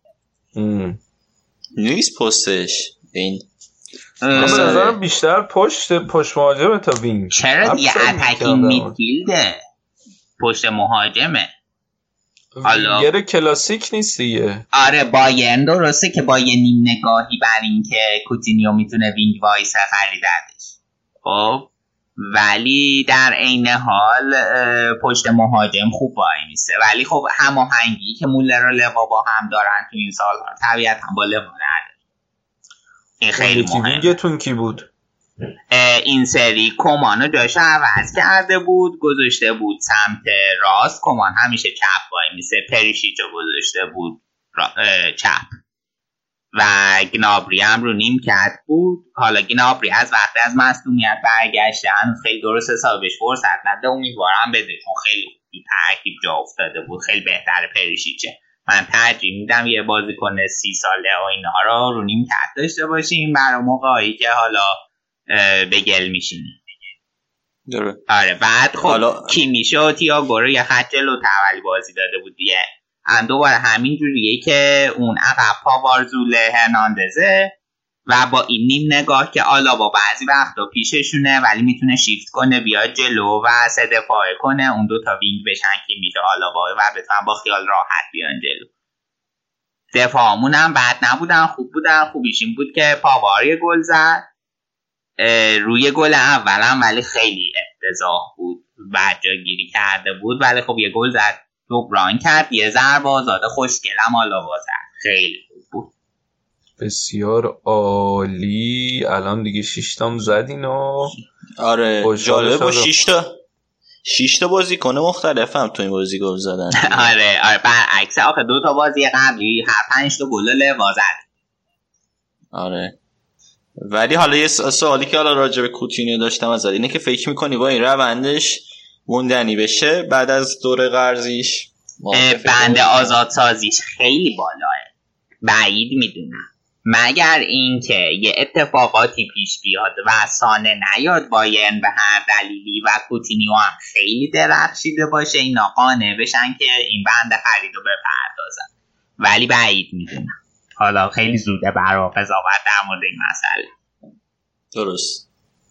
S7: نیست پستش این.
S5: من به نظرم بیشتر پشت مهاجمه تا وینگ.
S6: چرا دیگه اتکینگ میدفیلده، پشت مهاجمه.
S5: وینگر کلاسیک نیست دیگه.
S6: آره بایرن درسته که با یه نیم نگاهی بر این که کوتینیو میتونه وینگ وایسه خریدتش، خب ولی در عین حال پشت مهاجم خوب وای میسته. ولی خب هماهنگی که مولر و لوا با هم دارن تو این سال‌ها طبیعتاً با لوا نداره. این خیلی مهمه.
S5: وینگتون کی بود؟
S6: این سری کومانو جاش عوض کرده بود، گذاشته بود سمت راست. کومان همیشه چپ وای میسته، پریشیچو گذاشته بود چپ و گنابری هم رو نیم کرد بود. حالا گنابری از وقتی از مصدومیت برگشته، هنوز خیلی درست حسابش فرصت نده، امیدوارم بده چون خیلی ترکیب جا افتاده بود، خیلی بهتره پریشیچه. من ترجیح میدم یه بازیکن 30 ساله و اینها رو نیم کرد داشته باشیم برای موقعی که حالا به گل میشینیم. آره بعد خب کیمیش و تییاگو رو یه خط جلوتر ولی بازی داده بود دیگه. دوباره همین جوریه که اون عقب پاوارزول هرناندزه و با این نیم نگاه که آلابا بعضی وقتا پیششونه ولی میتونه شیفت کنه بیاد جلو و 3 دفاعه کنه، اون 2 تا وینگ بشن که میشه آلابا و بتونن با خیال راحت بیان جلو. دفاعمون هم بد نبودن، خوب بودن. خوبیش این بود که پاوار یه گل زد روی گل اولم، ولی خیلی افتضاح بود، بعد جاگیری کرده بود ولی خب یه گل زد، جبران کرد. یه ضربه آزاد خوشگلم آلابا زد، خیلی خوب بود.
S5: بسیار عالی. الان دیگه 6 تام زدین و
S7: آره جالب و 6 تا بازیکن مختلف هم تو این بازی گل زدن.
S6: آره برعکس آخه 2 تا بازی قبلی هر 5 تا گل لوا زد.
S7: آره ولی حالا یه سوالی که حالا راجع به کوتینیو داشتم ازت اینه که فکر میکنی با این روندش موندنی بشه بعد از دور قرضیش؟
S6: بند آزادسازیش خیلی بالاه، بعید میدونم، مگر اینکه یه اتفاقاتی پیش بیاد و سانه نیاد بایرن به هر دلیلی و کوتینیو هم خیلی درخشیده باشه اینا قانع بشن که این بند خریدو بپردازن، ولی بعید میدونم. حالا خیلی زوده برای قضاوت در مورد این مسئله.
S7: درست.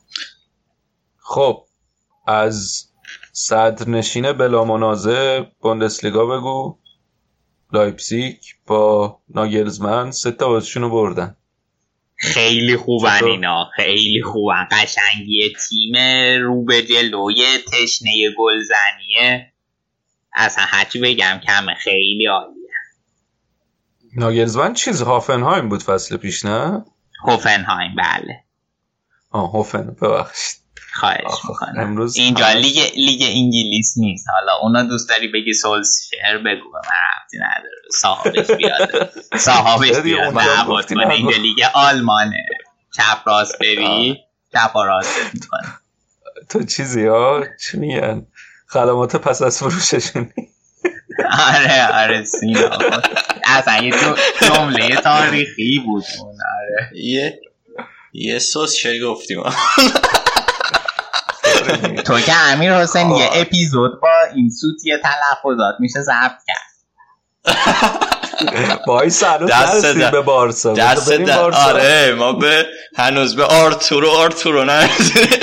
S5: خب از صدرنشین بلا منازع بوندسلیگا بگو. لایپزیگ با ناگلزمن 3 تا بازیشونو بردن.
S6: خیلی خوبن اینا، خیلی خوبن. قشنگی تیم رو به جلوی تشنه گلزنیه، اصلا هرچی بگم کمه، خیلی عالیه.
S5: ناگلزمن چیز هافنهایم بود فصل پیش نه؟
S6: هوفنهایم بله.
S5: هوفن ببخشید.
S6: خواهش میکنم. اینجا لیگ انگلیس نیست. حالا اونا دوست داری بگی سولشر بگو، من ربطی نداره. صاحبش بیاد معبود کنه. اینجا لیگ آلمانه. چپ راست بری چپ راست میکنه.
S5: تو چیزی ها چی میگن خدمات پس از فروششونی.
S6: آره سینا اصلا یه جمله تاریخی بود اون. آره
S7: یه سوسشر گفتیم.
S6: تو که امیر حسین یه اپیزود با این سوت یه تلفظات میشه ضبط کرد.
S5: بایی سنوز نرسیم به بارسا.
S7: آره ما به هنوز به آرتورو نرسیم.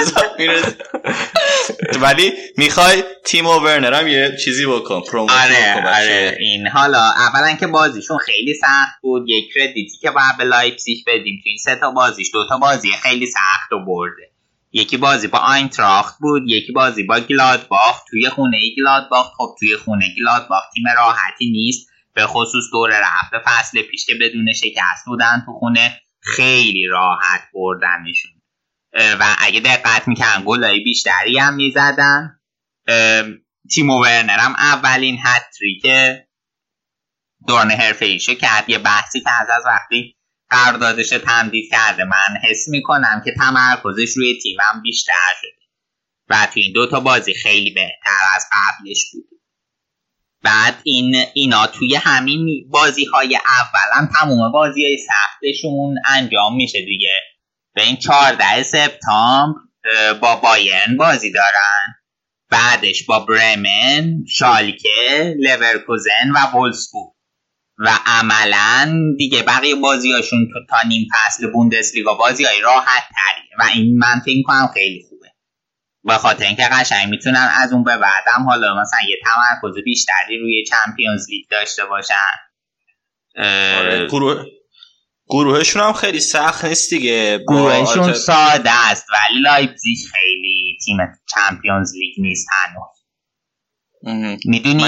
S7: ولی میخوای تیم ورنر هم یه چیزی بکن پروموشن.
S6: آره این حالا اولا که بازیشون خیلی سخت بود، یک کردیتی که باید به لایپزیگ بدیم تو این 3 تا بازیش 2 تا بازی خیلی سخت رو برده. یکی بازی با آینتراخت بود، یکی بازی با گلادباخ توی خونه گلادباخ. خب توی خونه گلادباخ تیم راحتی نیست، به خصوص دور رفت فصل پیش که بدون شکست بودن تو خونه خیلی راحت بردنشون و اگه دقت میکنن گلای بیشتری هم میزدن. تیمو ورنر هم اولین هتریک دوران حرفه‌ایشو کرد. یه بحثی که از وقتی قراردادش تمدید کرده من حس میکنم که تمرکزش روی تیمم بیشتر شده و توی این 2 تا بازی خیلی بهتر از قبلش بود. بعد اینا توی همین بازی‌های اولم تمام بازی‌های سختشون انجام میشه دیگه. به این 14 سپتامبر با بایرن بازی دارن، بعدش با برمن، شالکه، لورکوزن و وولفسبورگ و عملاً دیگه بقیه بازیاشون تا نیم فصل بوندسلیگا بازیای راحت تریه و این من فکر می‌کنم خیلی خوبه، به خاطر اینکه قشنگ میتونن از اون به بعدم حالا مثلا یه تمرکز بیشتری روی چمپیونز لیگ داشته باشن.
S7: آره گروهشون هم خیلی سخت نیست دیگه.
S6: گروهشون ساده است ولی لایپزیگ خیلی تیم چمپیونز لیگ نیست هنوز. میدونی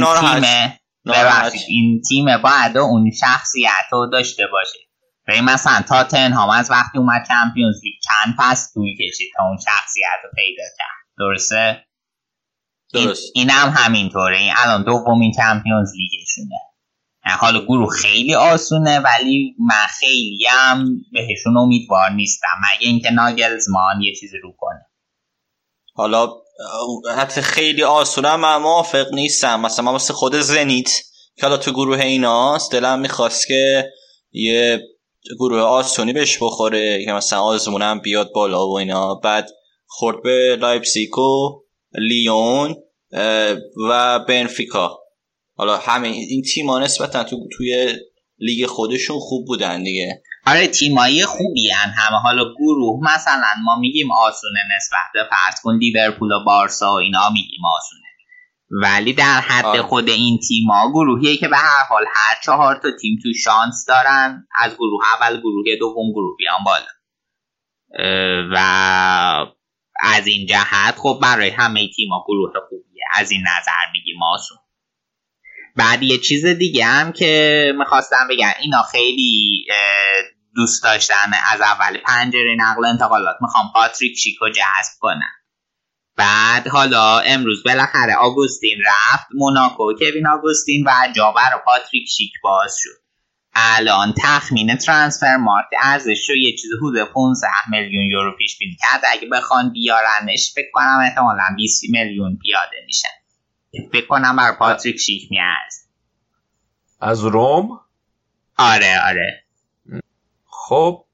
S6: این تیم باید اون شخصیت رو داشته باشه. مثلا تاتنهام از وقتی اومد چمپیونز لیگ چند فصل طول کشید تا اون شخصیت رو پیدا کرد. درسته؟ این هم همینطوره. این الان دومین چمپیونز لیگشونه. حالا گروه خیلی آسونه ولی من خیلی هم بهشون امیدوار نیستم مگه اینکه ناگلزمان یه چیزی رو کنه.
S7: حالا حتی خیلی آسونه من موافق نیستم. مثلا من مثل خود زنیت که حالا تو گروه ایناست دلم میخواست که یه گروه آسونی بهش بخوره که مثلا آزمونم بیاد بالا و اینا. بعد خورد به لایپزیگ و لیون و بنفیکا. حالا همه این تیم‌ها نسبتا توی لیگ خودشون خوب بودن دیگه.
S6: آره تیمایی خوبی هن همه. حالا گروه مثلا ما میگیم آسونه نسبت به فرض کن لیورپول و بارسا و اینا میگیم آسونه، ولی در حد خود این تیم‌ها گروهیه که به هر حال هر 4 تا تیم تو شانس دارن از گروه اول گروه دوم گروه بیان بالا و از این جهت خب برای همه تیم‌ها گروه خوبیه. از این نظر میگیم آسون. بعد یه چیز دیگه هم که میخواستم بگم اینا خیلی دوست داشتن از اول پنجره نقل و انتقالات میخوام پاتریک شیکو جذب کنن. بعد حالا امروز بالاخره آگوستین رفت موناکو، کوین آگوستین، و جا برای پاتریک شیک باز شد. الان تخمین ترانسفر مارکت ارزش رو یه چیز حدود 15 میلیون یورو پیش بینی کرد. اگه بخوان بیارنش فکر کنم احتمالاً 20 میلیون پیاده میشن. فکر کنم برای پاتریک شیک میارزه.
S5: از روم؟
S6: آره.
S5: خب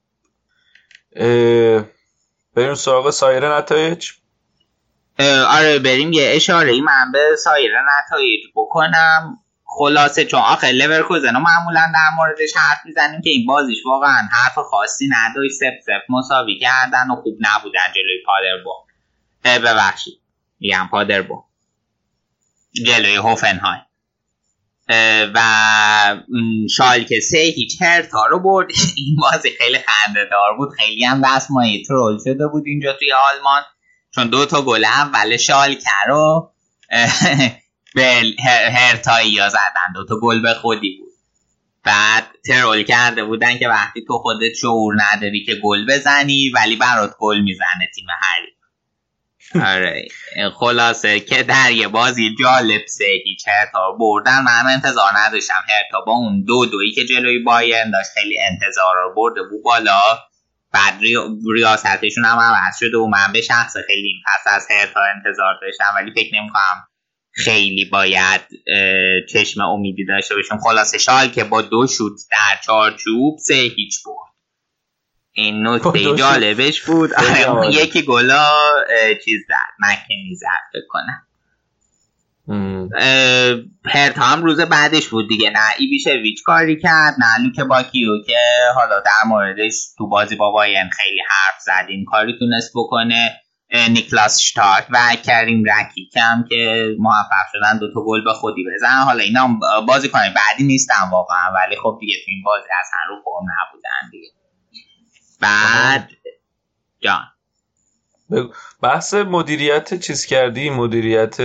S5: بریم سراغ سایر نتایج.
S6: آره بریم یه اشاره ای من به سایر نتایج بکنم. خلاصه چون آخه لورکوزن رو معمولا در موردش حرف میزنیم که این بازیش واقعا حرف خاصی نداشت، سف مساوی کردن و خوب نبودن جلوی پادربورن. ببخشید میگم پادربورن، جلوی هوفنهایم. و شالکه 3-0 هرتا رو برد. این بازی خیلی خنده‌دار بود، خیلی هم دستمایه ترول شده بود اینجا توی آلمان، چون 2 گل اول شالکه رو به هرتایی‌ها زدن، 2 گل به خودی بود. بعد ترول کرده بودن که وقتی تو خودت شعور نداری که گل بزنی ولی برات گل میزنه تیم حریف. آره خلاصه که در یه بازی جالب 3-0 هرتا بردن. من انتظار نداشتم هرتا با اون 2-2 که جلوی بایرن داشت خیلی انتظار رو برده بود بالا. بعد ریاستشون هم عوض شده و من به شخص خیلی پس از هرتا انتظار داشتم، ولی فکر نمی‌کنم خیلی باید چشم امیدی داشته باشیم. خلاصه شالکه با 2 شوت در چارچوب 3-0 برد. این نکته جالبش بود. یکی گلا چیز زد، مکنی زد فکر کنم. هرتا هم روز بعدش بود دیگه، نه ایبیشویچ کاری کرد نه لوک باکیو که حالا در موردش تو بازی با بایرن خیلی حرف زدیم کاری تونست بکنه. نیکلاس شتارک و کریم رکیک هم که موفق شدن 2 گل به خودی بزنن. حالا اینا بازیکن بعدی نیستن واقعا، ولی خب دیگه تو این بازی اصلا رو فرم نبودن دیگه. بعد جان
S5: بحث مدیریت چیز کردی، مدیریت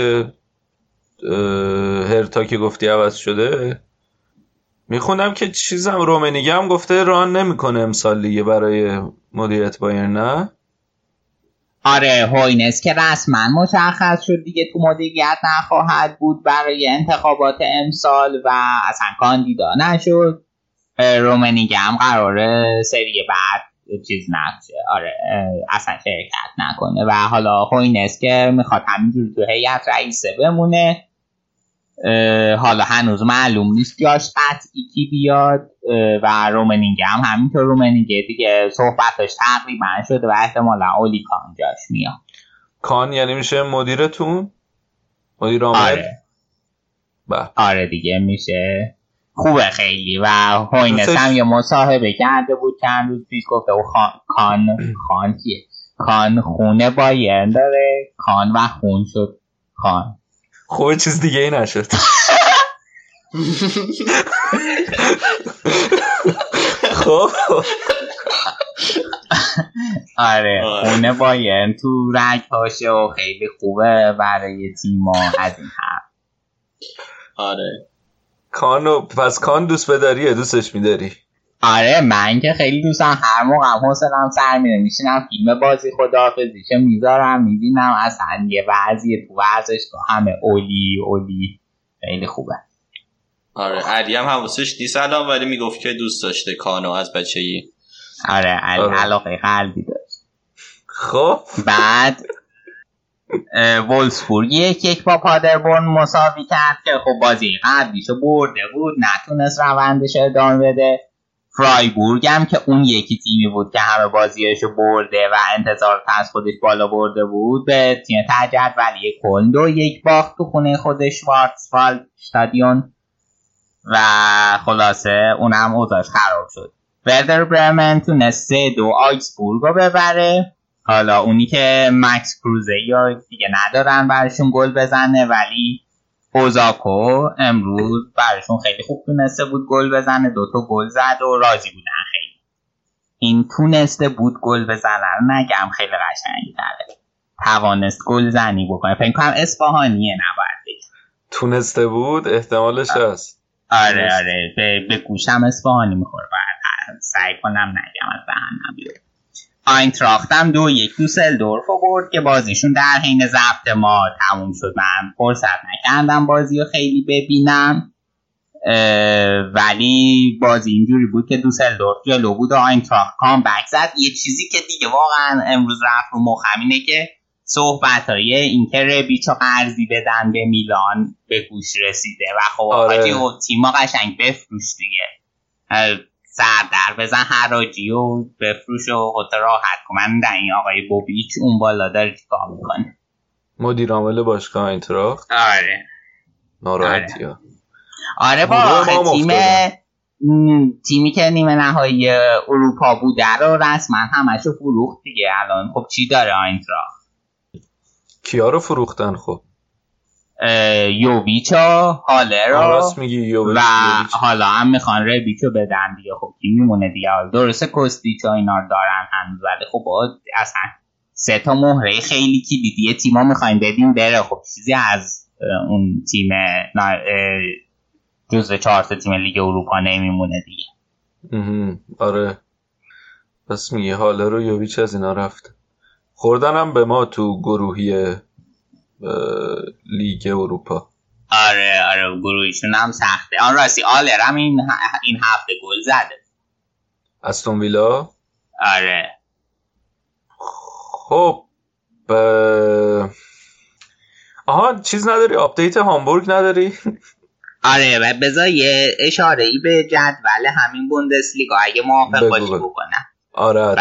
S5: هرتا که گفتی عوض شده، میخونم که چیزم رومنیگه هم گفته ران نمیکنه امسال دیگه برای مدیریت بایرن. نه
S6: آره هوینس که رسما مشخص شد دیگه تو مدیریت نخواهد بود برای انتخابات امسال و اصلا کاندیدا نشد. رومنیگه هم قراره سری بعد چیز نشه، آره اصلا شرکت نکنه و حالا هوینس که میخواد همینجوری تو هیئت رئیسه بمونه. حالا هنوز معلوم نیست جاش قطعی کی بیاد و رومنیگه هم همینطور. رومنیگه دیگه صحبتاش تقریبا شده و احتمالا اولی کان جاش میاد.
S5: کان یعنی میشه مدیرتون؟ مدیر عامل؟
S6: آره دیگه میشه. خوبه خیلی. و هوینس هم یه مصاحبه کرده بود چند روز پیش، گفته و خان کیه؟ کان خونه بایرن داره، کان و خون شد خان.
S5: خوبه چیز دیگه ای نشد. خب
S6: آره خونه بایرن تو رگ هاشه و خیلی خوبه برای تیم از این حرف.
S4: آره
S5: کانو پس کان دوست بداریه، دوستش میداری؟
S6: آره من که خیلی دوستم، هر موقع هم حوصله‌ام سر میره میشینم فیلم بازی خداحافظیشو میذارم میبینم، اصلا یه وضعیه تو ورزشگاه همه اولی خیلی خوبه.
S7: آره علی هم حواسش نیست الان ولی میگفت که دوست داشته کانو از بچگی.
S6: آره علاقه قلبی داشت.
S5: خب
S6: بعد وولفسبورگ 1-1 با پادربورن مساوی کرد که خب بازی قبلیشو برده بود، نتونست روندش ادامه بده. فرایبورگ هم که اون یکی تیمی بود که همه بازیاشو برده و انتظار از خودش بالا برده بود به تیم جدولی کلن 2-1 باخت تو خونه خودش شوارزوالد استادیون و خلاصه اونم اوضاعش خراب شد. وردر برمن تونست 3-2 آیکسبورگ رو ببره. حالا اونی که مکس کروزه یا دیگه ندارن براشون گل بزنه، ولی اوزاکو امروز براشون خیلی خوب تونسته بود گل بزنه، 2 گل زد و راضی بودن خیلی. این تونسته بود گل بزنه رو نگم خیلی قشنگ کرده، توانست گل زنی بکنه. فکر کنم اصفهانیه نباید بگم تونسته بود، احتمالش هست. آره به گوشم اصفهانی میخوره سعی کنم نگم از ذهنم بیاد. آینتراخت هم 2-1 دوسلدورف برد که بازیشون در حین ضبط ما تموم شد. من فرصت نکردم بازی رو خیلی ببینم، ولی بازی اینجوری بود که دوسلدورف جلو بود و آینتراخت کامبک زد. یه چیزی که دیگه واقعا امروز رفت رو مخم اینه که صحبت‌های این که ربیچو قرضی بدن به میلان به گوش رسیده و خب آقای تیما قشنگ بفروش دیگه، سر در بزن حراجی و بفروش و خودت راحت کن. من در این آقای بوبیچ اون بالا داره چیکار میکنه؟
S5: مدیر عامل باشگاه اینتراخت.
S6: آره
S5: ناراحتی ها.
S6: آره با تیمی که نیمه نهایی اروپا بوده رو رسما همشو فروخت دیگه. الان خب چی داره آینتراخت؟
S5: کیا رو فروختن؟ خب
S6: یوویچو، هالر و حالا هم میخوان ربیچو بدن دیگه. خب کی میمونه دیگه؟ درسته کوستیچ و اینا رو دارن هنوز، ولی خب اصلا 3 تا مهره خیلی کلیدی تیما میخوایم بدیم بره. خب چیزی از اون تیم جزو 4 تا تیم لیگ اروپا نمیمونه دیگه.
S5: آره پس میگه هالر و یوویچ از اینا رفت. خوردن هم به ما تو گروهی لیگ اروپا.
S6: آره گروهیشون هم سخته. آن راستی آلر هم این هفته گل زده
S5: استون ویلا.
S6: آره
S5: خب چیز نداری؟ آپدیت هامبورگ نداری؟
S6: آره و بذار یه اشاره ای به جدول همین بوندسلیگا اگه موافق باشی بکنم.
S5: آره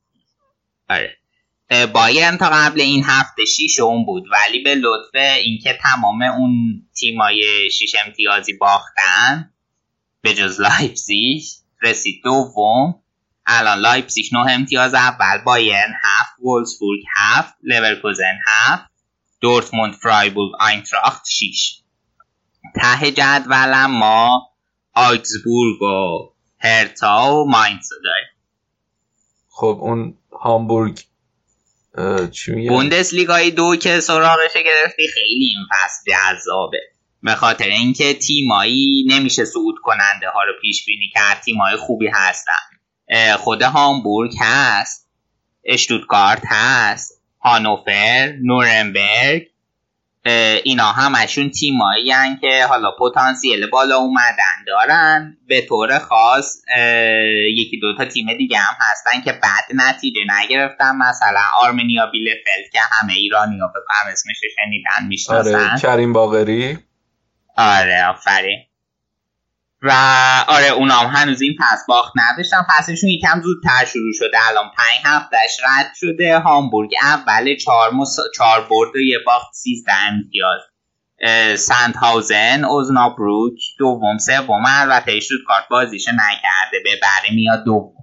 S6: بایرن تا قبل این هفته 6 بود، ولی به لطف اینکه تمام اون تیمای 6 امتیازی باختن به جز لایپزیگ رسید دوم. الان لایپزیگ 9 امتیاز اول، بایرن 7، وولفسبورگ 7، لورکوزن 7، دورتموند، فرایبورگ، آینتراخت 6. ته جدول ما آگزبورگ و هرتا و ماینز داریم.
S5: خب اون هامبورگ چی میگه؟
S6: بوندسلیگای 2 که سراغش گرفتی خیلی این فصل جذابه، به خاطر اینکه تیمایی نمیشه صعود کننده ها رو پیش بینی کرد. تیمای خوبی هستن، خود هامبورگ هست، اشتوتگارت هست، هانوفر، نورنبرگ، اینا همشون تیمایی هستن که حالا پتانسیل بالا اومدن دارن. به طور خاص 1-2 تا تیم دیگه هم هستن که بعد نتیجه نگرفتن، مثلا آرمنیا بیلفلد که همه ایرانی‌ها بکنم اسمش شنیدن میشناسن.
S5: آره کریم باقری.
S6: آره آفرین. و آره اونا هم هنوز این پس باخت نداشتن، پسشون یکم زودتر شروع شده. الان 5 هفتهش رد شده. هامبورگ اول 4 برد و 1 باخت 13 امتیاز. سندهاوزن، اوزنابروک دوم سوم، البته اشتوتگارت بازیش نکرده ببره میاد دوم.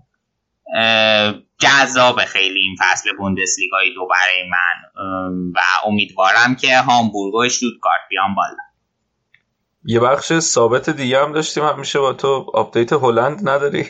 S6: جذاب خیلی این فصل بوندسلیگای 2 برای من و امیدوارم که هامبورگ و اشتوتگارت بیان بالا.
S5: یه بخش ثابت دیگه هم داشتیم همیشه با تو، آپدیت هلند نداری؟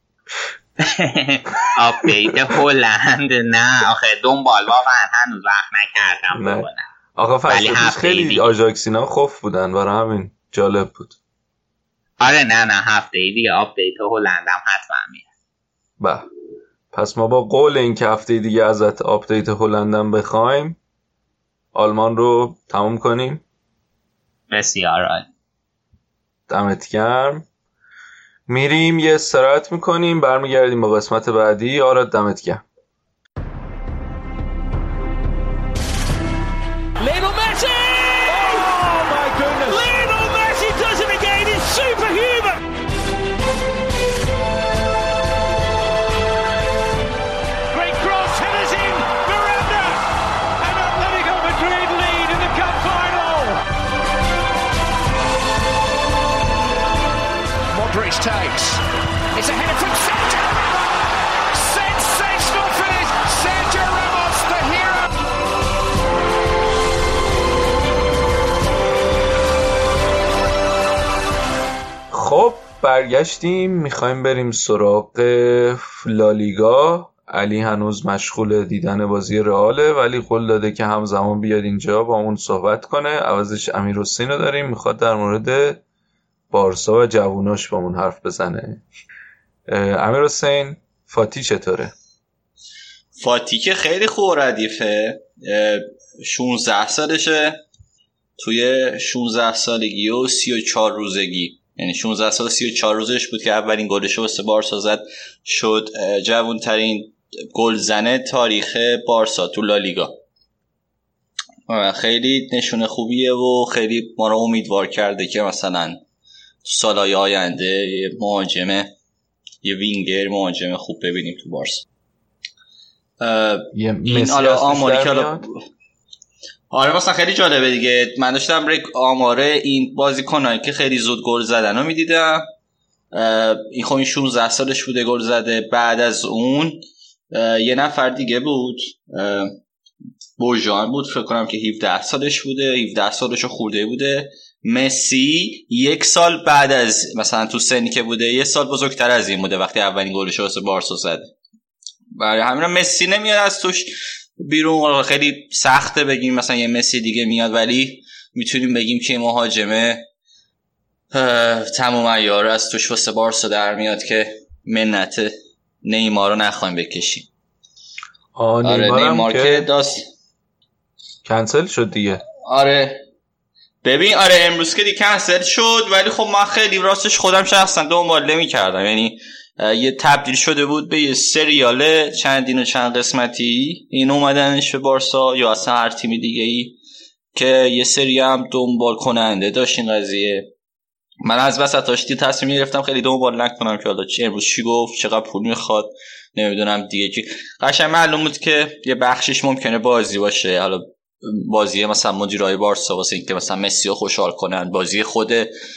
S6: آپدیت هلند نه آخه دنبال واقعا هنوز وقت نکردم بکنم.
S5: آخه فصل خیلی آژاکسینا خوف بودن برای همین جالب بود.
S6: آره نه هفته دیگه آپدیت هلند هم حتما میاد.
S5: پس ما با قول این که هفته دیگه ازت آپدیت هلند هم بخوایم آلمان رو تموم کنیم.
S6: بسیار عالی.
S5: دمت گرم. میریم یه استراحت میکنیم، برمیگردیم با قسمت بعدی. آره دمت گرم.
S1: Takes. It's a header from Sergio Ramos. Sensational finish. Sergio Ramos, the hero.
S5: خب برگشتیم، میخوایم بریم سراغ لالیگا. علی هنوز مشغول دیدن بازی رئاله ولی قول داده که همزمان بیاد اینجا با اون صحبت کنه. عوضش امیرحسین رو داریم، میخواد در مورد بارسا و جووناش با من حرف بزنه. امیر حسین فاتی چطوره؟
S7: فاتی که خیلی خوب ردیفه، 16 سالشه، توی 16 سالگی و 34 روزگی، یعنی 16 سال 34 روزش بود که اولین گلش واسه بارسا زد، شد جوان‌ترین گلزن تاریخ بارسا تو لالیگا. خیلی نشونه خوبیه و خیلی ما رو امیدوار کرده که مثلا تو سالهای آینده یه مهاجم، یه وینگر مهاجم خوب ببینیم تو بارسا. این حالا آماری که حالا آره مثلا خیلی جالبه دیگه. من داشتم آماره این بازیکنایی که خیلی زود گل زدن رو میدیدم. این خب این 16 سالش بوده گل زده. بعد از اون یه نفر دیگه بود، بوژان بود فکر کنم که 17 سالش بوده، 17 سالشو خورده بوده. مسی یک سال بعد از مثلا تو سنی که بوده یه سال بزرگتر از این بوده وقتی اولین گلش واسه بارسا زد. برای همین مسی نمیاد از توش بیرون. خیلی سخته بگیم مثلا یه مسی دیگه میاد، ولی میتونیم بگیم که مهاجمه تمام عیار از توش واسه بارسا در میاد که منت نیمار رو نخوایم بکشیم. آره نیمار که داست
S5: کنسل شد دیگه.
S7: آره ببین آره امروز که دیگه کنسل شد، ولی خب من خیلی راستش خودم شخصا دنبال نمی‌کردم، یعنی یه تبدیل شده بود به یه سریال چندین و چند قسمتی، این اومدنش به بارسا یا اصلا هر تیم دیگه ای که یه سری هم دنبال کننده داشت این قضیه. من از وسطاش تصمیم گرفتم خیلی دنبال نکنم که حالا امروز چی گفت، چقدر پول میخواد، نمیدونم دیگه، که قشنگ معلوم بود که یه بخشش ممکنه بازی باشه، حالا بازی مثلا مدیرای بارسا واسه اینکه مثلا مسی رو خوشحال کنن، بازی خود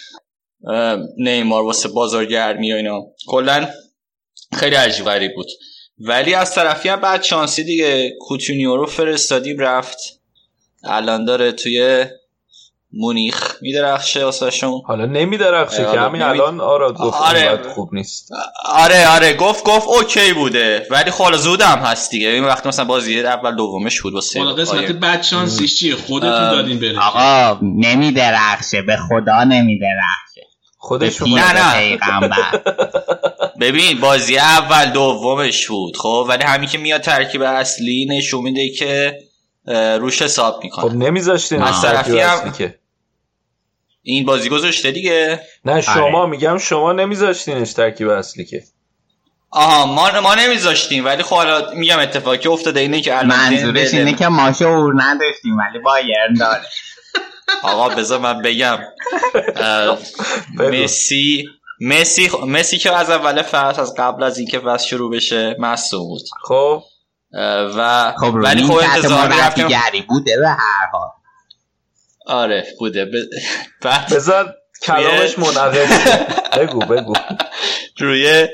S7: نیمار واسه بازارگرمی و اینا. کلا خیلی عجیب غریب بود. ولی از طرفی هم بعد شانسی دیگه کوتینیو رو فرستادیم رفت، الان داره توی مونیخ میدرخشه واسهشون.
S5: حالا نمیدرخشه که همین الان آراد گفت خوب نیست.
S7: آره گفت اوکی بوده، ولی خب زودم هست دیگه. این وقت مثلا بازی اول دومش بود واسه
S4: حالا قسمت بعد شانسیش چیه؟ خودتون دادین بره.
S6: آقا نمیدرخشه، به خدا نمیدرخشه،
S5: خودش
S7: نه ببین بازی اول دومش بود خب، ولی همین که میاد ترکیب اصلی نشون میده که روش حساب میکنه.
S5: خب نمیذاشتین از طرفی هم که
S7: این بازی گذاشته دیگه.
S5: نه شما میگم شما نمیذاشتینش ترکیب اصلی که.
S7: آها ما نمیذاشتیم، ولی خب حالا میگم اتفاقی که افتاده اینه که
S6: منظورش اینه که ما شعور نداشتیم ولی بایرن داره.
S7: آقا بذار من بگم مسی که از اول فصل، از قبل از اینکه فصل شروع بشه مصدوم بود.
S5: خب
S7: و ولی خب انتظار می‌رفتیم
S6: گری بوده به هر حال.
S7: آره بوده.
S5: بذار کلامش منعقد بگو
S7: روی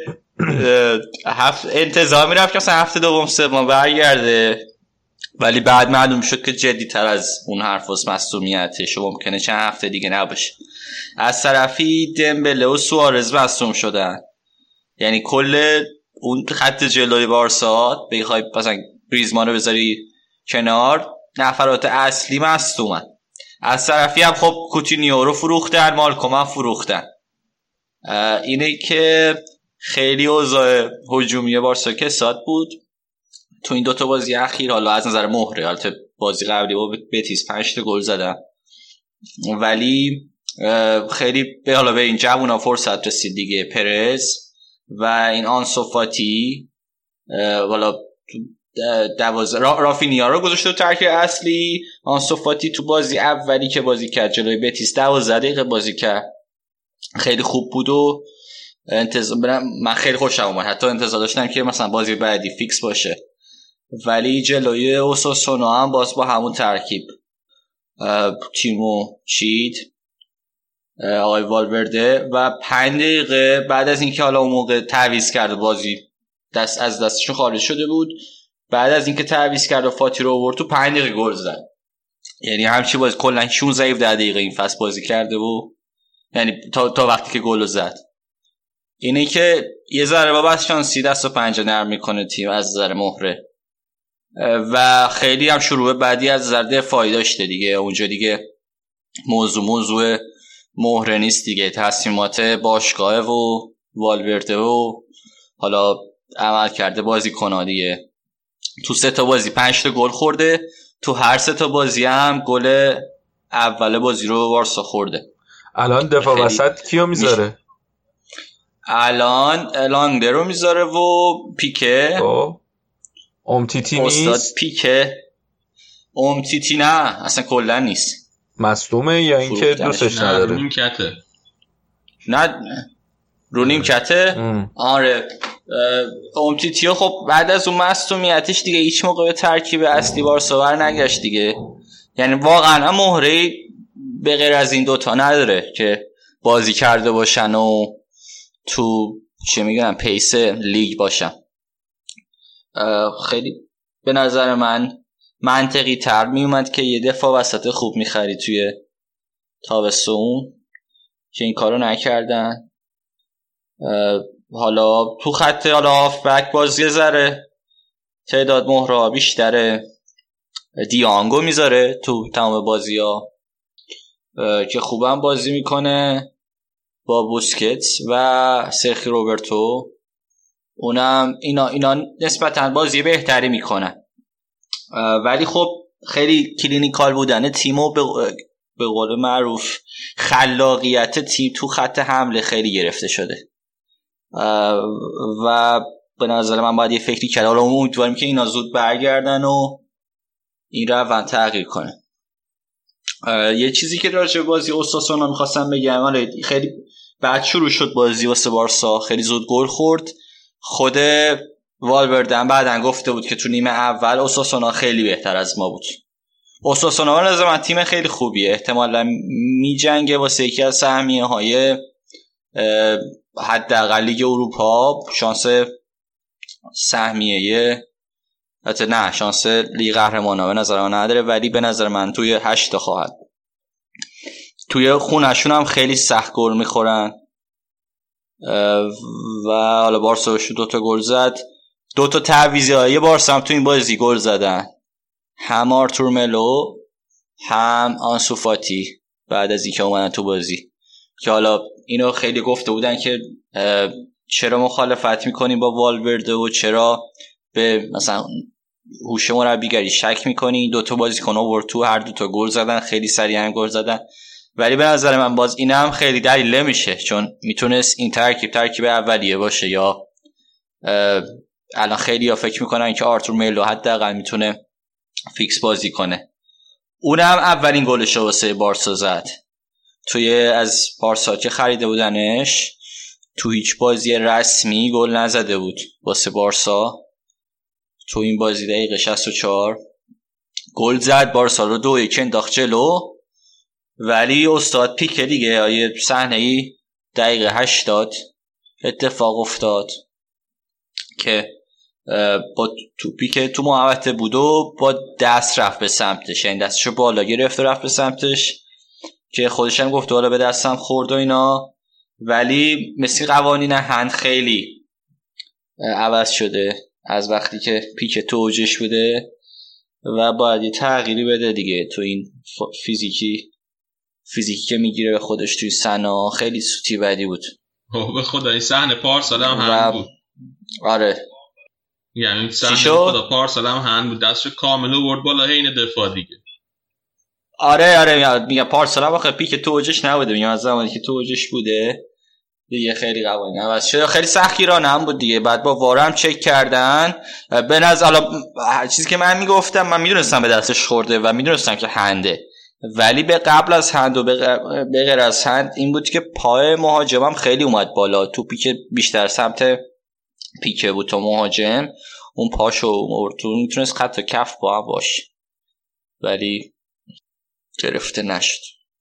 S7: انتظار می‌رفت که مثلا هفته دوم سوم برگرده، ولی بعد معلوم شد که جدی‌تر از اون حرف واسه مصدومیتش ممکنه چند هفته دیگه نباشه. از طرفی دمبله و سوارز مصدوم شدن، یعنی کل اون خط جلوی بارسا بخوای مثلا گریزمان رو بذاری کنار، نفرات اصلی مصدومن. از طرفی هم خب کوتینیو رو فروختن، مالکوم هم فروختن. اینه که خیلی اوضاع هجومی بارسا کساد بود تو این دوتا بازی اخیر. حالا از نظر مهره، حالت بازی قبلی با بتیس 5 گل زدن، ولی خیلی به حالا به این جوونا فرصت رسید دیگه. پرز و این آنسو فاتی، والا رافینیا رو گذاشته تو ترکیب اصلی. آنسو فاتی تو بازی اولی که بازی کرد جلوی بتیس 12 دقیقه بازی کرد، خیلی خوب بود و من خیلی خوشم اومد. حتی انتظار داشتم که مثلا بازی بعدی فیکس باشه، ولی جلوی اوساسونا هم باز با همون ترکیب تیمو چید آقای والورده و 5 دقیقه بعد از اینکه حالا اون موقع تعویض کرد بازی از دستشون خارج شده بود، بعد از اینکه تعویض کرد و فاتی رو آورد تو 5 دقیقه گل زد. یعنی همچی بازی کلا 16 دقیقه این فصل بازی کرده و یعنی تا وقتی که گل زد. اینه که یه ذره با بس شانسی دست و پنجه نرم میکنه تیم از نظر مهره و خیلی هم شروع بعدی از نظر دفاعی داشته دیگه. اونجا دیگه موضوع مهره نیست دیگه، تصمیمات باشگاه و والورده و حالا عمل کرده بازیکن‌ها دیگه. تو 3 تا بازی 5 تا گل خورده، تو هر 3 تا بازی هم گل اول بازی رو بارسا خورده.
S5: الان دفاع وسط کیو میذاره؟
S7: الان لانگلر رو میذاره و پیکه.
S5: امتیتی نیست؟
S7: استاد پیکه. امتیتی نه اصلا کلا نیست.
S5: مصدومه یا اینکه دوستش نداره؟
S4: رو نیمکته.
S7: نه رو نیمکته. آره امتیتی خب بعد از اون مصدومیتش دیگه هیچ موقع به ترکیب اصلی بارسا برنگشت دیگه. یعنی واقعا مهره به غیر از این دوتا نداره که بازی کرده باشن و تو چه میگن پیس لیگ باشن. خیلی به نظر من منطقی تر میومد که یه دفاع وسط خوب میخری توی تابستون که این کارو نکردن. حالا تو خط حالا هافبک بازی ذره تعداد مهرها بیشتره. دیانگو میذاره تو تمام بازی ها که خوبم بازی میکنه با بوسکتس و سرخی روبرتو. اونم اینا نسبتاً بازی بهتری میکنن، ولی خب خیلی کلینیکال بودن تیمو به قول معروف خلاقیت تیم تو خط حمله خیلی گرفته شده و به نظر من باید یه فکری کرد. حالا امیدواریم که اینا زود برگردن و این روند تغییر کنه. یه چیزی که راجع به بازی اوساسونا می‌خواستم بگم، خیلی بعد شروع شد بازی واسه بارسا، خیلی زود گل خورد. خود والورده بعدن گفته بود که تو نیمه اول اوساسونا خیلی بهتر از ما بود. اوساسونا به نظر من تیم خیلی خوبیه، احتمالاً میجنگه واسه یکی از سهمیه‌های حداقل لیگ اروپا. شانس سهمیه حتی نه شانس لیگ قهرمانان به نظر من نداره، ولی به نظر من توی 8 تا خواهد. توی خونه‌شون هم خیلی سخت گل میخورن و حالا بارسا بهش 2 تا گل زد. 2 تا تعویضای بارسا هم تو این بازی گل زدن، هم آرتور ملو هم آنسو فاتی بعد از اینکه اومدن تو بازی، که حالا اینو خیلی گفته بودن که چرا مخالفت میکنیم با والورده و چرا به مثلا هوش مربیگری شک میکنی. 2 تا بازیکن آورد تو، هر 2 تا گل زدن، خیلی سریع هم گل زدن. ولی به نظر من باز این هم خیلی دلیل نمیشه، چون میتونست این ترکیب اولیه باشه، یا الان خیلی ها فکر میکنن که آرتور میلو حداقل میتونه فیکس بازی کنه. اونم اولین گلش واسه بارسا زد. توی از بارسا که خریده بودنش تو هیچ بازی رسمی گل نزده بود واسه بارسا. تو این بازی دقیقه 64 گل زد، بارسا رو 2-1 انداخت جلو. ولی استاد پیکه دیگه یه صحنه‌ای دقیقه 80 اتفاق افتاد که با توپی که تو محوطه بود و با دست رفت به سمتش، یعنی دستشو بالا گرفت و رفت به سمتش که خودش هم گفت حالا به دستم خورد و اینا. ولی مثل قوانین هند خیلی عوض شده از وقتی که پیک تو اوجش بوده و باید یه تغییری بده دیگه تو این فیزیکی که میگیره به خودش توی سنا. خیلی سوتی بدی بود
S4: به خدا. این صحنه پارسال هم هند بود.
S7: آره
S4: یعنی صحنه خدا پارسال هم هند بود، دستشو کامل آورد بالا حین دفاع دیگه.
S7: آره میگم پارسال هم آخه پیک تو اوجش نبوده، میگم از زمانی که تو اوجش بوده دیگه خیلی قوانین عوض شده. خیلی سختگیرانه هم بود دیگه. بعد با وار هم چک کردن. به نظر چیزی که من میگفتم، من میدونستم به دستش خورده و میدونستم که هنده، ولی به قبل از هند و به غیر از هند این بود که پای مهاجمم خیلی اومد بالا. توپی که بیشتر سمت پیکه بود تا مهاجم، اون پاشو تو میتونست خط و کف با هم باشه، ولی گرفته نشد.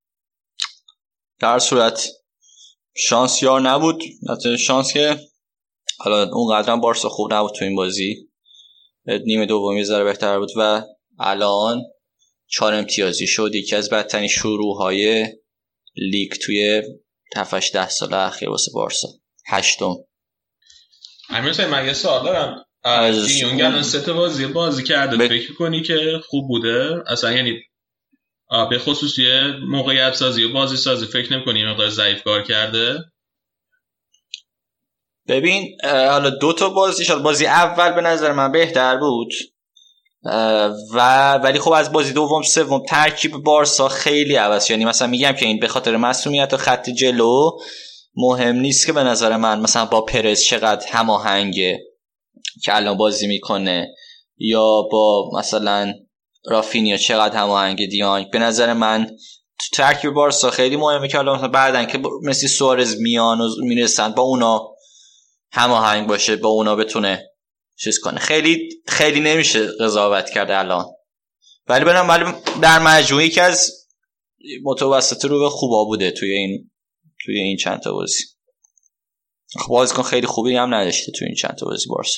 S7: در صورت شانس یار نبود. حتی شانس که حالا اونقدر هم بارسا خوب نبود تو این بازی، نیمه دومی ذره بهتر بود و الان 4 امتیازی شد. یکی از بدترین شروع‌های لیگ توی 7-10 سال اخیر واسه بارسا. 8م.
S4: امیر من یه سوال دارم. دیونگ الان 3 تا بازی کرده، فکر کنی که خوب بوده اصلا؟ یعنی به خصوص یه موقعیت سازی و بازی سازی فکر نمی‌کنی مقدار ضعیف کار کرده؟
S7: ببین حالا 2 تا بازی شد. بازی اول به نظر من بهتر بود ولی خب از بازی دوم سوم ترکیب بارسا خیلی عوض. یعنی مثلا میگم که این به خاطر مسئولیت و خط جلو مهم نیست که به نظر من مثلا با پرز چقدر هماهنگه که الان بازی میکنه یا با مثلا رافینیا چقدر هماهنگ دیانگ. به نظر من تو ترکیب بارسا خیلی مهمه که الان مثلا بعدن که مثل سوارز میان و میرسن با اونا هماهنگ باشه، با اونا بتونه چیز کنه. خیلی نمیشه قضاوت کرد الان، ولی در مجموعی که از متوسط رو به خوبا بوده توی این چند تا بازی. خب بازیکن خیلی خوبی هم نداشته توی این چند تا بازی بارسا.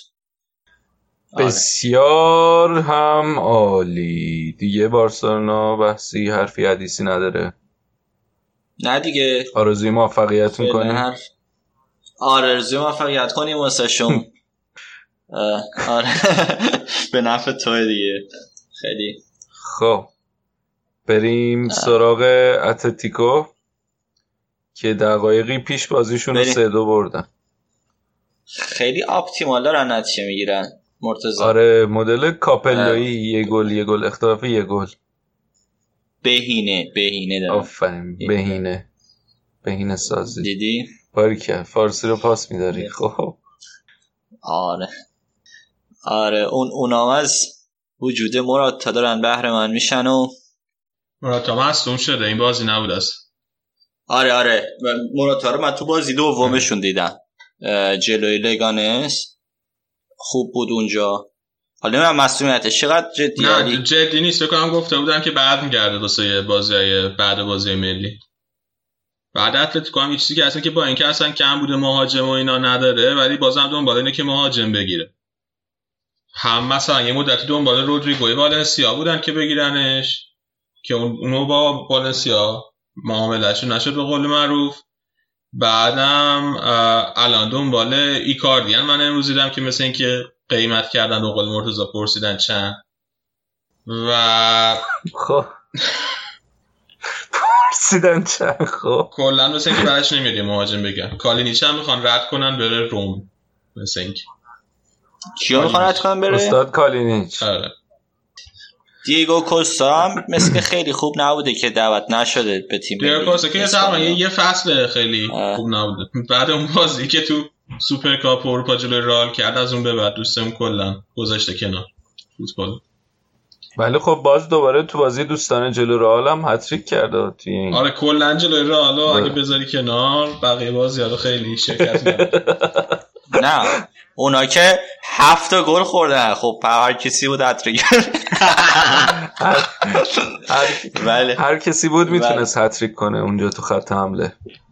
S5: بسیار هم عالی. دیگه بارسلونا بحثی حرفی حدیثی نداره.
S7: نه دیگه.
S5: آرزوی موفقیت میکنیم.
S7: آرزوی موفقیت کنیم واسه شما. آره به نفع توی دیگه. خیلی
S5: خب بریم سراغ اتلتیکو که دقایقی پیش بازیشون رو 3-2 بردن.
S7: خیلی آپتیمال دارن نتیجه میگیرن مرتضی.
S5: آره مدل کاپلایی یه گل اختلاف یه گل.
S7: بهینه دارن.
S5: آفرین بهینه سازی.
S7: دیدی؟
S5: باریکه فارسی رو پاس میداری. خب
S7: آره اونام از وجود مراتا دارن بهره مند میشن و
S4: مراتا مصدوم شده این بازی نبود است.
S7: آره مراتا رو من تو بازی دومشون دیدم جلوی لگانس. خوب بود اونجا. حالا من مسئولیتش چقدر جدی؟
S4: نه جدی نیست. فکر کنم گفته بودم که بعد میگرده واسه بازیای بعد بازی ملی. بعد اتلتیکو هم یه چیزی که اصلا که با اینکه اصلا کم بوده مهاجم و اینا نداره ولی بازم دنبال اینه که مهاجم بگیره. هم مثلا یه مدتی دنبال رودریگوی والنسیا بودن که بگیرنش که اونو با والنسیا معاملهشون نشد به قول معروف. بعدم الان دنبال ایکاردی من امروز دیدم که مثل این که قیمت کردن به قول مرتضی پرسیدن چند و
S5: خب پرسیدن چند. خب
S4: کلا مثل این که برش نمیاد مهاجم بگن. کالینیچ هم میخوان رد کنن بره روم. مثل این که
S7: کیو میخوان رد کنن بره؟
S5: استاد کالینیچ.
S4: آره.
S7: دیگو کوستا هم مثل که خیلی خوب نبوده که دعوت نشده به تیم.
S4: دیگو کوستا که مثلا یه فصل خیلی خوب نبوده. بعد اون بازی که تو سوپرکاپ اروپا جلوی رئال کرد از اون به بعد دوستم کلا گذاشته کنار فوتبال.
S5: ولی خب باز دوباره تو بازی دوستانه جلوی رئال هم هتریک کرده توی این.
S4: آره کلا جلوی رئال اگه بذاری کنار بقیه بازی‌ها خیلی شرکت نمی‌کنه.
S7: نه اونا که 7 گل خوردن. خب هر کسی بود هتریک.
S5: هر کسی بود میتونست هتریک کنه اونجا تو خط حمله.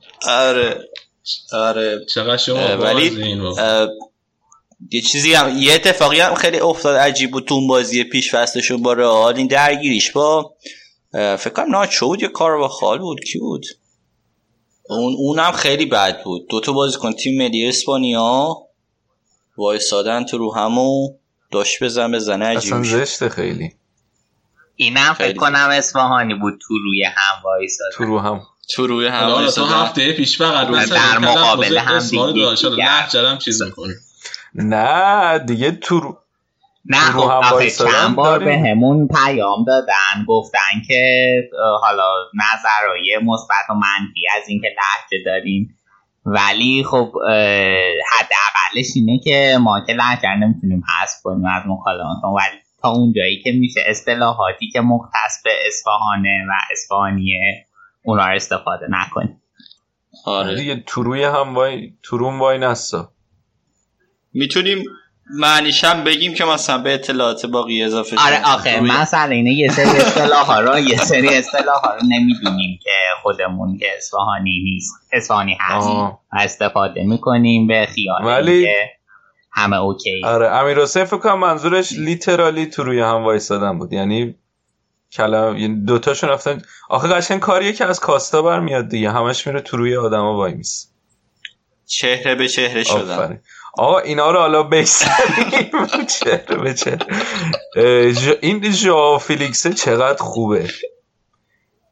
S7: آره
S4: چقدر شما
S7: ولی یه چیزی هم یه اتفاقی هم خیلی افتاد عجیب بود تو اون بازی پیش فصلشون با رئال. این درگیریش با فکر کنم ناچو بود یا کارواخال بود کی بود اونم خیلی بد بود. 2 تا بازیکن تیم ملی اسپانیا وایسادن تو رو همو داشت بزنه عجیب
S5: اصلا زشته خیلی.
S6: اینم فکر کنم اصفهانی بود تو روی هم وایسادن.
S5: تو روی هم
S4: وایسادن. تو هفته پیش فقط
S6: در مقابل هم
S4: دیگه چیز می‌کنه.
S5: نه دیگه
S6: نه خب آخه چند بار به همون پیام دادن گفتن که حالا نظرهای مثبت و منفی از اینکه لهجه داریم ولی خب حداقلش اینه که ما که لهجه نمیتونیم حذف کنیم از مکالماتون ولی تا اون جایی که میشه اصطلاحاتی که مختص به اصفهانه و اصفهانیه اونا رو استفاده نکنیم.
S7: آره
S5: دیگه تو روی هم وای نستا
S7: میتونیم معنیش هم بگیم که مثلا به اطلاعات باقی اضافه شد.
S6: آره آخه مثلا اینه یه سری اصطلاح‌ها رو نمیدونیم که خودمون که اصفهانی هست استفاده میکنیم به خیال که همه اوکی.
S5: آره امیرحسین فکر کنم منظورش لیترالی تو روی هم وایسادن بود. یعنی دوتاشون رفتن. آخه قشنگ کاریه که از کاستا برمیاد دیگه. همش میره تو روی آدما وای میس.
S7: چهره به چهره شدن.
S5: آقا اینا رو حالا بگذاریم. چهره به چهره. این ژائو فیلیکس چقدر خوبه.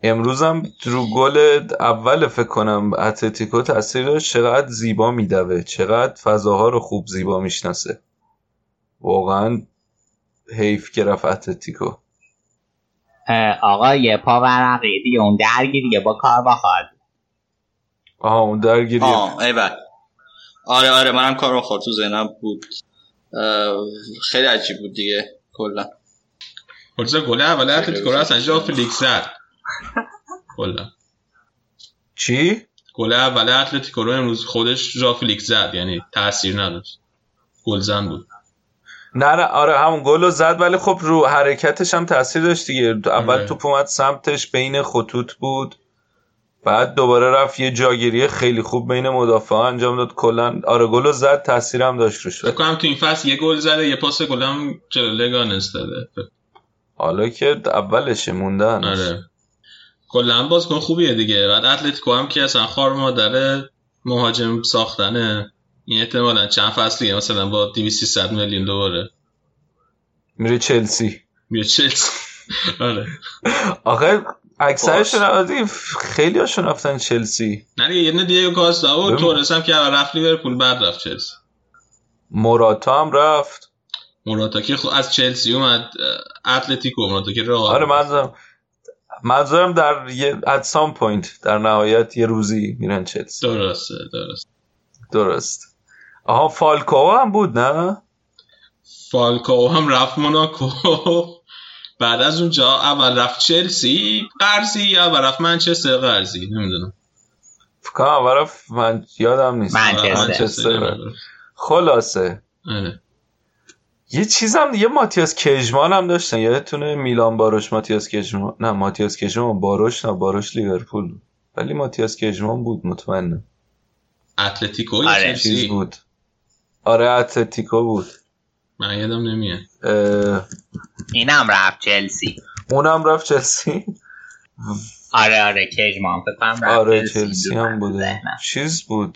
S5: امروز هم رو گل اول فکر کنم اتلتیکو تاثیر داشت. چقدر زیبا میدوه، چقدر فضاها رو خوب زیبا میشناسه. واقعا حیف که رفت اتلتیکو.
S6: آقا یه پا ورقی دیگه اون درگیریه با کارواخال.
S5: اون درگیریه.
S7: ایول. آره منم کارواخال تو ذهنم بود. خیلی عجیب بود دیگه کلا.
S4: گل اول اتلتیکو رو اصلا جا فلیکس زد. کلا
S5: چی؟
S4: گل اول اتلتیکو رو امروز خودش جا فلیکس زد، یعنی تاثیر نداشت، گلزن بود.
S5: نه آره همون گل رو زد، ولی خب رو حرکتش هم تاثیر داشت دیگه. اول توپ اومد سمتش، بین خطوط بود، بعد دوباره رفت یه جاگیری خیلی خوب بین مدافعا انجام داد. کلا آره گل رو زد، تاثیر هم داشت روش.
S4: فکر کنم تو این فصل یه گل زده، یه پاس گل هم جلو لگانس داده.
S5: حالا که اولشه موندن.
S4: آره کلا بازیکن خوبیه دیگه. بعد اتلتیکو هم که اصلا خار مادر مهاجم ساختنه، این احتمالاً چند فصلیه مثلا با 200-300 میلیون دوباره
S5: میره چلسی.
S4: آره
S5: آخه اکثرشون خیلی هاشون رفتن چلسی.
S4: نه دیگه، یه دیگه کاستا و تورس هم که اول رفت لیورپول بعد رفت چلسی.
S5: موراتا هم رفت.
S4: موراتا که از چلسی اومد اتلتیکو. موراتا که راه.
S5: آره منظورم در at some point در نهایت یه روزی میرن چلسی. درست. آها فالکاو هم بود نه؟
S4: فالکاو هم رفت موناکو. بعد از اونجا اول رفت چلسی قرضی یا اول رفت منچستر قرضی، نمیدونم.
S5: فکر کنم اول رفت من یادم نیست. منچستر. خلاصه یه چیزم دیگه ماتیاس کژمان هم داشتن، یادتونه میلان باروش ماتیاس کژمان. نه ماتیاس کژمان باروش لیورپول، ولی ماتیاس کژمان بود مطمئنم.
S4: اتلتیکو
S5: یا چیز بود. آره اتلتیکو بود،
S4: من یادم نمیاد.
S6: اینم رفت چلسی.
S5: اونم رفت چلسی.
S6: آره کژمان فکر کنم رفت.
S5: آره چلسی هم بود. چیز بود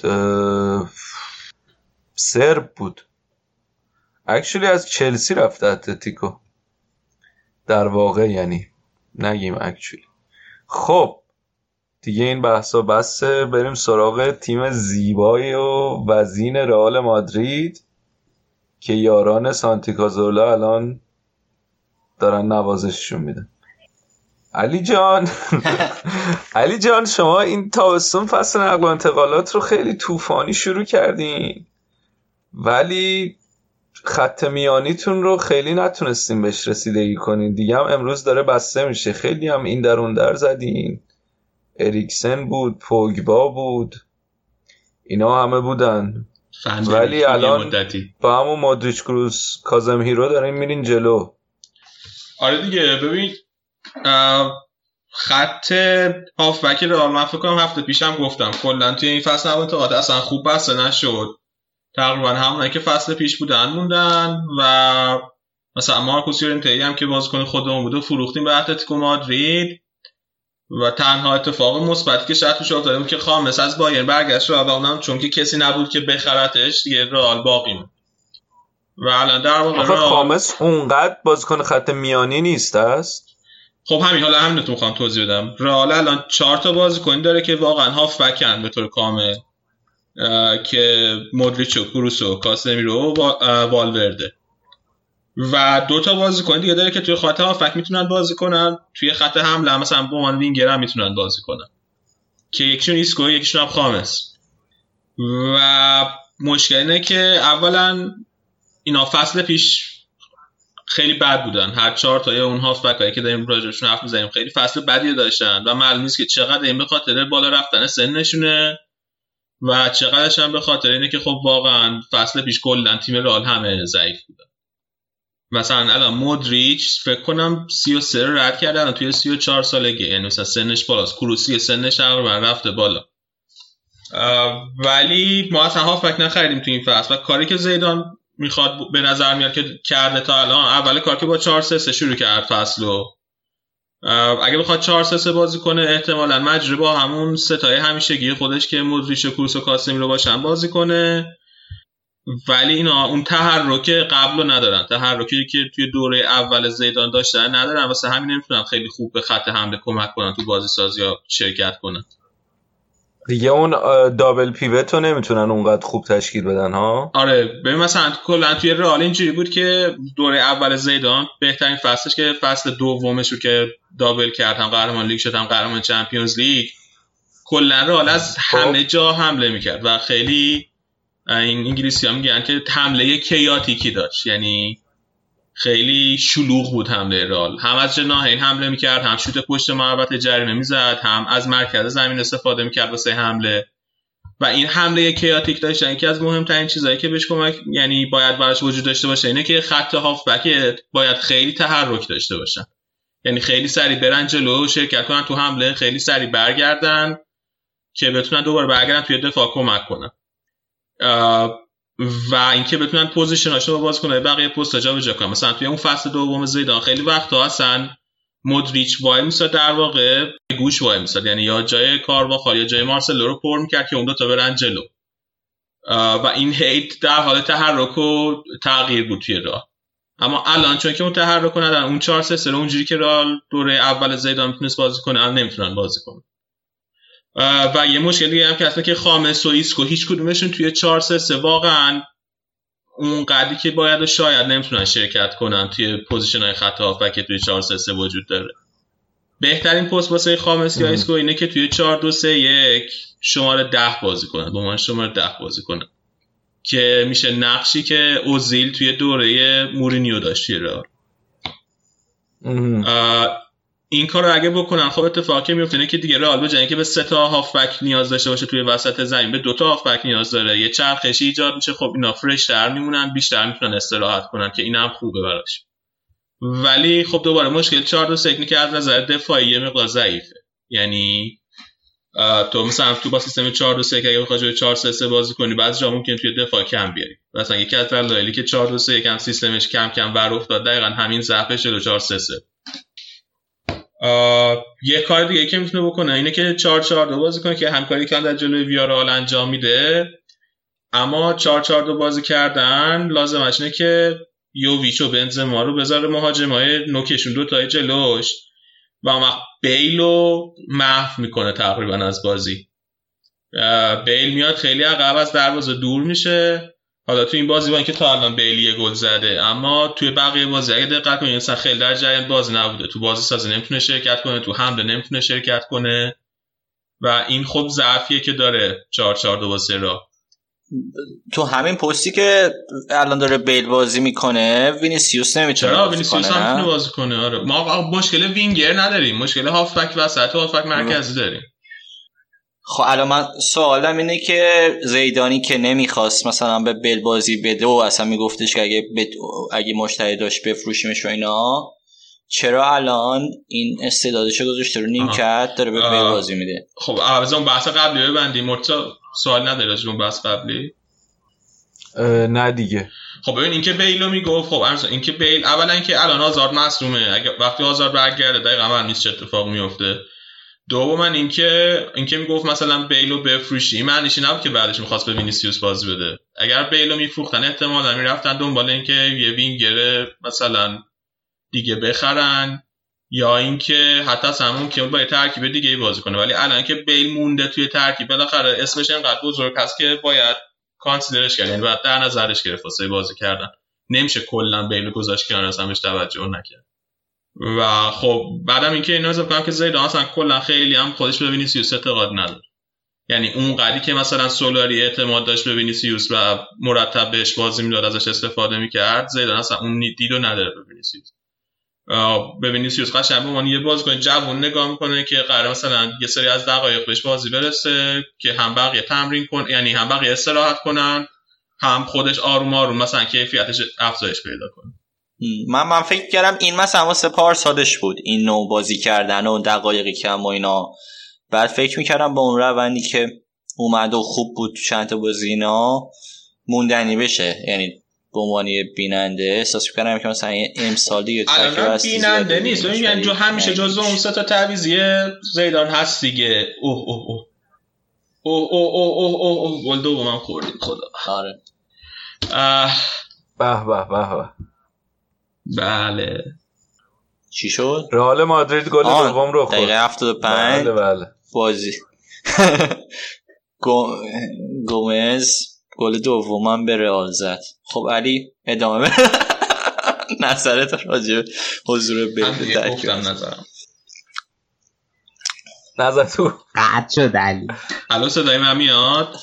S5: سرب بود. اکچولی از چلسی رفته اتلتیکو در واقع، یعنی نگیم اکچولی. خب دیگه این بحثا بسه، بریم سراغ تیم زیبای و وزین رئال مادرید که یاران سانتی کازورلا الان دارن نوازششون میدن. علی جان شما این تابستون فصل نقل و انتقالات رو خیلی طوفانی شروع کردین، ولی خط میانیتون رو خیلی نتونستین بهش رسیدگی کنین. دیگه هم امروز داره بسته میشه. خیلی هم این در اون در زدین. اریکسن بود، پوگبا بود، اینا همه بودن، ولی الان با همون مودریچ کروس کازم هیرو دارین میرین جلو.
S4: آره دیگه ببین خط هافبک رئال من فکر کنم هفته پیشم گفتم کلا توی این فصل نقل و انتقالات اصلا خوب بسته نشد. تقریبا همونایی که فصل پیش بودن موندن و مثلا مارکوس یورنتی هم که بازیکن خودمون بود فروختیم به اتلتیکو مادرید و تنها اتفاق مثبتی که شاید توش افتاده بود که خامس از بایرن برگشت و اونم چون که کسی نبود که بخرتش دیگه رئال باقی موند. و الان در واقع
S5: خامس اونقدر بازیکن خط میانی نیست است.
S4: خب حالا همین رو میخوام توضیح بدم. رئال الان 4 تا بازیکن داره که واقعا هافبکن به طور کامل که مودریچ و کروس و کاسمیرو و والورده، و 2 تا بازیکن دیگه داره که توی خط هافبک میتونن بازی کنن، توی خط حمله مثلا به عنوان وینگر هم میتونن بازی کنن که یکیشون ایسکو یکیشون هم خامس. و مشکل اینه که اولا اینا فصل پیش خیلی بد بودن، هر 4 تا اون هافبکایی که داریم راجعشون حرف می‌زنیم خیلی فصل بدی داشتن و معلوم نیست که چقدر این به خاطر بالا رفتن سنشونه و چقدرش هم به خاطر اینه که خب واقعا فصل پیش کلا تیم رئال همه ضعیف بودن. مثلا الان مودریچ فکر کنم 33 رو رد کردن توی 34 سالگی، یعنی مثلا سنش بالاست. کروسی سنش تقریبا رفته بالا، ولی ما اصلا هافبک نخریدیم توی این فصل و کاری که زیدان میخواد به نظر میاد که کرده تا الان، اول کار که با 4-3 شروع کرد فصلو، اگه بخواد 4-3 بازی کنه احتمالاً مجبور با همون ستای همیشگی خودش که مودریچ و کروس و کاسمیرو باشن بازی کنه ولی اینا اون تحرک قبل رو ندارن، تحرکی که توی دوره اول زیدان داشتن ندارن، واسه همین نمیتونن خیلی خوب به خط حمله کمک کنن تو بازی سازی یا شرکت کنن
S5: دیگه. اون دابل پیوت رو نمیتونن اونقدر خوب تشکیل بدن ها.
S4: آره ببین مثلا کلا توی رئال اینجوری بود که دوره اول زیدان بهترین فصلش که فصل دومش رو که دابل کرد، هم قهرمان لیگ شد هم قهرمان چمپیونز لیگ، کلا رئال از همه جا حمله میکرد و خیلی این انگلیسی ها میگن که حمله کیاتیکی داشت، یعنی خیلی شلوغ بود حمله رئال، هم از جناحین حمله میکرد، هم شوت پشت محوطه جریمه میزد، هم از مرکز زمین استفاده میکرد واسه حمله. و این حمله کیاتیک داشتن یکی از مهمترین چیزایی که بهش کمک یعنی باید براش وجود داشته باشه اینه که خط هافبک باید خیلی تحرک داشته باشن، یعنی خیلی سریع برن جلو شرکت کنن تو حمله، خیلی سریع برگردن که بتونن دوباره برگردن توی دفاع کمک کنن و اینکه بتونن پوزیشناشو باز کنن بقیه پست‌ها جابجا کنن. مثلا توی اون فصل دوم زیدان خیلی وقتا اصلا مودریچ وای میساد، در واقع گوش وای میساد، یعنی یا جای کارواخال یا جای مارسلو رو پر میکرد که اون دو تا برن جلو و این هیت در حال تحرک و تغییر بود توی راه. اما الان چون که اون تحرک رو ندارن، اون 4-3-3 رو اونجوری که رئال دوره اول زیدان میتونست بازی کنه الان نمیتونن بازی کنن. و یه مشکل دیگه هم که اصلا که خامس و ایسکو هیچ کدومشون توی 4-3-3 واقعا اون قدری که باید و شاید نمیتونن شرکت کنن توی پوزیشن‌های خط هافبک که توی 4-3-3 وجود داره. بهترین پست واسه خامس یا ایسکو اینه که توی 4-2-3-1 شماره 10 بازی کنن، به عنوان شماره 10 بازی کنن که میشه نقشی که اوزیل توی دوره مورینیو داشت توی رئال. این کار رو اگه بکنن خب اتفاقی میفته اینه که دیگه رئال به جای اینکه به 3 تا هافبک نیاز داشته باشه توی وسط زمین، به 2 تا هافبک نیاز داره، یه چرخشی ایجاد میشه. خب اینا فرش تر میمونن، بیشتر میتونن استراحت کنن که اینم خوبه براش. ولی خب دوباره مشکل 4-2-3 که از نظر دفاعی یه مقدار ضعیفه، یعنی تو مثلا تو با سیستم 4-2-3 که اگه بخوای 4-3-3 بازی کنی بعضی جا ممکنه توی دفاع کم بیاری. مثلا یکی از دلایلی که 4-2-3 یکم سیستمش کم کم بر افتاد دقیقاً همین ضعفش جلو 4-3-3. یه کار دیگه که میتونه بکنه اینه که 4-4-2 بازی کنه که همکاری که در جلوی ویارال انجام میده. اما 4-4-2 بازی کردن لازمش اینه که یوویچ و بنزما رو بذاره مهاجمای نوکشون دو تای جلوش و اون وقت بیل رو محو میکنه تقریبا از بازی. بیل میاد خیلی عقب از دروازه دور میشه. حالا تو این بازی با اینکه تا الان بیلی یه گل زده، اما توی بقیه بازی اگه دقت کنید مثلا خیلی در جریان بازی نبوده، تو بازی سازی نمیتونه شرکت کنه، تو حمله نمیتونه شرکت کنه و این خب ضعفیه که داره 4-4-2 واسه راه.
S7: تو همین پستی که الان داره بیل بازی میکنه وینیسیوس نمیتونه بازی کنه.
S4: وینیسیوس هم میتونه بازی کنه. آره ما مشکل وینگر نداریم، مشکل هافبک وسط و هافبک مرکزی داریم.
S7: خب الان من سوالم اینه که زیدانی که نمیخواست مثلا به بیل بازی بده و اصلا میگفتش که اگه مشتری داشت بفروشیمش و اینا، چرا الان این استعدادشو گذاشته رو نیمکت داره به بیل بازی میده؟
S4: خب از اون بحث قبلی ببندیم. مرتا سوال نداری از اون بحث قبلی؟
S5: نه دیگه.
S4: خب ببین اینکه بیلو میگفت، خب اینکه بیل اولا اینکه الان آزارد مصدومه، اگه وقتی آزارد برگرده دقیقاً من نیست چه اتفاقی میفته. دوما اینکه میگفت مثلا بیلو بفروشی، معنیش نبود که بعدش می‌خواست به وینیسیوس بازی بده. اگر بیلو میفروختن احتمالاً میرفتن دنبال اینکه یه وینگر مثلا دیگه بخرن یا اینکه حتی همون که با یه ترکیب دیگه بازی کنه. ولی الان که بیل مونده توی ترکیب بالاخره اسمش انقدر بزرگ هست که باید کانسیدرش کنن، باید در نظرش گرفت واسه بازی کردن. نمیشه کلا بیلو گذاشت کنار اصلا بهش توجه نکرد. و خب بعدم اینکه اینا حساب کنم که زیدان اصلا کلا خیلی هم خودش به وینیسیوس اعتقاد نداره، یعنی اون قدری که مثلا سولاری اعتماد داشت به وینیسیوس و مرتب بهش بازی میداد ازش استفاده میکرد، زیدان اصلا اون دیدو نداره به وینیسیوس. به وینیسیوس قشنگ به عنوان یه بازیکن جوون نگاه میکنه که قراره مثلا یه سری از دقایق بهش بازی برسه که هم بقیه تمرین کنه، یعنی هم بقیه استراحت کنن، هم خودش آروم آروم مثلا کیفیتش افزایش پیدا کنه.
S7: من فکر کردم این مثلا واسه پارسالش بود این نوع بازی کردن و دقایقی کم و اینا. بعد فکر میکردم با اون روندی که اومد و خوب بود چند تا بازی اینا موندنی بشه، یعنی به عنوان بیننده احساس می‌کردم که مثلا امسال دیگه
S4: الان بیننده نیست، یعنی جو همیشه جزو اون سه تا تعویضی زیدان هست دیگه. اوه اوه اوه اوه اوه اوه اوه گل دومم خوردیم خدا.
S7: آره
S5: به به به به.
S4: بله
S7: چی شد؟
S5: رئال مادرید گل دوم رو خورد
S7: دقیقه 75.
S5: بله
S7: بازی گومز گل دومم به رئال زد. خب علی ادامه بده نظرت راجع به حضور بیل در
S4: نظرم
S5: نظر تو
S6: قطع شد علی.
S4: الو صدای من میاد؟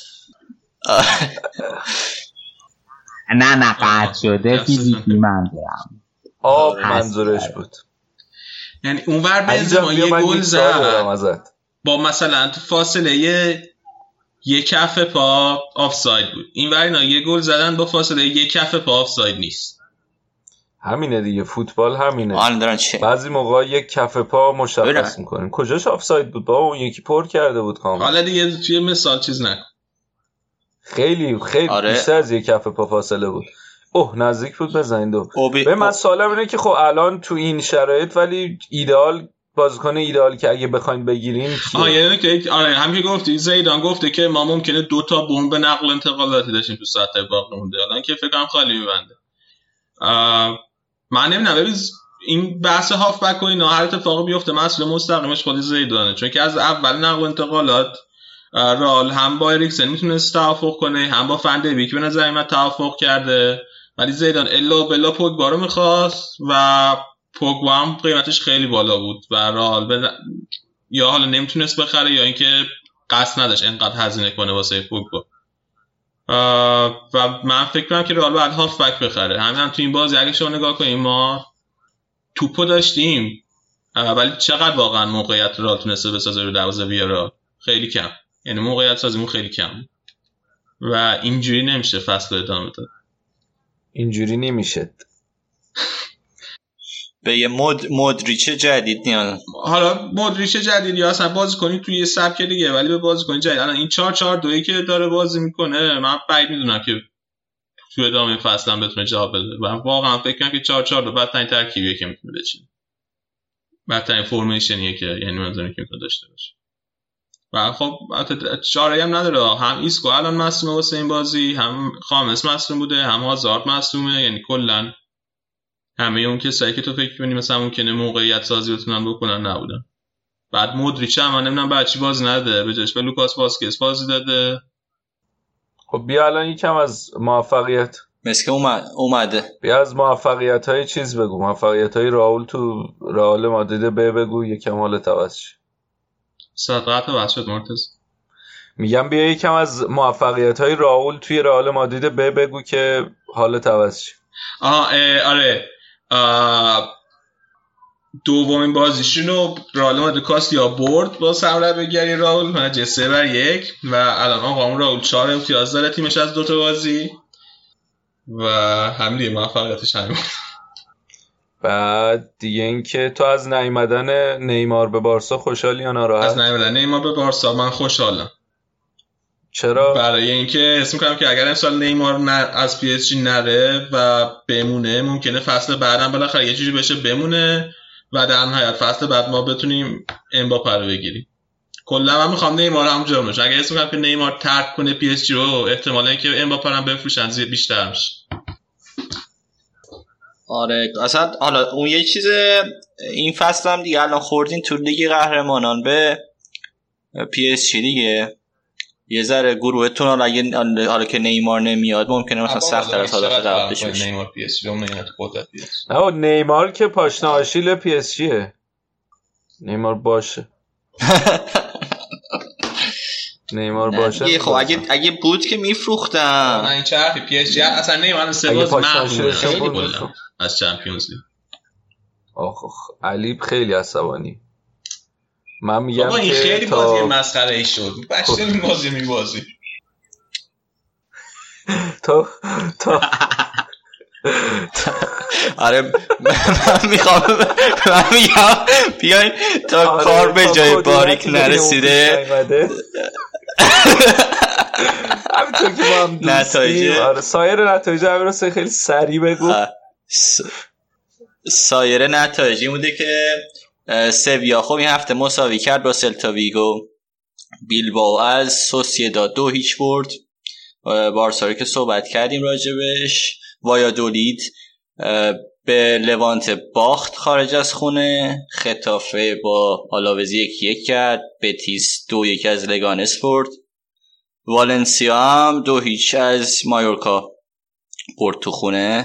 S6: نه قطع شده فیزیکی منظورم.
S5: منظورش بود.
S4: یعنی اونور بنزما یه گل زد با مثلا تو فاصله یک کف پا آفساید بود، این ور اینا یه گل زدن با فاصله یک کف پا آفساید نیست.
S5: همینه دیگه، فوتبال همینه.
S7: چه؟
S5: بعضی موقع یک کف پا مشخص میکنن کجاش آفساید بود، با اون یکی پر کرده بود کامل.
S4: حالا دیگه توی مثال چیز نکن.
S5: خیلی بیشتر از یک کف پا فاصله بود. نزدیک بود بزنید دو. به من سوالم اینه که خب الان تو این شرایط ولی بازیکن ایدئال که اگه بخواید بگیرین
S4: یعنی که همین که گفتی زیدان گفته که ما ممکنه 2 تا بمب نقل انتقالاتی داشتیم تو ساعت باقی مونده، الان که فکرم خالی میبنده. من نمیدونم ببین این بحث هافبک و اینا هر اتفاقی بیفته مسئول مستقیمش خود زیدانه، چون که از اول نقل انتقالات رئال هم با اریکسن میتونست توافق کنه هم با فندبیک به نظر من توافق کرده، ولی زیدان الا بلا پوگبا رو می‌خواست و پوگبا هم قیمتش خیلی بالا بود و رئال یا حالا نمیتونست بخره یا اینکه قصد نداشت اینقدر هزینه کنه واسه پوگبا. و من فکر کنم که رئال باید هافبک بخره. همین تو این بازی اگه شما نگاه کنیم ما توپو داشتیم ولی چقدر واقعا موقعیت رئال تونسته بسازه رو دروازه ویارال؟ خیلی کم، یعنی موقعیت سازیمون خیلی کم و اینجوری نمیشه فصل ادامه داد.
S5: اینجوری نمیشه.
S7: به یه مودریچ جدید نیاز.
S4: حالا مودریچ جدید یا اصلا بازی کنی توی یه سبک دیگه، ولی به بازی کنی جدید الان این 4-4-2 که داره بازی میکنه من بعید میدونم که توی ادامه فصل هم بتونه جواب بده. من واقعا فکر کنم که 4-4-2 بدترین ترکیبیه که میتونه بچینه، بدترین فرمیشنیه که یعنی منظورم که داشته باشه. و خب چاره‌ای هم نداره، هم ایسکو الان مصدومه واسه این بازی، هم خامس مصدوم بوده، هم هازارد مصدومه، یعنی کلا همه اون کسایی که تو فکر کنی مثلا ممکنه موقعیت سازی بتونن بکنن نبودن. بعد مودریچ هم من نمیدونم بعد چی بازی نده، به جاش به لوکاس واسکز بازی داده.
S5: خب بیا الان یکم از موفقیت
S7: مسکه اومده.
S5: بیا از موفقیت‌های چیز بگو، موفقیت‌های راول تو رئال مادرید بگو یکم حالت عوض شه.
S4: صدقات عوض شد مرتضی.
S5: میگم بیا یکم از موفقیت‌های راول توی رئال مادرید بگو که حالت عوض شه.
S4: آره دومین بازیشونو رئال مادرید کاستیا برد با سرمربیگری راول نتیجه 3-1 و الان آقا راول 4 امتیاز داره تیمش از 2 تا بازی و همین موفقیتش همین.
S5: بعد دیگه این که تو از نیومدن نیمار به بارسا خوشحالی یا ناراحت؟
S4: از نیومدن نیمار به بارسا من خوشحالم.
S5: چرا؟
S4: برای اینکه حس می‌کنم که اگر امسال نیمار از پی اس جی نره و بمونه ممکنه فصل بعدم بالاخره یه جوری بشه بمونه و در نهایت فصل بعد ما بتونیم امباپه رو بگیریم. کلا من می‌خوام نیمار همونجا باشه. اگه حس می‌کنم که نیمار ترک کنه پی اس جی رو احتمالاً اینکه امباپه رو بفروشن زیر بیشتر میشه.
S7: آره اصلا حالا اون یه چیز این فصل هم دیگه الان خوردین تو لیگ قهرمانان به پی اس جی دیگه یه ذره گروهتون حالا که نیمار نمیاد ممکنه مثلا سخت‌تر از حالت قبلش بشه.
S4: نیمار پی اس جی رو نمیاد قدرت پی اس جی.
S5: نه نیمار که پاشنه آشیل پی اس جیه. نیمار باشه. نیمار باشه.
S7: خب اگه بود که میفروختم.
S4: نه این چرفی پی اس جی اصلا نیمار سه باز محبوبه خیلی بالا از چمپیونز لیگ.
S5: آخ علی خیلی عصبانی. من میگم
S4: که این خیلی بازی مسخره ای شد. بچه این بازی میبازی.
S5: تو
S7: آره من میگم بیاین تا کار به جای باریک نرسیده.
S5: همینطور که با هم دوستیم. آره سایر نتایج هم خیلی سریع بگو.
S7: سایر نتایجی بوده که سویا خب این هفته مساوی کرد با سلتا ویگو. بیلبائو از سوسییداد 2-0 برد. بارسا رو که صحبت کردیم راجبش. وایادولید به لوانت باخت خارج از خونه. خطافه با آلاوزی 1-1 کرد. بتیس 2-1 از لگانس برد. والنسیا هم 2-0 از مایورکا برد تو خونه.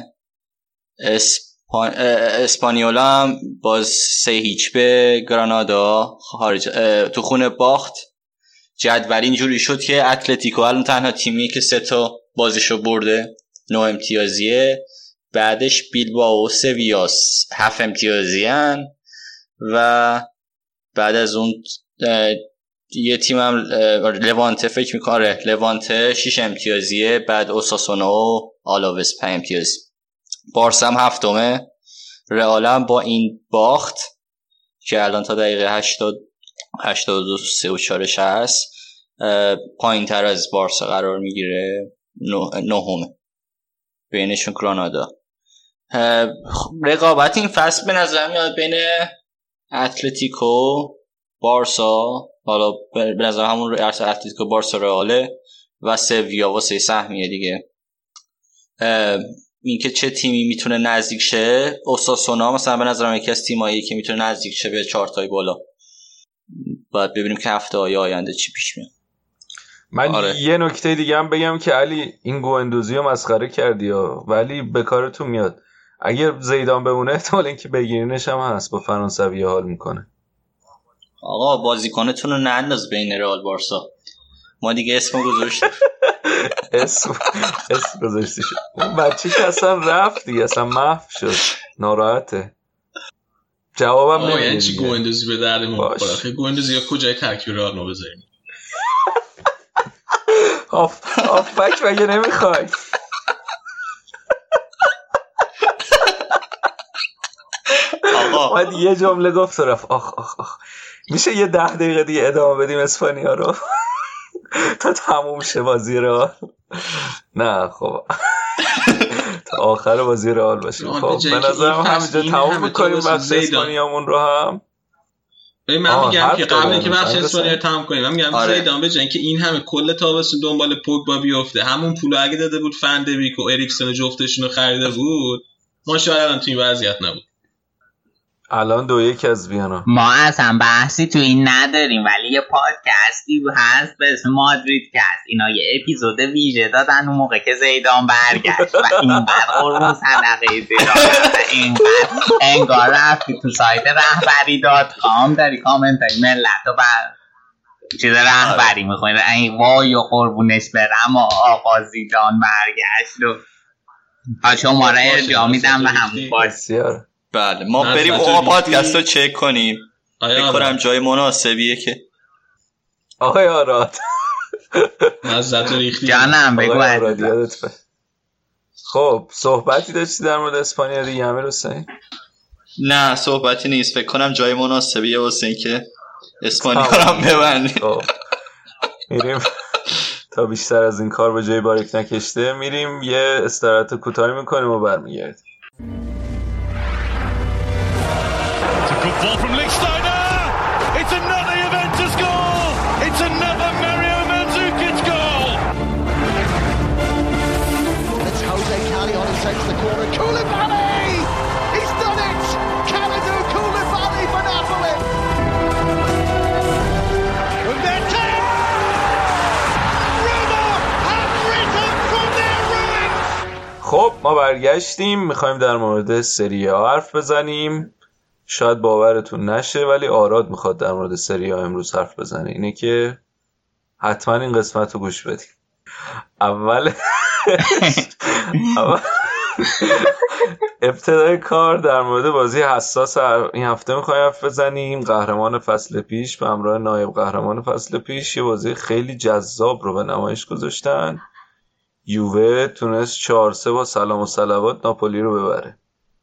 S7: اسپانیولا هم باز 3-0 به گرانادا خارج تو خونه باخت. جدول اینجوری شد که اتلتیکو الان تنها تیمی که 3 بازیشو برده 9 امتیازیه. بعدش بیلبائو و سویا 7 امتیازیان و بعد از اون یه تیم هم لوانته فکر میکنه لوانته 6 امتیازیه. بعد اوساسونا و آلاوس 5 امتیازی. بارسا هم 7م. رئال هم با این باخت که الان تا دقیقه 82 3-4 هست پایین تر از بارسا قرار میگیره. 9م بینشون گرانادا. رقابت این فصل به نظر میاد بین اتلتیکو بارسا، حالا به نظر همون اتلتیکو بارسا رئاله و سویا واسه سهمیه دیگه. اینکه چه تیمی میتونه نزدیک شه. اوساسونا مثلا به نظرم یکی از تیمایی که میتونه نزدیک شه به 4 تای بالا. باید ببینیم که هفته‌های آینده چی پیش میاد.
S5: من یه نکته دیگه هم بگم که علی این گوندوزی رو مسخره کردی ولی به کارتون میاد. اگر زیدان بمونه احتمال اینکه بگیرینش هم هست. با فرانسوی حال میکنه.
S7: آقا بازیکنتون رو ننداز بین رئال بارسا. ما دیگه اسم گذاشتیم.
S5: اسم گذاشتی شد. اون بچه که اصلا رفت دیگه، اصلا محو شد، ناراحته. جوابم نمیده.
S4: یعنی چی گوندوزی به درد ما بخوره؟ آخه گوندوزی یا کجای ترکیب رئال ما بذاریم؟
S5: آفک مگه نمیخوای؟ بعد یه جمله گفت رفت آخ میشه یه 10 دقیقه دیگه ادامه بدیم اسپانیا رو تا تموم شه بازی رئال؟ نه خب تا آخر بازی رئال باشیم. خب به نظرم همینجا تموم میکنیم بحث اسپانیامون رو هم.
S4: من میگم که قبل اینکه بخش اسپانیا رو تموم کنیم، من میگم زیدان به جای اینکه این همه کل تابستون دنبال پوگبا بیفته همون پولو اگه داده بود فندبیک و اریکسن جفتشون رو خریده بود ما شاید الان تو این وضعیت نبود.
S5: الان 2-1 از ویانا.
S6: ما اصلا بحثی تو این نداریم ولی یه پادکستی هست به اسم مادرید کست. اینا یه اپیزود ویژه دادن اون موقع که زیدان برگشت و اینقدر قربون صدقه زیدان اینقدر انگار رفتی تو سایت rahbari.com داری کامنت های ملت و بر چیز رهبری میخونی این وای و قربونش برم آقا زیدان برگشت و شماره ارجاع میدم به همون
S5: بسیار.
S7: بله ما بریم اون پادکست رو چک کنیم. فکر کنم جای مناسبیه که
S5: آقای آراد
S4: مزت ریختی
S6: جانم بگو.
S5: خب صحبتی داشتی در مورد اسپانیا دیگه امیر حسین؟
S7: نه صحبتی نیست. فکر کنم جای مناسبیه واسه اینکه اسپانیا رو هم ببندیم.
S5: میریم تا بیشتر از این کار به جای باریک نکشته میریم یه استراحت کوتاهی میکنیم و برمیگردیم.
S1: Good ball from Lichtsteiner. It's another Juventus goal. It's another Mario Mandzukic goal.
S8: It's Jose Callejon who takes the corner. Koulibaly! He's done it! Kalidou Koulibaly for Napoli. And then Roma have risen from their ruins.
S5: خب ما برگشتیم میخوایم در مورد سری آ حرف بزنیم. شاید باورتون نشه ولی آراد میخواد در مورد سری آ امروز حرف بزنه. اینه که حتما این قسمت رو گوش بدیم. اول ابتدای کار در مورد بازی حساس این هفته میخوایم حرف بزنیم. قهرمان فصل پیش به همراه نایب قهرمان فصل پیش یه بازی خیلی جذاب رو به نمایش گذاشتن. یووه تونست 4-3 با سلام و صلوات ناپولی رو ببره.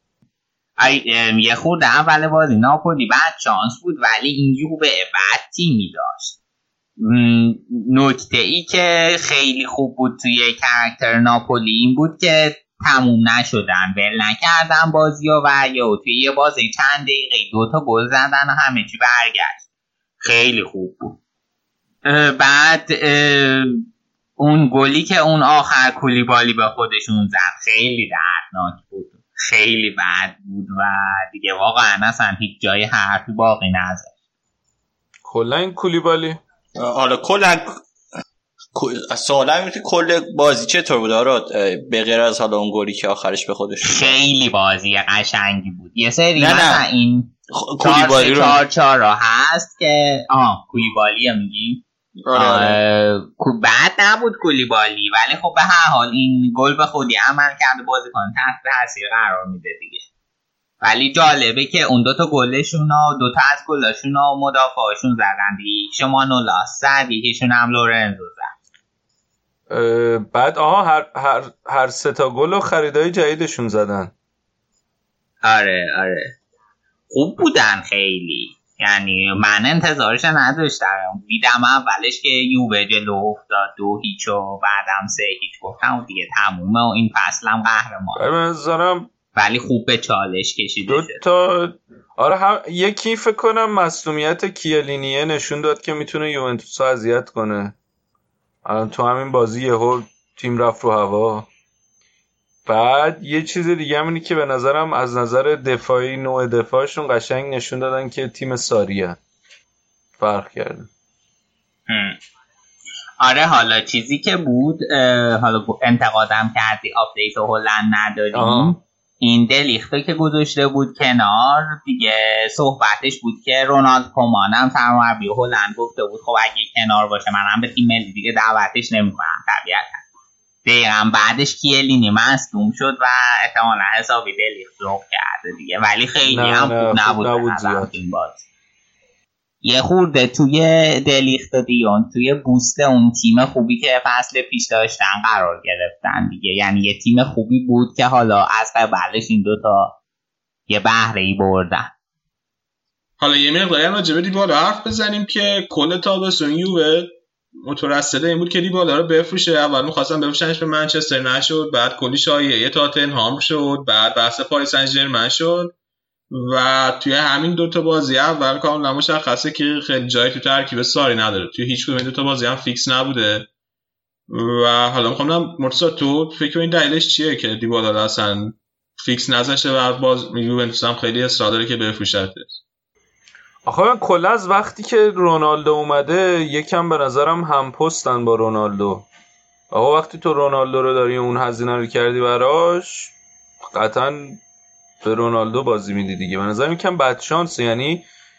S6: یه خورده اول بازی ناپولی بعد شانس بود ولی این یووه بعد تیمی داشت. نکته ای که خیلی خوب بود توی کاراکتر ناپولی این بود که تموم نشدن، ول نکردن بازیو و یا توی یه بازی چند دقیقه 2 تا گل زدن و همه چی برگشت. خیلی خوب بود. بعد اون گلی که اون آخر کولیبالی به خودشون زد خیلی دردناک بود، خیلی بد بود و دیگه واقعا اصلا هیچ جای حرفی باقی نذاشت.
S5: کلا این کولیبالی
S7: حالا کلا سوالم اینه که کل بازی چطور بود آراد به غیر از حالا اون گلی که آخرش به خودش
S6: خیلی بازی قشنگی بود. یه سری
S7: نه
S6: مثلا این
S7: کولیبالی رو
S6: 4-4 هست که کولیبالی میگی بعد نبود کولیبالی، ولی خب به هر حال این گل به خودی عمل کرده، بازیکن تحت تاثیر قرار میده دیگه. ولی جالبه که اون دوتا گلشون و دوتا از گلاشون و مدافعاشون زدن دیگه، یکیشون مانولاس زد، یکیشون هم لورنزو زد.
S5: بعد هر سه تا گل و خریدای جدیدشون زدن.
S6: آره خوب بودن خیلی، یعنی من انتظارش نداشتم. دیدم اولش که یووه جلو افتاد 2-0 و بعدم 3-0 گفتم دیگه تمومه و این فصل هم قهرمان. ولی خوب به چالش کشیده شد.
S5: آره یکی فکر کنم مصدومیت کیلینیه نشون داد که میتونه یوونتوس رو اذیت کنه. الان تو همین بازی یهو تیم رفت رو هوا. بعد یه چیز دیگه هم اینه که به نظرم از نظر دفاعی نوع دفاعشون قشنگ نشون دادن که تیم ساریه فرق کرده.
S6: آره حالا چیزی که بود، حالا انتقادم کردی آپدیت هلند نداریم، این دلیخته که گذاشته بود کنار دیگه، صحبتش بود که رونالد کومان هم سرمربی هلند گفته بود خب اگه کنار باشه منم به تیم ملی دیگه دعوتش نمی‌کنم طبیعتا. دقیقاً بعدش کیلینی مصدوم شد و احتمالاً حسابی دلیخت ذوق کرده دیگه، ولی خیلی هم خوب نبود زیاد این بازی. یه خورده توی دلیخت دیون توی بوست اون تیم خوبی که فصل پیش داشتن قرار گرفتن دیگه، یعنی یه تیم خوبی بود که حالا از قبلش این دوتا یه بهره‌ای بردن.
S4: حالا یه مقداری راجع به دیبالا حرف بزنیم که کل تابستون یووه مترصد این بود که دیبالا رو بفروشه. اول می‌خواستن بفروشنش به منچستر، نشد. بعد کلی شایعه تاتنهام شد، بعد بحث پاریس سن ژرمن شد و توی همین دوتا بازی اول کاملا مشخصه که خیلی جایی تو ترکیب ساری نداره. توی هیچ کدوم این دوتا بازی هم فیکس نبوده و حالا میخوام مرتضی تو فکر این دلیلش چیه که دیبالا اصلا فیکس نذاشته و باز یوونتوس هم خیلی اصرار داره که بفروشته؟
S5: آخه من کلا از وقتی که رونالدو اومده یکم به نظرم هم پستن با رونالدو. آقا وقتی تو رونالدو رو داری اون هزینه رو کردی براش، قطعاً به رونالدو بازی میدی دیگه. به نظرم یکم بد شانس، یعنی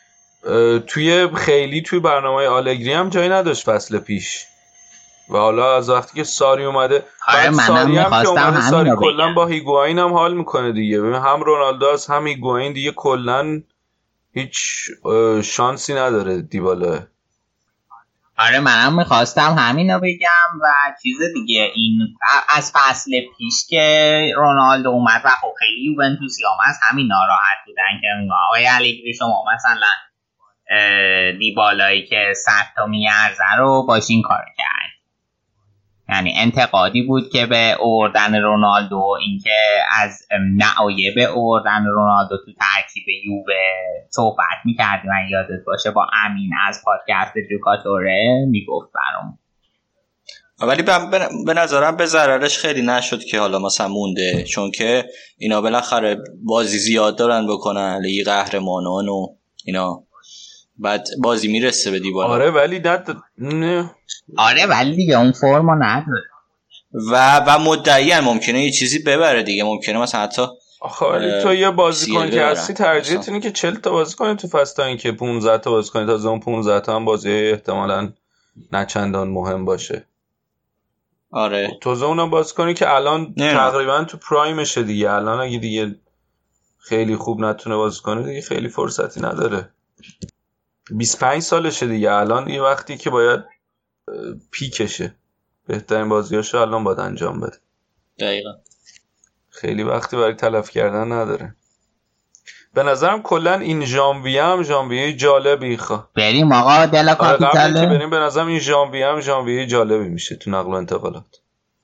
S5: توی برنامه آلگری هم جایی نداشت فصل پیش و حالا از وقتی که ساری اومده، بعد ساری هم که اومده، ساری کلا با هیگواین هم حال میکنه دیگه. ببین هم رونالدو از هم هیگواین دیگه کلا هیچ شانسی نداره دیبالا.
S6: آره منم میخواستم همینو بگم و چیز دیگه، این از فصل پیش که رونالدو اومد و خب خیلی یوونتوسی هم از همین ناراحت بودن که آقای الگری شما مثلا دیبالایی که 100 تا میارزه رو باشین کار کرد. یعنی انتقادی بود که به آوردن رونالدو، اینکه از نعایب آوردن رونالدو تو ترکیب یووه صحبت می‌کردیم و یادت باشه با امین از پادکست جوکاتوره میگفت برام.
S7: ولی به نظرم به ضررش خیلی نشد که حالا مثلا مونده، چون که اینا بالاخره بازی زیاد دارن بکنن، لیگ قهرمانان و اینا، بعد بازی میرسه به دیبالا.
S5: آره ولی
S6: آره ولی دیگه اون فرمو نداره
S7: و مدعیان ممکنه یه چیزی ببره دیگه، ممکنه مثلا حتی
S5: آخه تو یه بازیکن که هستی ترجیحت اینه که 40 تا بازیکن تو فصل تا اینکه 15 تا بازیکن، تازه اون 15 تا هم بازی احتمالاً نه چندان مهم باشه.
S7: آره
S5: تازه اونم بازیکنی که الان تقریبا تو پرایمشه دیگه، الان اگه دیگه خیلی خوب نتونه بازی کنه دیگه خیلی فرصتی نداره. 25 سالشه دیگه، الان یه وقتی که باید پیکشه، بهترین بازیاشو الان باید انجام بده.
S7: دقیقاً
S5: خیلی وقتی برای تلف کردن نداره. به نظرم کلا این ژانویه جالبی
S6: بریم آقا دلا کاپیتال
S5: که بریم. به نظرم این ژانویه جالبی میشه تو نقل و انتقالات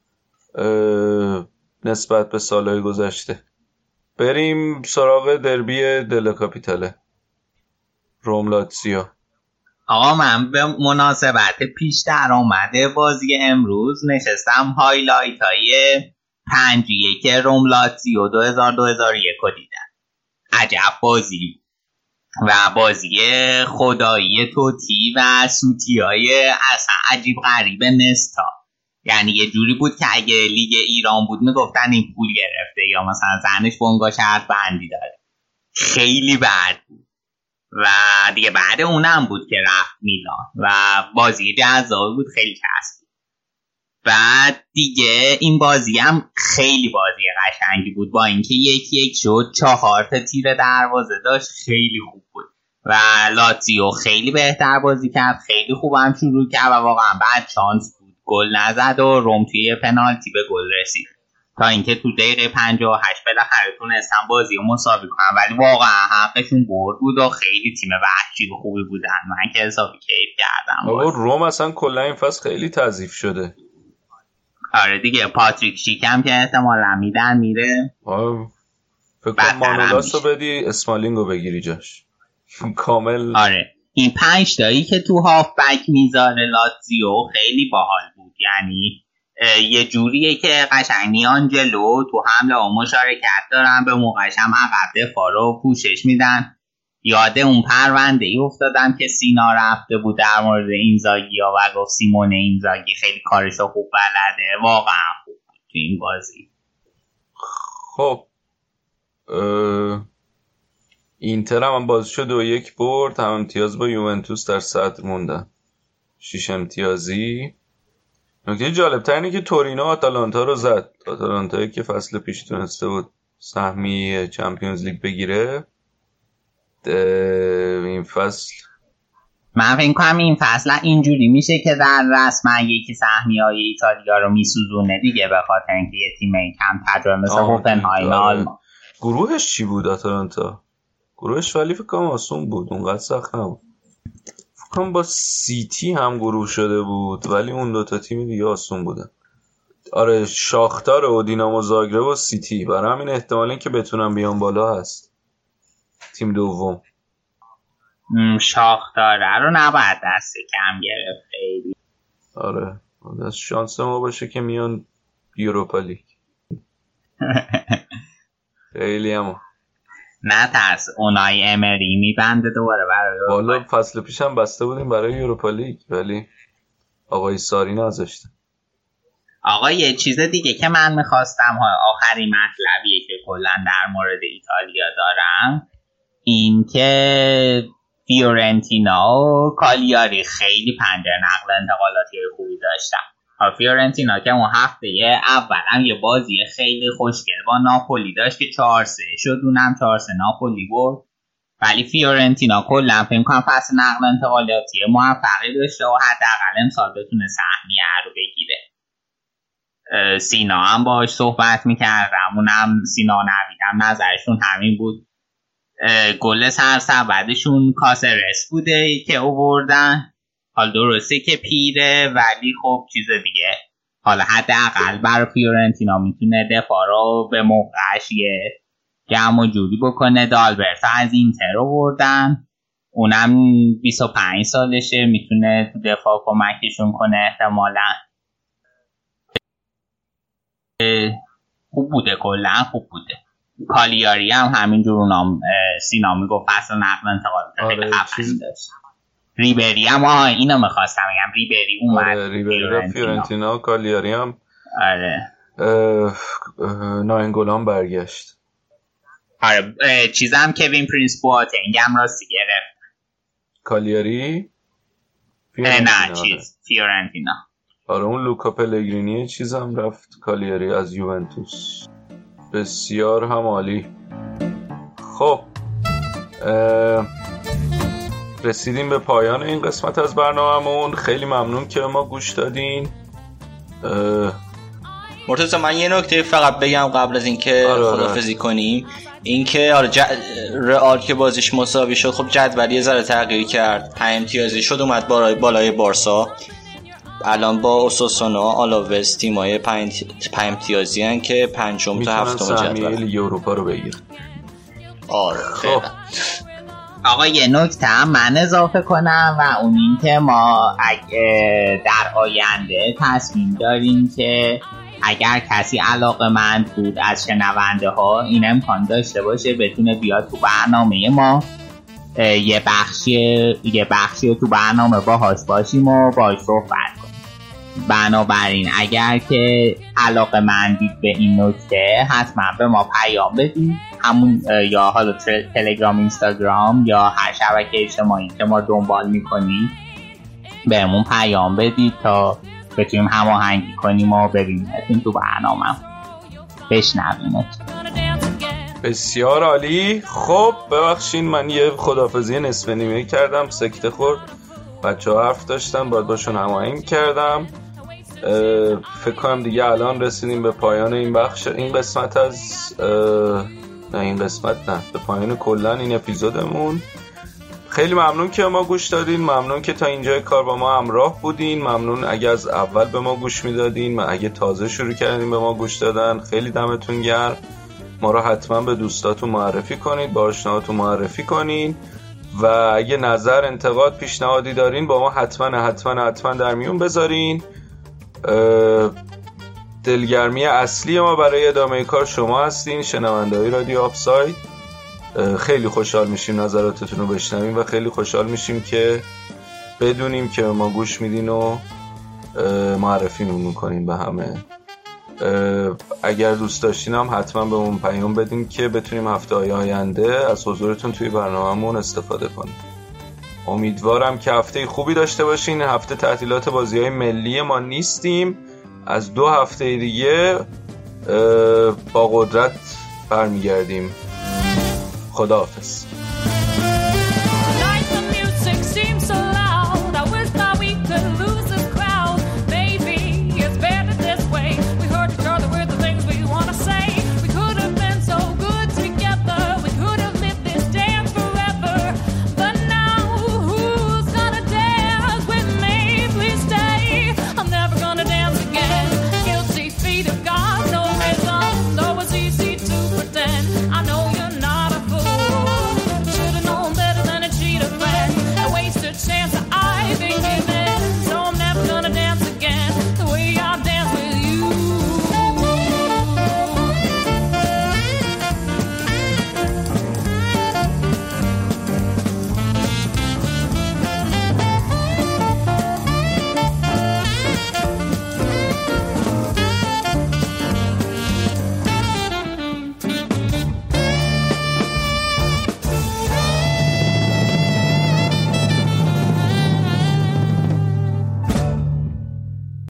S5: نسبت به سالهای گذشته. بریم سراغ دربی دلا کاپیتاله، روم لاتزیو.
S6: آقا من به مناسبت پیش در آمده بازی امروز نشستم هایلایت های 5-1 روم لاتزیو 2000-2001 دیدم. عجب بازی و بازی خدایی توتی و سوتی های اصلا عجیب غریب نستا. یعنی یه جوری بود که اگه لیگ ایران بود میگفتن این پول گرفته یا مثلا زنش بونگا شرط بندی داره. خیلی بد بود و دیگه بعد اونم بود که رفت میلان و بازی جذاب بود، خیلی چسبید. بعد دیگه این بازی هم خیلی بازی قشنگی بود با اینکه 1-1 شد، 4 تا تیر دروازه داشت، خیلی خوب بود و لاتزیو خیلی بهتر بازی کرد، خیلی خوب هم شروع کرد و واقعا بعد شانس بود گل نزد و روم توی پنالتی به گل رسید تا اینکه تو دقیقه 58 بالاخره تونستن بازی رو مساوی کنن، ولی واقعا حقشون برد بود و خیلی تیم وحشی و خوبی بودن. من که حسابی کیف کردم.
S5: روم اصلا کلا این فصل خیلی تضعیف شده.
S6: آره دیگه پاتریک شیکم که احتمالاً میدن میره.
S5: فکر کنم مانولاس رو بدی اسمالینگ رو بگیری جاش کامل.
S6: آره این 5 تایی که تو هاف بک میذاره لاتزیو خیلی باحال بود، یعنی یه جوریه که قشنگ آنجلو تو حمله و مشارکت دارن، به موقعش هم عقب دفاع رو پوشش میدن. یاد اون پرونده ای افتادم که سینا رفته بود در مورد اینزاگی و گفت سیمون اینزاگی خیلی کارشو خوب بلده. واقعا خوب بود تو این بازی.
S5: خب اینتر هم بازیشو 2-1 برد، هم امتیاز با یوونتوس در صدر موندن 6 امتیازی. نکته جالب‌تر اینه که تورینو آتالانتا رو زد. آتالانتایی که فصل پیش تونسته بود سهمی چمپیونز لیگ بگیره، این فصل
S6: من فکر کنم این فصل اینجوری میشه که در رسما یکی سهمیه‌های ایتالیا رو میسوزونه دیگه، به خاطر اینکه یه تیم کم تجربه مثل هوفنهایم آلمان.
S5: گروهش چی بود آتالانتا؟ گروهش ولی فکر کنم آسون بود، اونقدر سخت نبود. فکر کنم با سیتی هم گروه شده بود ولی اون دوتا تیم دیگه آسون بودن. آره شاختار و دینامو زاگرب و سیتی، برای همین احتمالی که بتونن بیان بالا هست. تیم دوم
S6: شاختاره رو نباید دست کم گرفت خیلی.
S5: آره دست شانس ما باشه که میان یوروپا لیگ. خیلی هم
S6: نه ترس اونای امری میبنده دوباره برای
S5: والا فصل پیش هم بسته بودیم برای یوروپا لیگ ولی آقای ساری نذاشتن.
S6: آقا یه چیز دیگه که من میخواستم آخری مطلبیه که کلا در مورد ایتالیا دارم این که فیورنتینا و کالیاری خیلی پنجره نقل انتقالاتی خوبی داشتن. فیورنتینا که اون هفته اول هم یه بازی خیلی خوشگل با ناپولی داشت که 4-3 شد، اونم 4-3 ناپولی برد، ولی فیورنتینا کلا فکر کنم فصل نقل انتقالاتی موفقی داشته و حداقل امسال بتونه سهمیه رو بگیره. سینا هم باهاش صحبت میکردم، اونم سینا نویدم نظرشون همین بود. گل سرسبدشون کاسرس بوده که آوردن. حال درسته که پیره ولی خب چیز دیگه، حالا حداقل برای فیورنتینا میتونه دفاع رو به موقعش یه جمع و جوری بکنه. دالبرت از اینتر آوردن، اونم 25 سالشه، میتونه تو دفاع کمکشون کنه احتمالاً. خوب بوده کلا خوب بوده. کالیاری هم همینجور اونام سینا میگفت فصل نقل انتقالات خیلی خفنی داشت. ریبری هم اینو میخواستم بگم، ریبری اومد.
S5: ریبری فیورنتینا، کالیاری هم
S6: آره
S5: ناینگولان برگشت.
S6: آره چیزم کوین پرینس بواتنگ هم راستی گرفت.
S5: کالیاری
S6: نه فیورنتینا.
S5: آره اون لوکا پلگرینی چیزم رفت کالیاری از یوونتوس. بسیار هم عالی. خب رسیدیم به پایان این قسمت از برنامه‌مون. خیلی ممنون که ما گوش دادین.
S7: مرتضی من یه نکته فقط بگم قبل از اینکه خداحافظی کنیم، اینکه رئال که بازیش مساوی شد خب جدولی یه ذره تغییر کرد، 5 امتیازی شد اومد بالای بارسا. الان با اوساسونا آلاوز تیمای 5 امتیازی هن که 5م تا 7م جدول
S5: لیگ اروپا رو بگیر.
S7: آره
S5: خب
S6: آقا یه نکته هم من اضافه کنم و اون این که ما در آینده تصمیم داریم که اگر کسی علاقه‌مند بود از شنونده ها این امکان داشته باشه بتونه بیاد تو برنامه ما یه بخشی تو برنامه باهاش باشیم و باهاش صحبت کنیم. بنابراین اگر که علاقه‌مندید به این نکته حتما به ما پیام بدید، همون یا حالا تلگرام، اینستاگرام یا هر شبکه اجتماعی که ما دنبال میکنید بهمون پیام بدید تا بتونیم هماهنگی کنیم و ببینیمتون تو برنامه بشنویمت.
S5: بسیار عالی. خب ببخشین من یه خداحافظی نصف نیمه کردم، سکته خورد، بچه‌ها حرف داشتن باید باشون هماهنگ کردم. فکر کنم دیگه الان رسیدیم به پایان این بخش، این قسمت از به پایان کلن این اپیزودمون. خیلی ممنون که ما گوش دادین، ممنون که تا اینجای کار با ما همراه بودین، ممنون اگه از اول به ما گوش میدادین، اگه تازه شروع کردین به ما گوش دادن خیلی دمتون گرم. ما رو حتما به دوستاتون معرفی کنید، با آشناهاتون معرفی کنین و اگه نظر، انتقاد، پیشنهادی دارین با ما حتما در میون بذارین. دلگرمی اصلی ما برای ادامه کار شما هستین، شنونده‌های رادیو آفساید. خیلی خوشحال میشیم نظراتتون رو بشنویم و خیلی خوشحال میشیم که بدونیم که ما گوش میدین و معرفیمون میکنین به همه. اگر دوست داشتین هم حتما به اون پیام بدین که بتونیم هفته آینده از حضورتون توی برنامه‌مون استفاده کنیم. امیدوارم که هفته خوبی داشته باشین. هفته تعطیلات بازی‌های ملی ما نیستیم، از 2 هفته دیگه با قدرت برمیگردیم. خداحافظ.